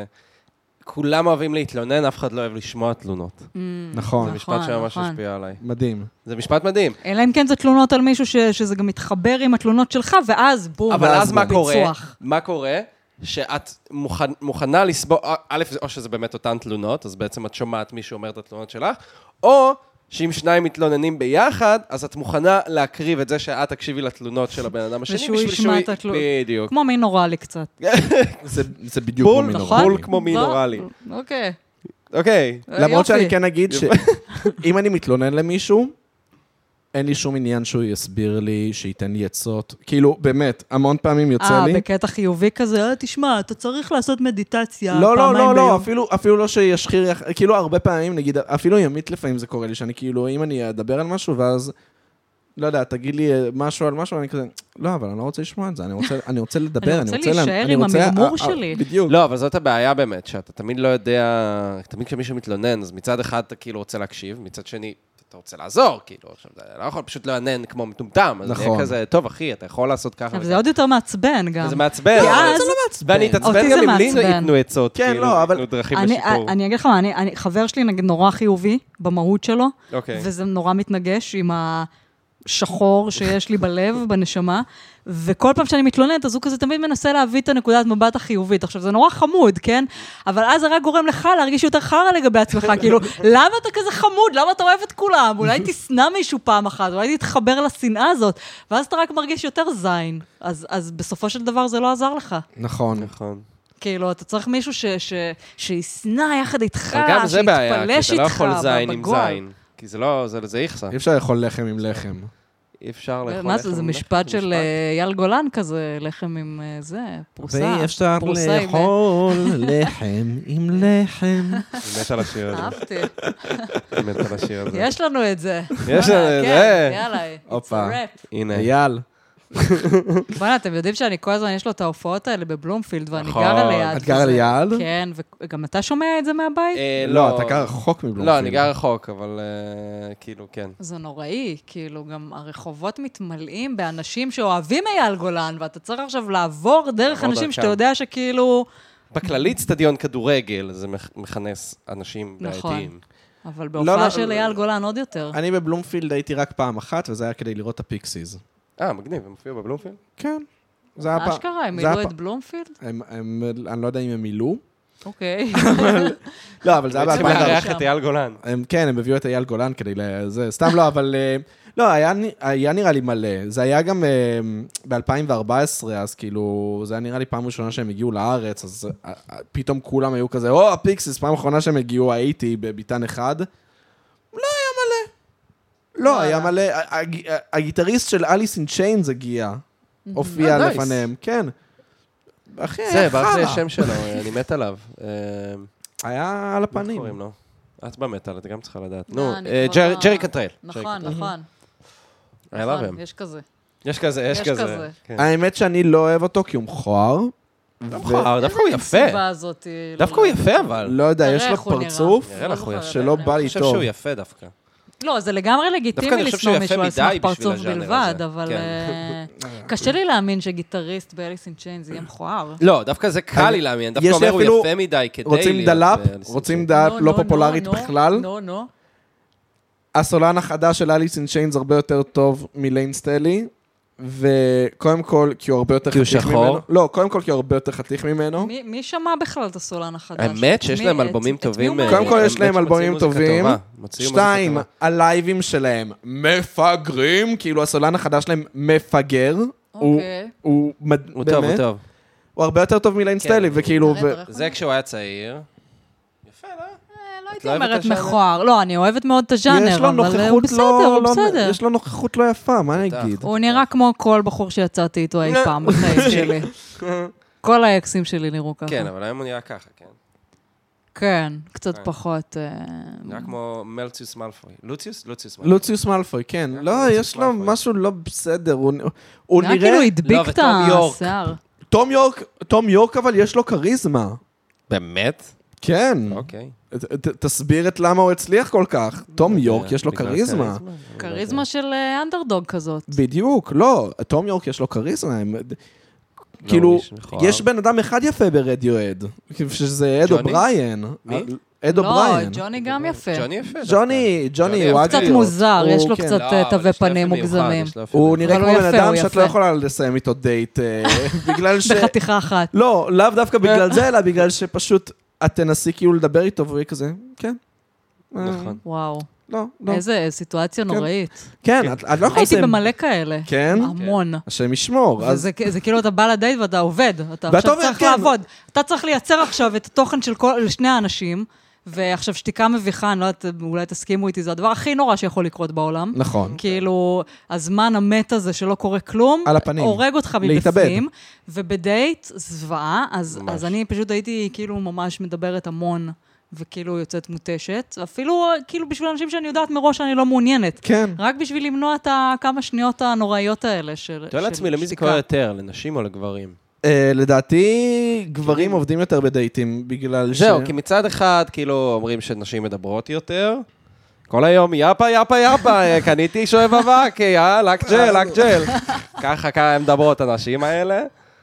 כולם אוהבים להתלונן, אף אחד לא אוהב לשמוע תלונות. נכון. זה משפט שממש השפיע עליי. מדהים. זה משפט מדהים. אלא אם כן זה תלונות על מישהו שזה גם מתחבר עם התלונות שלך, ואז בום, אבל אז מה קורה? מה קורה? שאת מוכנה לסבול, א', או שזה באמת אותן תלונות, אז בעצם את שומעת מישהו אומר את התלונות שלך, או שאם שניים מתלוננים ביחד, אז את מוכנה להקריב את זה שאת תקשיבי לתלונות של הבן אדם השני, ושהוא ישמע את התלונות. בדיוק. כמו מינורלי קצת. זה בדיוק כמו מינורלי. בול כמו מינורלי. אוקיי. אוקיי. למרות שאני כן אגיד שאם אני מתלונן למישהו, אין לי שום עניין שהוא יסביר לי, שייתן לי עצות. כאילו, באמת, המון פעמים יוצא לי. אה, בקטע חיובי כזה, תשמע, אתה צריך לעשות מדיטציה לא, לא, לא, לא, אפילו, אפילו לא שישחיר, כאילו, הרבה פעמים, נגיד, אפילו ימית לפעמים זה קורה לי, שאני כאילו, אם אני אדבר על משהו, ואז, לא יודע, תגיד לי משהו על משהו, אני כזה, לא, אבל אני לא רוצה לשמוע את זה, אני רוצה, אני רוצה לדבר, אני רוצה להישאר עם המרמור שלי. בדיוק. לא, אבל זאת הבעיה באמת, שאתה תמיד לא יודע, תמיד כשמישהו מתלונן, אז מצד אחד אתה כאילו רוצה להקשיב, מצד שני, אתה רוצה לעזור, כאילו, עכשיו, אתה לא יכול פשוט לענן כמו מטומטם, אז נהיה כזה, טוב, אחי, אתה יכול לעשות ככה. אבל זה עוד יותר מעצבן גם. זה מעצבן. ואני אתעצבן גם אם לי ייתנו עצות, כאילו, ייתנו דרכים לשיפור. אני אגיד לך מה, חבר שלי נגיד נורא חיובי במהות שלו, וזה נורא מתנגש עם השחור שיש לי בלב, בנשמה, וכל פעם שאני מתלוננת, אז הוא כזה תמיד מנסה להביא את הנקודת מבט החיובית. עכשיו, זה נורא חמוד, כן? אבל אז זה רק גורם לך להרגיש יותר חרא לגבי עצמך, כאילו, למה אתה כזה חמוד? למה אתה אוהב את כולם? אולי תשנא מישהו פעם אחת, אולי תתחבר לשנאה הזאת, ואז אתה רק מרגיש יותר זין. אז, אז בסופו של דבר זה לא עזר לך. נכון. נכון. כאילו, אתה צריך מישהו ש, ש, שישנא יחד איתך, גם זה בעיה, כי אתה לא יכול בגול. זין עם זין. כי זה לא, זה, זה יחסה. אי אפשר לאכול לחם עם לחם. אי אפשר לאכול לחם. מה זה, זה משפט של אייל גולן כזה, לחם עם זה, פרוסה. ואי אפשר לאכול לחם עם לחם. אני מת על השיר הזה. אהבתי. אני מת על השיר הזה. יש לנו את זה. יש לנו את זה. יאללה, it's a rap. הנה. אייל. בוא'נה, אתם יודעים שאני כל הזמן, יש לו את ההופעות האלה בבלומפילד, ואני גרה ליד. את גרה ליד? כן, וגם אתה שומע את זה מהבית? לא, אתה גר רחוק מבלומפילד. לא, אני גר רחוק, אבל כאילו, כן. זה נוראי, כאילו, גם הרחובות מתמלאים באנשים שאוהבים אייל גולן, ואתה צריך עכשיו לעבור דרך אנשים שאתה יודע שכאילו... בכללית סטדיון כדורגל, זה מכנס אנשים בעייתיים. אבל בהופעה של אייל גולן עוד יותר. אני בבלומפילד הייתי רק פעם אחת, וזה היה כדי לראות את הפיקסיז. אה, מגניב, הם הופיעו בבלומפילד? כן. אשכרה, הם מילאו את בלומפילד? אני לא יודע אם הם מילאו. אוקיי. לא, אבל זה היה ב-אלפיים וארבע. צריכים לארח את אייל גולן. כן, הם הביאו את אייל גולן כדי לזה. סתם לא, אבל... לא, היה נראה לי מלא. זה היה גם ב-אלפיים וארבע עשרה, אז כאילו, זה היה נראה לי פעם ראשונה שהם הגיעו לארץ, אז פתאום כולם היו כזה, או, הפיקסיס, פעם אחרונה שהם הגיעו, הייתי בביתן אחד. לא היה מלא. לא, היה מלא. הגיטריסט של אליס אין צ'יינס הגיע. הופיע לפניהם. כן. אחי, זה, ברח לי השם שלו, אני מת עליו. היה על הפנים. איך קוראים לו? את במטל, אתה גם צריכה לדעת. נו, ג'רי קנטרל. נכון, נכון. I love him. יש כזה. יש כזה, יש כזה. האמת שאני לא אוהב אותו כי הוא מכוער. דווקא הוא יפה. דווקא הוא יפה, אבל. לא יודע, יש לו פרצוף שלא בא לי טוב. אני חושב שהוא יפה דווקא. לא, זה לגמרי לגיטימי לשנוא מישהו על סמך פרצוף בלבד, אבל קשה לי להאמין שגיטריסט באליס אין צ'יינס יהיה מכוער. לא, דווקא זה קל לי להאמין, דווקא אומר הוא יפה מדי כדי להיות... רוצים דלאפ? רוצים דלאפ לא פופולרית בכלל? נו, נו. הסולן החדש של אליס אין צ'יינס הרבה יותר טוב מליין סטלי, וקודם כל, כי הוא הרבה יותר חתיך ממנו. לא, קודם כל, כי הוא הרבה יותר חתיך ממנו. מי שמע בכלל את הסולן החדש? האמת שיש להם אלבומים טובים. קודם כל, יש להם אלבומים טובים. שתיים, הלייבים שלהם מפגרים, כאילו הסולן החדש שלהם מפגר. הוא טוב, הוא טוב. הוא הרבה יותר טוב מליין סטלי, וכאילו... זה כשהוא היה צעיר. לא הייתי אומרת מכוער. לא, אני אוהבת מאוד את הז'אנר, אבל הוא בסדר, הוא בסדר. יש לו נוכחות לא יפה, מה אני אגיד? הוא נראה כמו כל בחור שיצאתי איתו אי פעם בחיים שלי. כל האקסים שלי נראו ככה. כן, אבל היום הוא נראה ככה, כן. כן, קצת פחות... נראה כמו מלציוס מלפוי. לוציוס? לוציוס מלפוי. לוציוס מלפוי, כן. לא, יש לו משהו לא בסדר. הוא נראה... נראה כאילו הדביק את השיער. תום יורק, תום יורק אבל יש לו קריזמה. באמת? כן. אוקיי. תסביר את למה הוא הצליח כל כך. תום יורק יש לו קריזמה. קריזמה של אנדרדוג כזאת. בדיוק, לא. תום יורק יש לו קריזמה. כאילו, יש בן אדם אחד יפה ברדיואד, שזה אד אובריין. מי? אד אובריין. לא, ג'וני גם יפה. ג'וני יפה. ג'וני, ג'וני הוא קצת מוזר, יש לו קצת תווי פנים מוגזמים. הוא נראה כמו בן אדם שאת לא יכולה לסיים איתו דייט, בגלל ש... בחתיכה אחת. לא, לאו דווקא בגלל זה, אלא בגלל שפשוט את תנסי כאילו לדבר איתו, והוא יהיה כזה, כן. נכון. וואו. לא, לא. איזה סיטואציה נוראית. כן, את לא יכולה הייתי במלא כאלה. כן? המון. השם ישמור. זה כאילו אתה בא לדייט ואתה עובד. אתה עכשיו צריך לעבוד. אתה צריך לייצר עכשיו את התוכן של שני האנשים, ועכשיו שתיקה מביכה, אני לא יודעת, אולי תסכימו איתי, זה הדבר הכי נורא שיכול לקרות בעולם. נכון. כאילו, הזמן המת הזה שלא קורה כלום, על הפנים. הורג אותך מבפנים, ובדייט זוועה, אז, אז אני פשוט הייתי כאילו ממש מדברת המון, וכאילו יוצאת מוטשת, אפילו כאילו בשביל אנשים שאני יודעת מראש שאני לא מעוניינת. כן. רק בשביל למנוע את הכמה שניות הנוראיות האלה של תראה לעצמי, למי זה קורה יותר, לנשים או לגברים? לדעתי, גברים עובדים יותר בדייטים, בגלל ש... זהו, כי מצד אחד, כאילו, אומרים שנשים מדברות יותר, כל היום, יפה, יפה, יפה, קניתי שואב אבק, יא, לק ג'ל, לק ג'ל. ככה הם מדברות, הנשים האלה.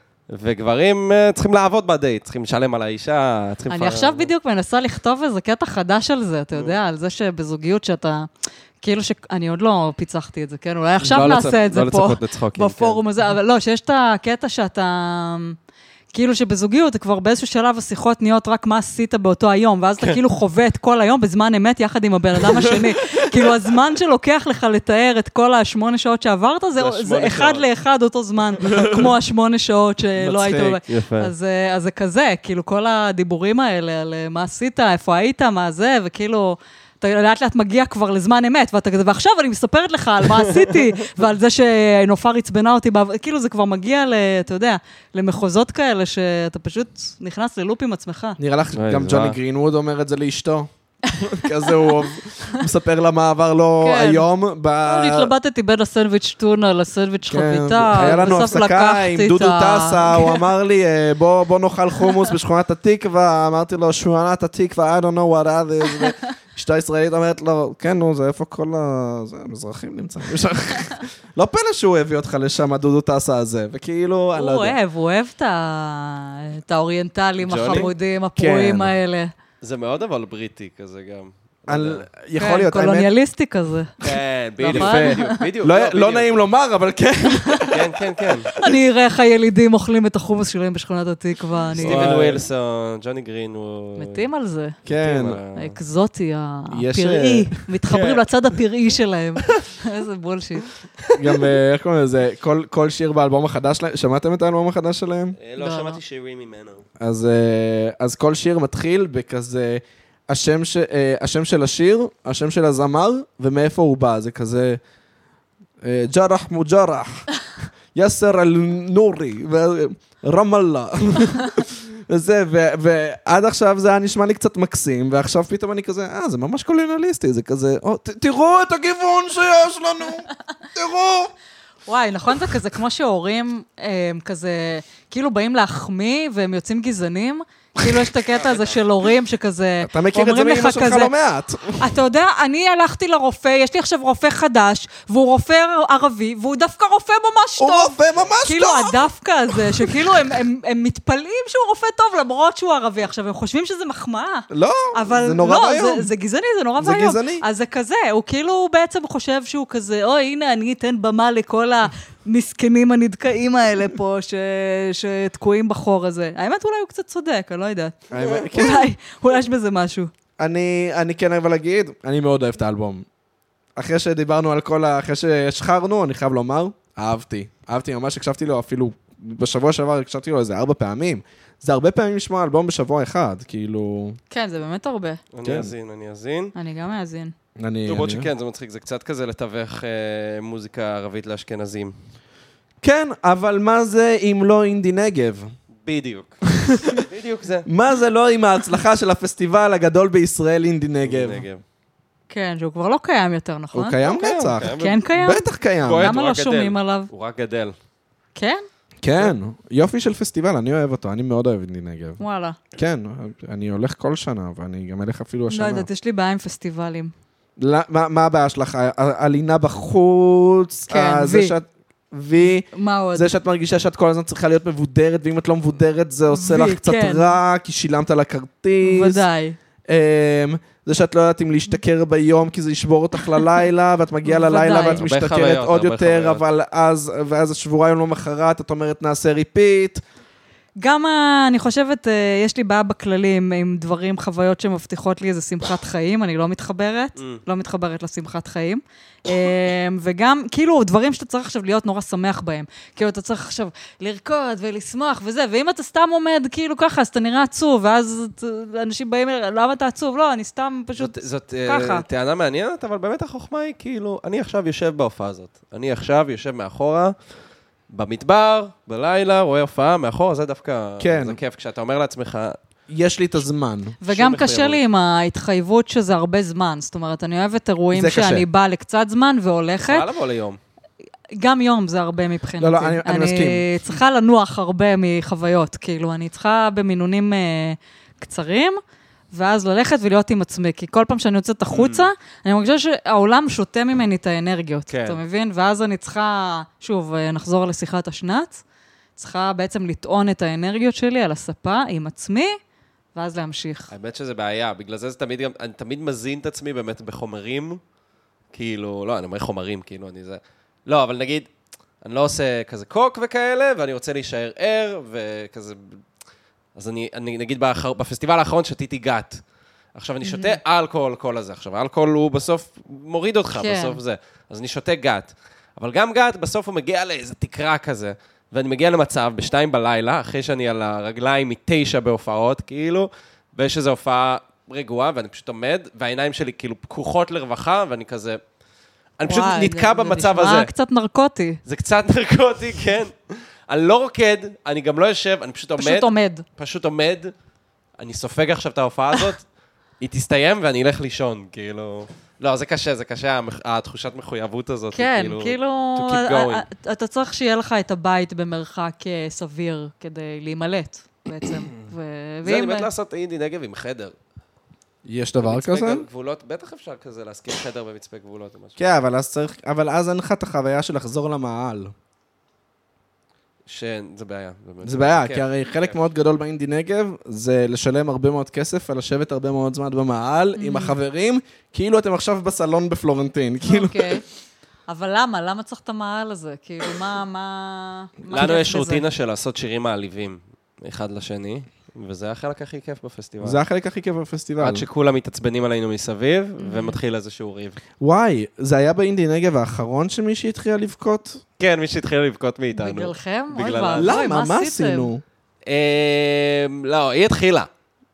וגברים צריכים לעבוד בדייט, צריכים לשלם על האישה, צריכים... אני עכשיו בדיוק מנסה לכתוב איזה קטע חדש על זה, אתה יודע, על זה שבזוגיות שאתה... כאילו שאני עוד לא פיצחתי את זה, כן? אולי עכשיו נעשה את זה פה, בפורום הזה, אבל לא, שיש את הקטע שאתה... כאילו שבזוגיות, כבר באיזשהו שלב השיחות נהיות רק מה עשית באותו היום, ואז אתה כאילו חווה את כל היום בזמן אמת יחד עם הבן אדם השני. כאילו הזמן שלוקח לך לתאר את כל השמונה שעות שעברת, זה אחד לאחד אותו זמן, כמו השמונה שעות שלא היית... אז זה כזה, כאילו כל הדיבורים האלה על מה עשית, איפה היית, מה זה, וכאילו... אתה לאט לאט מגיע כבר לזמן אמת, ואתה כזה, ועכשיו אני מספרת לך על מה עשיתי, ועל זה שנופר הצבנה אותי, כאילו זה כבר מגיע, אתה יודע, למחוזות כאלה, שאתה פשוט נכנס ללופ עם עצמך. נראה לך, גם ג'וני גרינווד אומר את זה לאשתו. כזה הוא מספר לה מה עבר לו היום. אני התלבטתי בין הסנדוויץ' טונה לסנדוויץ' חביתה, היה לנו הפסקה עם דודו טסה, הוא אמר לי, בוא נאכל חומוס בשכונת התקווה, אמרתי לו, שכונת התקווה, I don't know what that is, אשתו הישראלית אומרת לו, כן, נו, זה איפה כל המזרחים נמצאים. לא פלא שהוא הביא אותך לשם, דודו טסה הזה, וכאילו, אני לא יודע. הוא אוהב, הוא אוהב את האוריינטלים החמודים, הפרועים האלה. זה מאוד אבל בריטי כזה גם. יכול להיות, האמת. קולוניאליסטי כזה. כן, בדיוק, בדיוק. לא נעים לומר, אבל כן. כן, כן, כן. אני אראה איך הילידים אוכלים את החומוס שלהם בשכונת התקווה. סטיבן ווילסון, ג'וני גרינווד. מתים על זה. כן. האקזוטי, הפראי. מתחברים לצד הפראי שלהם. איזה בולשיט. גם, איך קוראים לזה, כל שיר באלבום החדש שלהם, שמעתם את האלבום החדש שלהם? לא, שמעתי שירים ממנו. אז כל שיר מתחיל בכזה... השם, ש, השם של השיר, השם של הזמר, ומאיפה הוא בא, זה כזה, ג'רח מוג'רח, יסר אל-נורי, ורמאללה. וזה, ועד עכשיו זה היה נשמע לי קצת מקסים, ועכשיו פתאום אני כזה, אה, זה ממש קולוניאליסטי, זה כזה, תראו את הגיוון שיש לנו, תראו. וואי, נכון זה כזה, כמו שהורים הם כזה, כאילו באים להחמיא והם יוצאים גזענים, כאילו יש את הקטע הזה של הורים שכזה, אתה מכיר את זה מאמא שלך לא מעט. אתה יודע, אני הלכתי לרופא, יש לי עכשיו רופא חדש, והוא רופא ערבי, והוא דווקא רופא ממש טוב. הוא רופא ממש טוב. כאילו הדווקא הזה, שכאילו הם מתפלאים שהוא רופא טוב, למרות שהוא ערבי. עכשיו, הם חושבים שזה מחמאה. לא, זה נורא והיום. זה גזעני, זה נורא והיום. זה גזעני. אז זה כזה, הוא כאילו בעצם חושב שהוא כזה, אוי, הנה, אני אתן במה לכל המסכנים הנדכאים האלה פה, שתקועים בחור הזה. האמת, אולי הוא קצת צודק, אני לא יודעת. אולי, אולי יש בזה משהו. אני, אני כן אבל להגיד, אני מאוד אוהב את האלבום. אחרי שדיברנו על כל ה... אחרי ששחררנו, אני חייב לומר, אהבתי. אהבתי, ממש הקשבתי לו אפילו, בשבוע שעבר הקשבתי לו איזה ארבע פעמים. זה הרבה פעמים לשמוע אלבום בשבוע אחד, כאילו... כן, זה באמת הרבה. אני אזין, אני אזין. אני גם אזין. למרות שכן, זה מצחיק, זה קצת כזה לתווך מוזיקה ערבית לאשכנזים. כן, אבל מה זה אם לא אינדי נגב? בדיוק. בדיוק זה. מה זה לא עם ההצלחה של הפסטיבל הגדול בישראל אינדי נגב? כן, שהוא כבר לא קיים יותר, נכון? הוא קיים רצח. כן קיים? בטח קיים. למה לא שומעים עליו? הוא רק גדל. כן? כן, יופי של פסטיבל, אני אוהב אותו, אני מאוד אוהב אינדי נגב. וואלה. כן, אני הולך כל שנה, ואני גם אלך אפילו השנה. לא יודעת, יש לי בעיה עם פסטיבלים. מה הבעיה שלך? הלינה בחוץ? כן, וי. וי, מה עוד? זה שאת מרגישה שאת כל הזמן צריכה להיות מבודרת, ואם את לא מבודרת זה עושה לך קצת רע, כי שילמת על הכרטיס. ודאי. זה שאת לא יודעת אם להשתכר ביום, כי זה ישבור אותך ללילה, ואת מגיעה ללילה ואת משתכרת עוד יותר, אבל אז, ואז השבורה יום למחרת, את אומרת נעשה ריפיט. גם אני חושבת, יש לי בעיה בכללים עם דברים, חוויות שמבטיחות לי איזה שמחת חיים, אני לא מתחברת, לא מתחברת לשמחת חיים. וגם, כאילו, דברים שאתה צריך עכשיו להיות נורא שמח בהם. כאילו, אתה צריך עכשיו לרקוד ולשמוח וזה, ואם אתה סתם עומד כאילו ככה, אז אתה נראה עצוב, ואז אנשים באים, למה אתה עצוב? לא, אני סתם פשוט ככה. זאת טענה מעניינת, אבל באמת החוכמה היא כאילו, אני עכשיו יושב בהופעה הזאת. אני עכשיו יושב מאחורה, במדבר, בלילה, רואה הופעה, מאחור, זה דווקא, כן. זה כיף, כשאתה אומר לעצמך, יש לי את הזמן. וגם קשה לי עם ההתחייבות שזה הרבה זמן, זאת אומרת, אני אוהבת אירועים שאני באה לקצת זמן והולכת. יכולה לבוא ליום. גם יום זה הרבה מבחינתי. לא, לא, אני, אני מסכים. אני צריכה לנוח הרבה מחוויות, כאילו, אני צריכה במינונים אה, קצרים, ואז ללכת ולהיות עם עצמי, כי כל פעם שאני יוצאת החוצה, אני מרגישה שהעולם שותה ממני את האנרגיות, כן. אתה מבין? ואז אני צריכה, שוב, נחזור לשיחת השנת, צריכה בעצם לטעון את האנרגיות שלי על הספה עם עצמי, ואז להמשיך. האמת שזה בעיה, בגלל זה זה תמיד גם, אני תמיד מזין את עצמי באמת בחומרים, כאילו, לא, אני אומר חומרים, כאילו, אני זה, לא, אבל נגיד, אני לא עושה כזה קוק וכאלה, ואני רוצה להישאר ער, וכזה, אז אני, אני נגיד, באחר, בפסטיבל האחרון שתיתי גת. עכשיו, אני שותה אלכוהול כל הזה. עכשיו, האלכוהול הוא בסוף מוריד אותך, כן. בסוף זה. אז אני שותה גת. אבל גם גת, בסוף הוא מגיע לאיזו תקרה כזה. ואני מגיע למצב בשתיים בלילה, אחרי שאני על הרגליים מתשע בהופעות, כאילו, ויש איזו הופעה רגועה, ואני פשוט עומד, והעיניים שלי כאילו פקוחות לרווחה, ואני כזה... אני פשוט וואי, נתקע זה, במצב זה הזה. זה נשמע קצת נרקוטי. זה קצת נרקוטי, כן. אני לא רוקד, אני גם לא יושב, אני פשוט עומד. פשוט עומד. פשוט עומד. אני סופג עכשיו את ההופעה הזאת, היא תסתיים ואני אלך לישון, כאילו... לא, זה קשה, זה קשה, התחושת מחויבות הזאת. כן, כאילו... אתה צריך שיהיה לך את הבית במרחק סביר, כדי להימלט, בעצם. זה אני מת לעשות אינדי נגב עם חדר. יש דבר כזה? גבולות, בטח אפשר כזה להסכים חדר במצפה גבולות או משהו. כן, אבל אז צריך, אבל אז אין לך את החוויה של לחזור למעל. שזה בעיה. זה בעיה, כי הרי חלק מאוד גדול באינדי נגב, זה לשלם הרבה מאוד כסף, ולשבת הרבה מאוד זמן במעל עם החברים, כאילו אתם עכשיו בסלון בפלורנטין. אוקיי. אבל למה? למה צריך את המעל הזה? כאילו, מה, מה... לנו יש רוטינה של לעשות שירים מעליבים, אחד לשני. וזה החלק הכי כיף בפסטיבל. זה החלק הכי כיף בפסטיבל. עד שכולם מתעצבנים עלינו מסביב, ומתחיל איזשהו ריב. וואי, זה היה באינדי נגב האחרון שמישהי התחילה לבכות? כן, מישהי התחילה לבכות מאיתנו. בגללכם? למה? מה עשינו? לא, היא התחילה.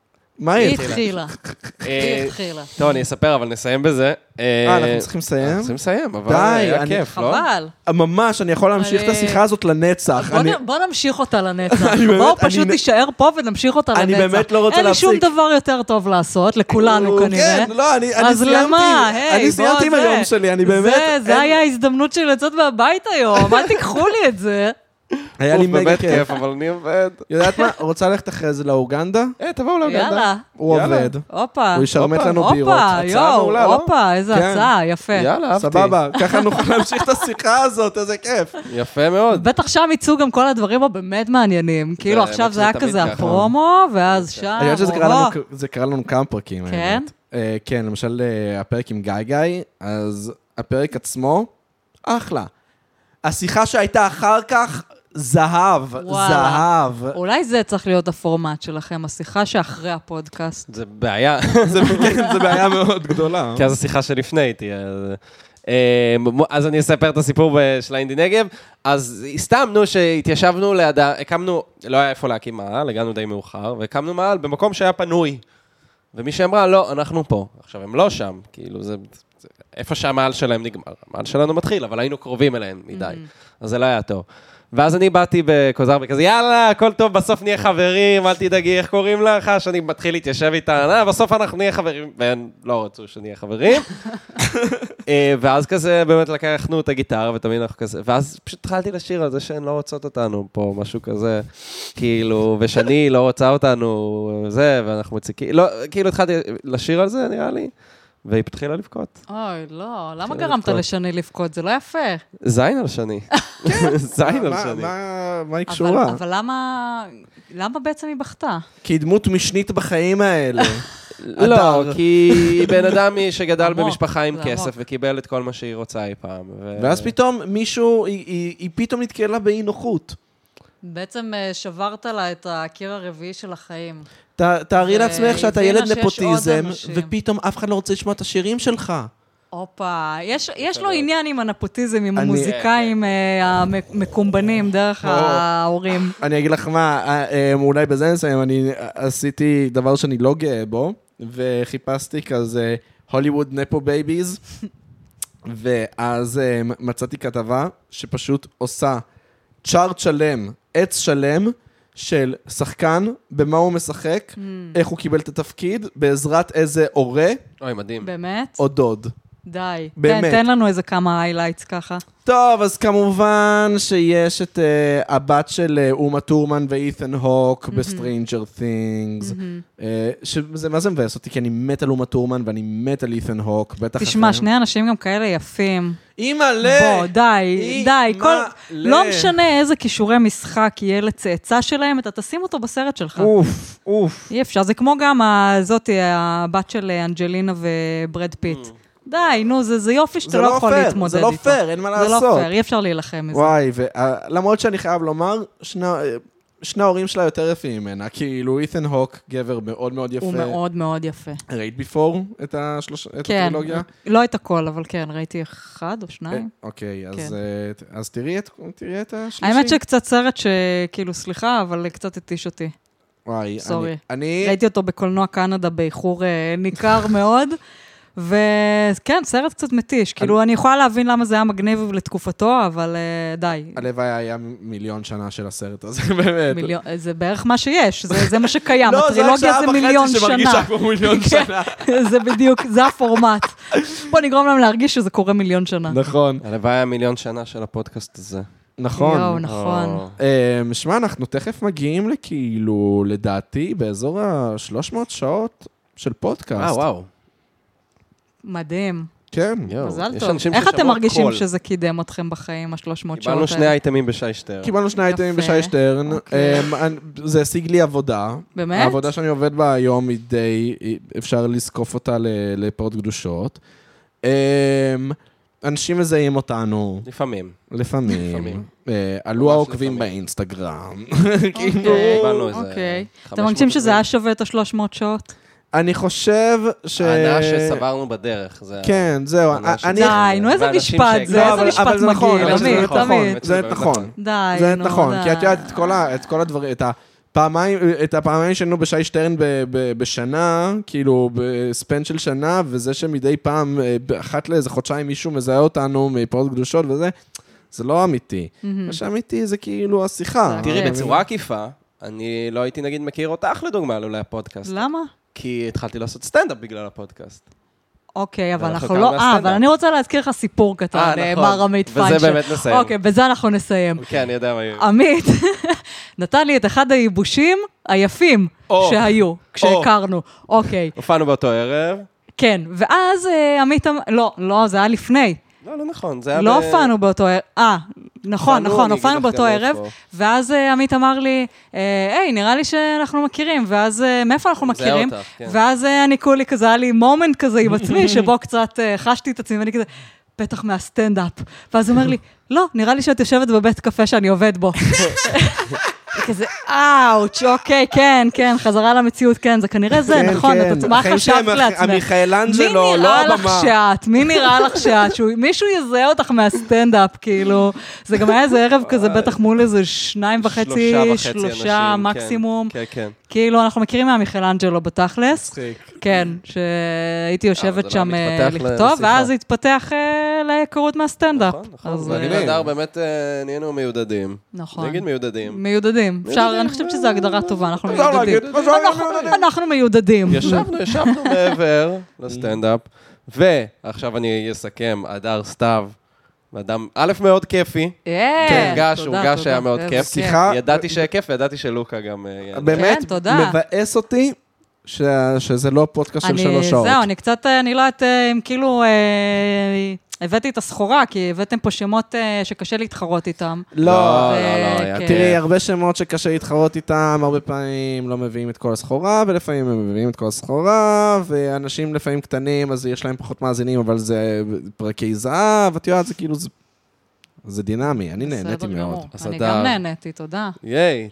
מה היא היא התחילה. היא התחילה. טוב, אני אספר, אבל נסיים בזה. אה, אנחנו צריכים לסיים? אנחנו צריכים לסיים, אבל די, היה אני- כיף, לא? חבל. ממש, אני יכול להמשיך את השיחה הזאת לנצח. בוא אני- נ- בוא נמשיך אותה לנצח. אני באמת- בואו פשוט אני- תישאר פה ונמשיך אותה לנצח. אני באמת לא רוצה אין לי שום להפסיק. דבר יותר טוב לעשות, לכולנו כנראה. כן, לא, אני אני אז סיימתי. למה? היי, אני סיימתי עם בוא, זה. היום שלי, אני באמת... זה, זה אין- היה ההזדמנות שלי לצאת מהבית היום, אל תיקחו לי את זה. היה לי אוף, מגה באמת כיף. כיף, אבל אני עובד. יודעת מה? רוצה ללכת אחרי זה לאוגנדה? אה, תבואו לאוגנדה. יאללה. הוא יאללה. עובד. הופה. הוא ישרמט הופה, לנו בירות. הופה, הצעה יואו, מעולה, לא? הופה, איזה כן. הצעה, יפה. יאללה, אהבתי. סבבה, ככה נוכל להמשיך את השיחה הזאת, איזה כיף. יפה מאוד. בטח שם יצאו גם כל הדברים הבאמת מעניינים. כאילו האמת עכשיו שזה זה היה תמיד כזה ככה. הפרומו, ואז שם... אני חושב שזה קרה או, לנו- זה קרה לנו כמה פרקים. כן? האמת. אה, כן, למשל אה, הפרק עם גיא גיא, אז הפרק עצמו, אחלה. השיחה שהייתה אחר כך, זהב, וואלה. זהב. אולי זה צריך להיות הפורמט שלכם, השיחה שאחרי הפודקאסט. זה בעיה. זה כן, זה בעיה מאוד גדולה. כי אז השיחה שלפני תהיה. אז- אה, אז אני אספר את הסיפור של האינדי נגב. אז הסתמנו שהתיישבנו לידה, הקמנו, לא היה איפה להקים מעל, הגענו די מאוחר, והקמנו מעל במקום שהיה פנוי. ומי שאמרה, לא, אנחנו פה. עכשיו, הם לא שם, כאילו, זה... זה- איפה שהמעל שלהם נגמר. המעל שלנו מתחיל, אבל היינו קרובים אליהם מדי. אז זה לא היה טוב. ואז אני באתי בכוזר וכזה, יאללה, הכל טוב, בסוף נהיה חברים, אל תדאגי, איך קוראים לך? שאני מתחיל להתיישב איתה, אה, בסוף אנחנו נהיה חברים, והם לא רצו שנהיה חברים. אה, ואז כזה, באמת לקחנו את הגיטרה, ותמיד אנחנו כזה, ואז פשוט התחלתי לשיר על זה שהן לא רוצות אותנו פה, משהו כזה, כאילו, ושני לא רוצה אותנו, זה, ואנחנו מציקים, לא, כאילו התחלתי לשיר על זה, נראה לי, והיא התחילה לבכות. אוי, לא, למה אפשר גרמת לבכות. לשני לבכות? זה לא יפה. זין על שני. זין על מה- שני. מה- מה היא אבל- קשורה? אבל למה... למה בעצם היא בכתה? כי היא דמות משנית בחיים האלה. לא, אדר. כי היא בן אדם שגדל עמוק, במשפחה עם זה כסף עמוק. וקיבל את כל מה שהיא רוצה אי פעם. ו- ואז פתאום מישהו, היא- היא היא פתאום נתקלה באי נוחות. בעצם אה, שברת לה את הקיר הרביעי של החיים. ת- תארי לעצמך שאתה והבינה ילד שיש נפוטיזם, עוד אנשים. ופתאום אף אחד לא רוצה לשמוע את השירים שלך. הופה, יש, יש לו עניין עם הנפוטיזם, עם אני- המוזיקאים אה, המקומבנים דרך ההורים. אני אגיד לך מה, אה, אה, אולי בזה נסיים, אני עשיתי דבר שאני לא גאה בו, וחיפשתי כזה הוליווד נפו בייביז, ואז אה, מצאתי כתבה שפשוט עושה צ'ארט שלם, עץ שלם, של שחקן, במה הוא משחק, איך הוא קיבל את התפקיד, בעזרת איזה הורה אוי, מדהים. באמת? או דוד. די. באמת. תן, תן לנו איזה כמה highlights ככה. טוב, אז כמובן שיש את uh, הבת של uh, אומה טורמן ואית'ן הוק בסטרנג'ר תינגס. שזה מה זה מבאס אותי, כי אני מת על אומה טורמן ואני מת על אית'ן הוק, בטח תשמע, אחרי- שני אנשים גם כאלה יפים. אימא ל... בוא, די, די. כל... ל- לא משנה איזה כישורי משחק יהיה לצאצא שלהם, אתה תשים אותו בסרט שלך. אוף, אוף. אי אפשר, זה כמו גם הזאתי, הבת של אנג'לינה וברד פיט. די, נו, זה, זה יופי שאתה זה לא לא יכול פייר, להתמודד זה איתו. לא פייר, אין מה זה לעשות. לא פייר, אי אפשר להילחם מזה. וואי, ולמרות שאני חייב לומר, שני- שני ההורים שלה יותר יפים ממנה, כאילו אית'ן הוק, גבר מאוד מאוד יפה. הוא מאוד מאוד יפה. ראית ביפור את השלוש- את כן, הטרילוגיה? לא את הכל, אבל כן, ראיתי אחד או שניים. אוקיי, אז, כן. אה, אז תראי את, תראי את השלישי. האמת שקצת סרט שכאילו, סליחה, אבל קצת התיש אותי. וואי, סורי. אני... אני... ראיתי אותו בקולנוע קנדה באיחור אה, ניכר מאוד, וכן, סרט קצת מתיש. כאילו, אני יכולה להבין למה זה היה מגניב לתקופתו, אבל אה, די. הלוואי היה מיליון שנה של הסרט הזה, באמת. מיליון- זה בערך מה שיש, זה זה מה שקיים. לא, זה רק הטרילוגיה שעה זה מיליון וחצי שנה. שמרגישה כמו מיליון כן, שנה. זה בדיוק, זה הפורמט. בוא נגרום להם להרגיש שזה קורה מיליון שנה. נכון, הלוואי המיליון שנה של הפודקאסט הזה. נכון. יואו, נכון. או, אמ, שמע, אנחנו תכף מגיעים לכאילו, לדעתי, באזור ה-שלוש מאות שעות של פודקאסט. אה, וואו. מדהים. כן. יואו, מזל יש טוב. אנשים איך ששמעו אתם מרגישים הכל. שזה קידם אתכם בחיים, השלוש מאות שעות קיבלנו האלה? שני אייטמים בשי שטר. קיבלנו שני אייטמים יפה. בשי שטרן. אוקיי. אמ, אני- זה השיג לי עבודה. באמת? העבודה שאני עובד בה היום היא די, היא- אפשר לזקוף אותה ל- לפרות קדושות. אמ, אנשים מזהים אותנו, לפעמים. לפעמים. לפעמים. אה, עלו ממש העוקבים לפעמים. באינסטגרם. אוקיי, קיבלנו איזה אוקיי. חמש אתם מאות מרגישים שזה עוקבים. היה שווה את ה-שלוש מאות שעות? אני חושב ש... ההנאה שסברנו בדרך. זה- כן, זהו. ההנאה אני... די, נו, איזה ואנשים משפט שהגיעו. זה, לא, איזה אבל- משפט אבל זה נכון, מגעיל, אבל זה עמית, נכון, עמית. זה באמת נכון. די, זה נו, נכון, די. כי את יודעת, את כל ה- את כל הדברים, את פעמיים, את הפעמיים שלנו בשי שטרן ב, ב, בשנה, כאילו בספן של שנה, וזה שמדי פעם, אחת לאיזה חודשיים מישהו מזהה אותנו מפרות קדושות וזה, זה לא אמיתי. מה שאמיתי זה כאילו השיחה. תראי, בצורה עקיפה, אני לא הייתי נגיד מכיר אותך לדוגמה, לא לפודקאסט. למה? כי התחלתי לעשות סטנדאפ בגלל הפודקאסט. אוקיי, אבל אנחנו לא... אה, אבל אני רוצה להזכיר לך סיפור קטן, מר עמית פיינשטיין. וזה באמת נסיים. אוקיי, בזה אנחנו נסיים. כן, אני יודע מה יהיה. עמית נתן לי את אחד הייבושים היפים שהיו, כשהכרנו. אוקיי. הופענו באותו ערב. כן, ואז עמית... לא, לא, זה היה לפני. לא, לא נכון, זה היה... לא הופענו באותו ערב. אה, נכון, נכון, הופענו באותו ערב, ואז עמית אמר לי, היי, נראה לי שאנחנו מכירים, ואז מאיפה אנחנו מכירים? ואז אני כולי כזה, היה לי מומנט כזה עם עצמי, שבו קצת חשתי את עצמי, ואני כזה, בטח מהסטנדאפ. ואז הוא אומר לי, לא, נראה לי שאת יושבת בבית קפה שאני עובד בו. כזה, אאוץ', אוקיי, כן, כן, חזרה למציאות, כן, זה כנראה זה, נכון, מה חשבת לעצמך? המיכאלנג'לו, לא הבמה. מי נראה לך שאת? מישהו יזהה אותך מהסטנדאפ, כאילו, זה גם היה איזה ערב כזה, בטח מול איזה שניים וחצי, שלושה מקסימום. כאילו, אנחנו מכירים מהמיכאלנג'לו בתכלס. כן, שהייתי יושבת שם לכתוב, ואז התפתח להיכרות מהסטנדאפ. נכון, נכון. ואני והדר באמת נהיינו מיודדים. נכון. נגיד מיודדים. מיודדים. אפשר, אני חושבת שזו הגדרה טובה, אנחנו מיודדים. אנחנו מיודדים. ישבנו, ישבנו מעבר לסטנדאפ, ועכשיו אני אסכם, הדר סתיו, אדם, א' מאוד כיפי, הורגש, הורגש היה מאוד כיף. ידעתי שהיה כיף, וידעתי שלוקה גם... באמת, מבאס אותי. שזה לא פודקאסט של שלוש שעות. זהו, אני קצת, אני לא יודעת, אם כאילו הבאתי את הסחורה, כי הבאתם פה שמות שקשה להתחרות איתם. לא, לא, לא. תראי, הרבה שמות שקשה להתחרות איתם, הרבה פעמים לא מביאים את כל הסחורה, ולפעמים הם מביאים את כל הסחורה, ואנשים לפעמים קטנים, אז יש להם פחות מאזינים, אבל זה פרקי זהב, את יודעת, זה כאילו, זה דינמי, אני נהניתי מאוד. אני גם נהניתי, תודה. ייי.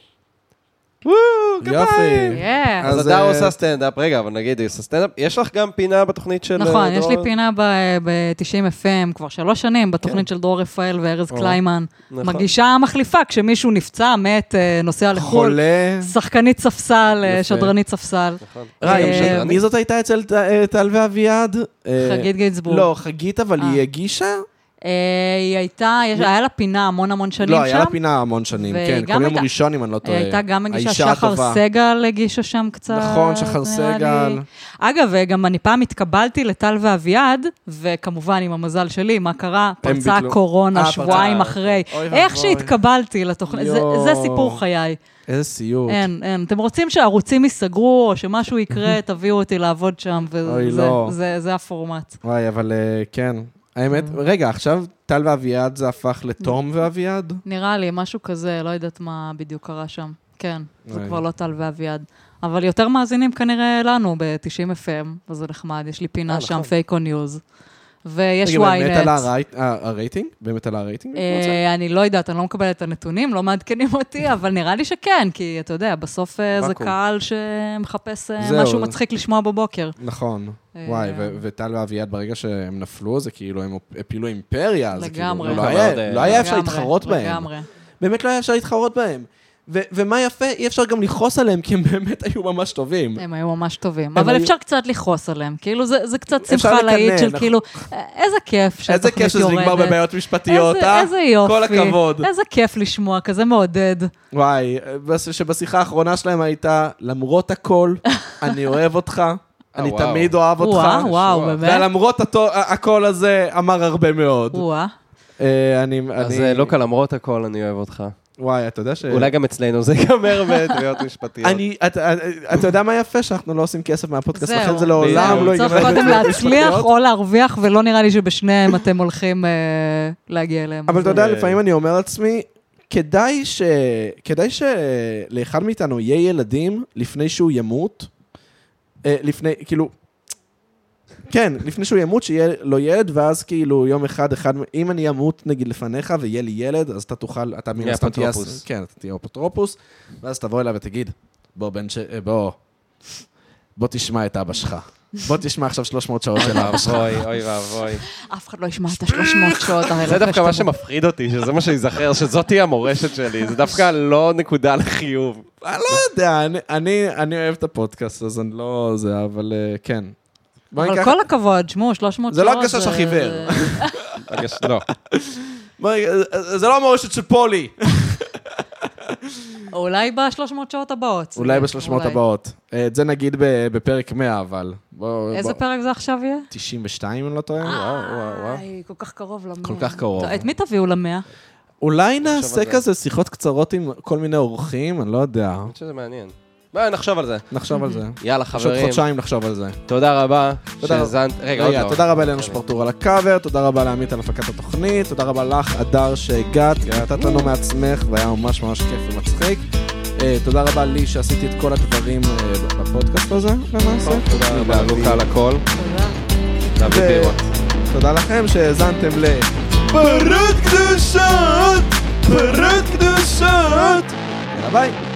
יופי. אז הדר עושה סטנדאפ, רגע, אבל נגיד, היא עושה סטנדאפ, יש לך גם פינה בתוכנית של... נכון, יש לי פינה ב-תשעים אף אם, כבר שלוש שנים, בתוכנית של דרור רפאל וארז קליימן. מגישה מחליפה, כשמישהו נפצע, מת, נוסע לחול, שחקנית ספסל, שדרנית ספסל. מי זאת הייתה אצל טל ואביעד? חגית גינזבורג. לא, חגית, אבל היא הגישה? היא הייתה, היה לה פינה המון המון שנים שם. לא, היה לה פינה המון שנים, כן, כל יום ראשון אם אני לא טועה. היא הייתה גם מגישה, שחר סגל הגישה שם קצת. נכון, שחר סגל. אגב, גם אני פעם התקבלתי לטל ואביעד, וכמובן עם המזל שלי, מה קרה? פרצה הקורונה, שבועיים אחרי. איך שהתקבלתי לתוכנית, זה סיפור חיי. איזה סיוט. אין, אין. אתם רוצים שהערוצים ייסגרו, או שמשהו יקרה, תביאו אותי לעבוד שם, וזה הפורמט. וואי, אבל כן. האמת, רגע, עכשיו טל ואביעד זה הפך לתום ואביעד? נראה לי, משהו כזה, לא יודעת מה בדיוק קרה שם. כן, זה כבר לא טל ואביעד. אבל יותר מאזינים כנראה לנו ב-תשעים אף אם, וזה נחמד, יש לי פינה שם, פייק און ניוז. ויש וויינט. באמת על הרייטינג? באמת על הרייטינג? אני לא יודעת, אני לא מקבלת את הנתונים, לא מעדכנים אותי, אבל נראה לי שכן, כי אתה יודע, בסוף זה קהל שמחפש משהו מצחיק לשמוע בבוקר. נכון, וואי, וטל ואביעד ברגע שהם נפלו, זה כאילו, הם הפילו אימפריה, לגמרי. לא היה אפשר להתחרות בהם. באמת לא היה אפשר להתחרות בהם. ומה יפה, אי אפשר גם לכעוס עליהם, כי הם באמת היו ממש טובים. הם היו ממש טובים, אבל אפשר קצת לכעוס עליהם, כאילו זה קצת שמחה להיט של כאילו, איזה כיף איזה כיף שזה נגמר בבעיות משפטיות, אה? איזה יופי. כל הכבוד. איזה כיף לשמוע, כזה מעודד. וואי, שבשיחה האחרונה שלהם הייתה, למרות הכל, אני אוהב אותך, אני תמיד אוהב אותך. וואו, וואו, באמת. ולמרות הכל הזה, אמר הרבה מאוד. וואו. אז לא כלמרות הכל, אני אוהב אותך. וואי, אתה יודע ש... אולי גם אצלנו זה ייגמר בתביעות משפטיות. אתה יודע מה יפה? שאנחנו לא עושים כסף מהפודקאסט, לכן זה לעולם לא ייגמר. צריך קודם להצליח או להרוויח, ולא נראה לי שבשניהם אתם הולכים להגיע אליהם. אבל אתה יודע, לפעמים אני אומר לעצמי, כדאי ש... כדאי שלאחד מאיתנו יהיה ילדים לפני שהוא ימות, לפני, כאילו... כן, לפני שהוא ימות, שיהיה לו ילד, ואז כאילו יום אחד, אחד, אם אני אמות נגיד לפניך ויהיה לי ילד, אז אתה תוכל, אתה מן הסתם תהיה, כן, אתה תהיה אפוטרופוס, ואז תבוא אליו ותגיד, בוא בן ש... בוא, בוא תשמע את אבא שלך. בוא תשמע עכשיו שלוש מאות שעות של אבא שלך. אוי, אוי ואבוי. אף אחד לא ישמע את ה-שלוש מאות שעות. זה דווקא מה שמפחיד אותי, שזה מה שיזכר, שזאת תהיה המורשת שלי. זה דווקא לא נקודה לחיוב. אני לא יודע, אני אוהב את הפודקאסט, אז אני לא זה, אבל כן. אבל כל הכבוד, שמו, שלוש מאות שעות. זה לא הגשש החיוור. לא. זה לא המורשת של פולי. אולי ב-שלוש מאות שעות הבאות. אולי ב-שלוש מאות הבאות. את זה נגיד בפרק מאה, אבל. איזה פרק זה עכשיו יהיה? תשעים ושתיים, אני לא טועה. איי, כל כך קרוב למאה. כל כך קרוב. את מי תביאו למאה? אולי נעשה כזה שיחות קצרות עם כל מיני אורחים, אני לא יודע. אני חושב שזה מעניין. בואי, נחשוב על זה. נחשוב על זה. יאללה, חברים. פשוט חודשיים נחשוב על זה. תודה רבה. שהזנת... רגע, עוד לא. תודה רבה אלינו שפרטור על הקאבר, תודה רבה לעמית על הפקת התוכנית, תודה רבה לך, אדר, שהגעת, נתת לנו מעצמך, והיה ממש ממש כיף ומצחיק. תודה רבה לי שעשיתי את כל הדברים בפודקאסט הזה, למעשה. תודה רבה, לוקה על הכל. תודה. להביא בירות. תודה לכם שהאזנתם ל... פרות קדושות! פרות קדושות! יאללה ביי!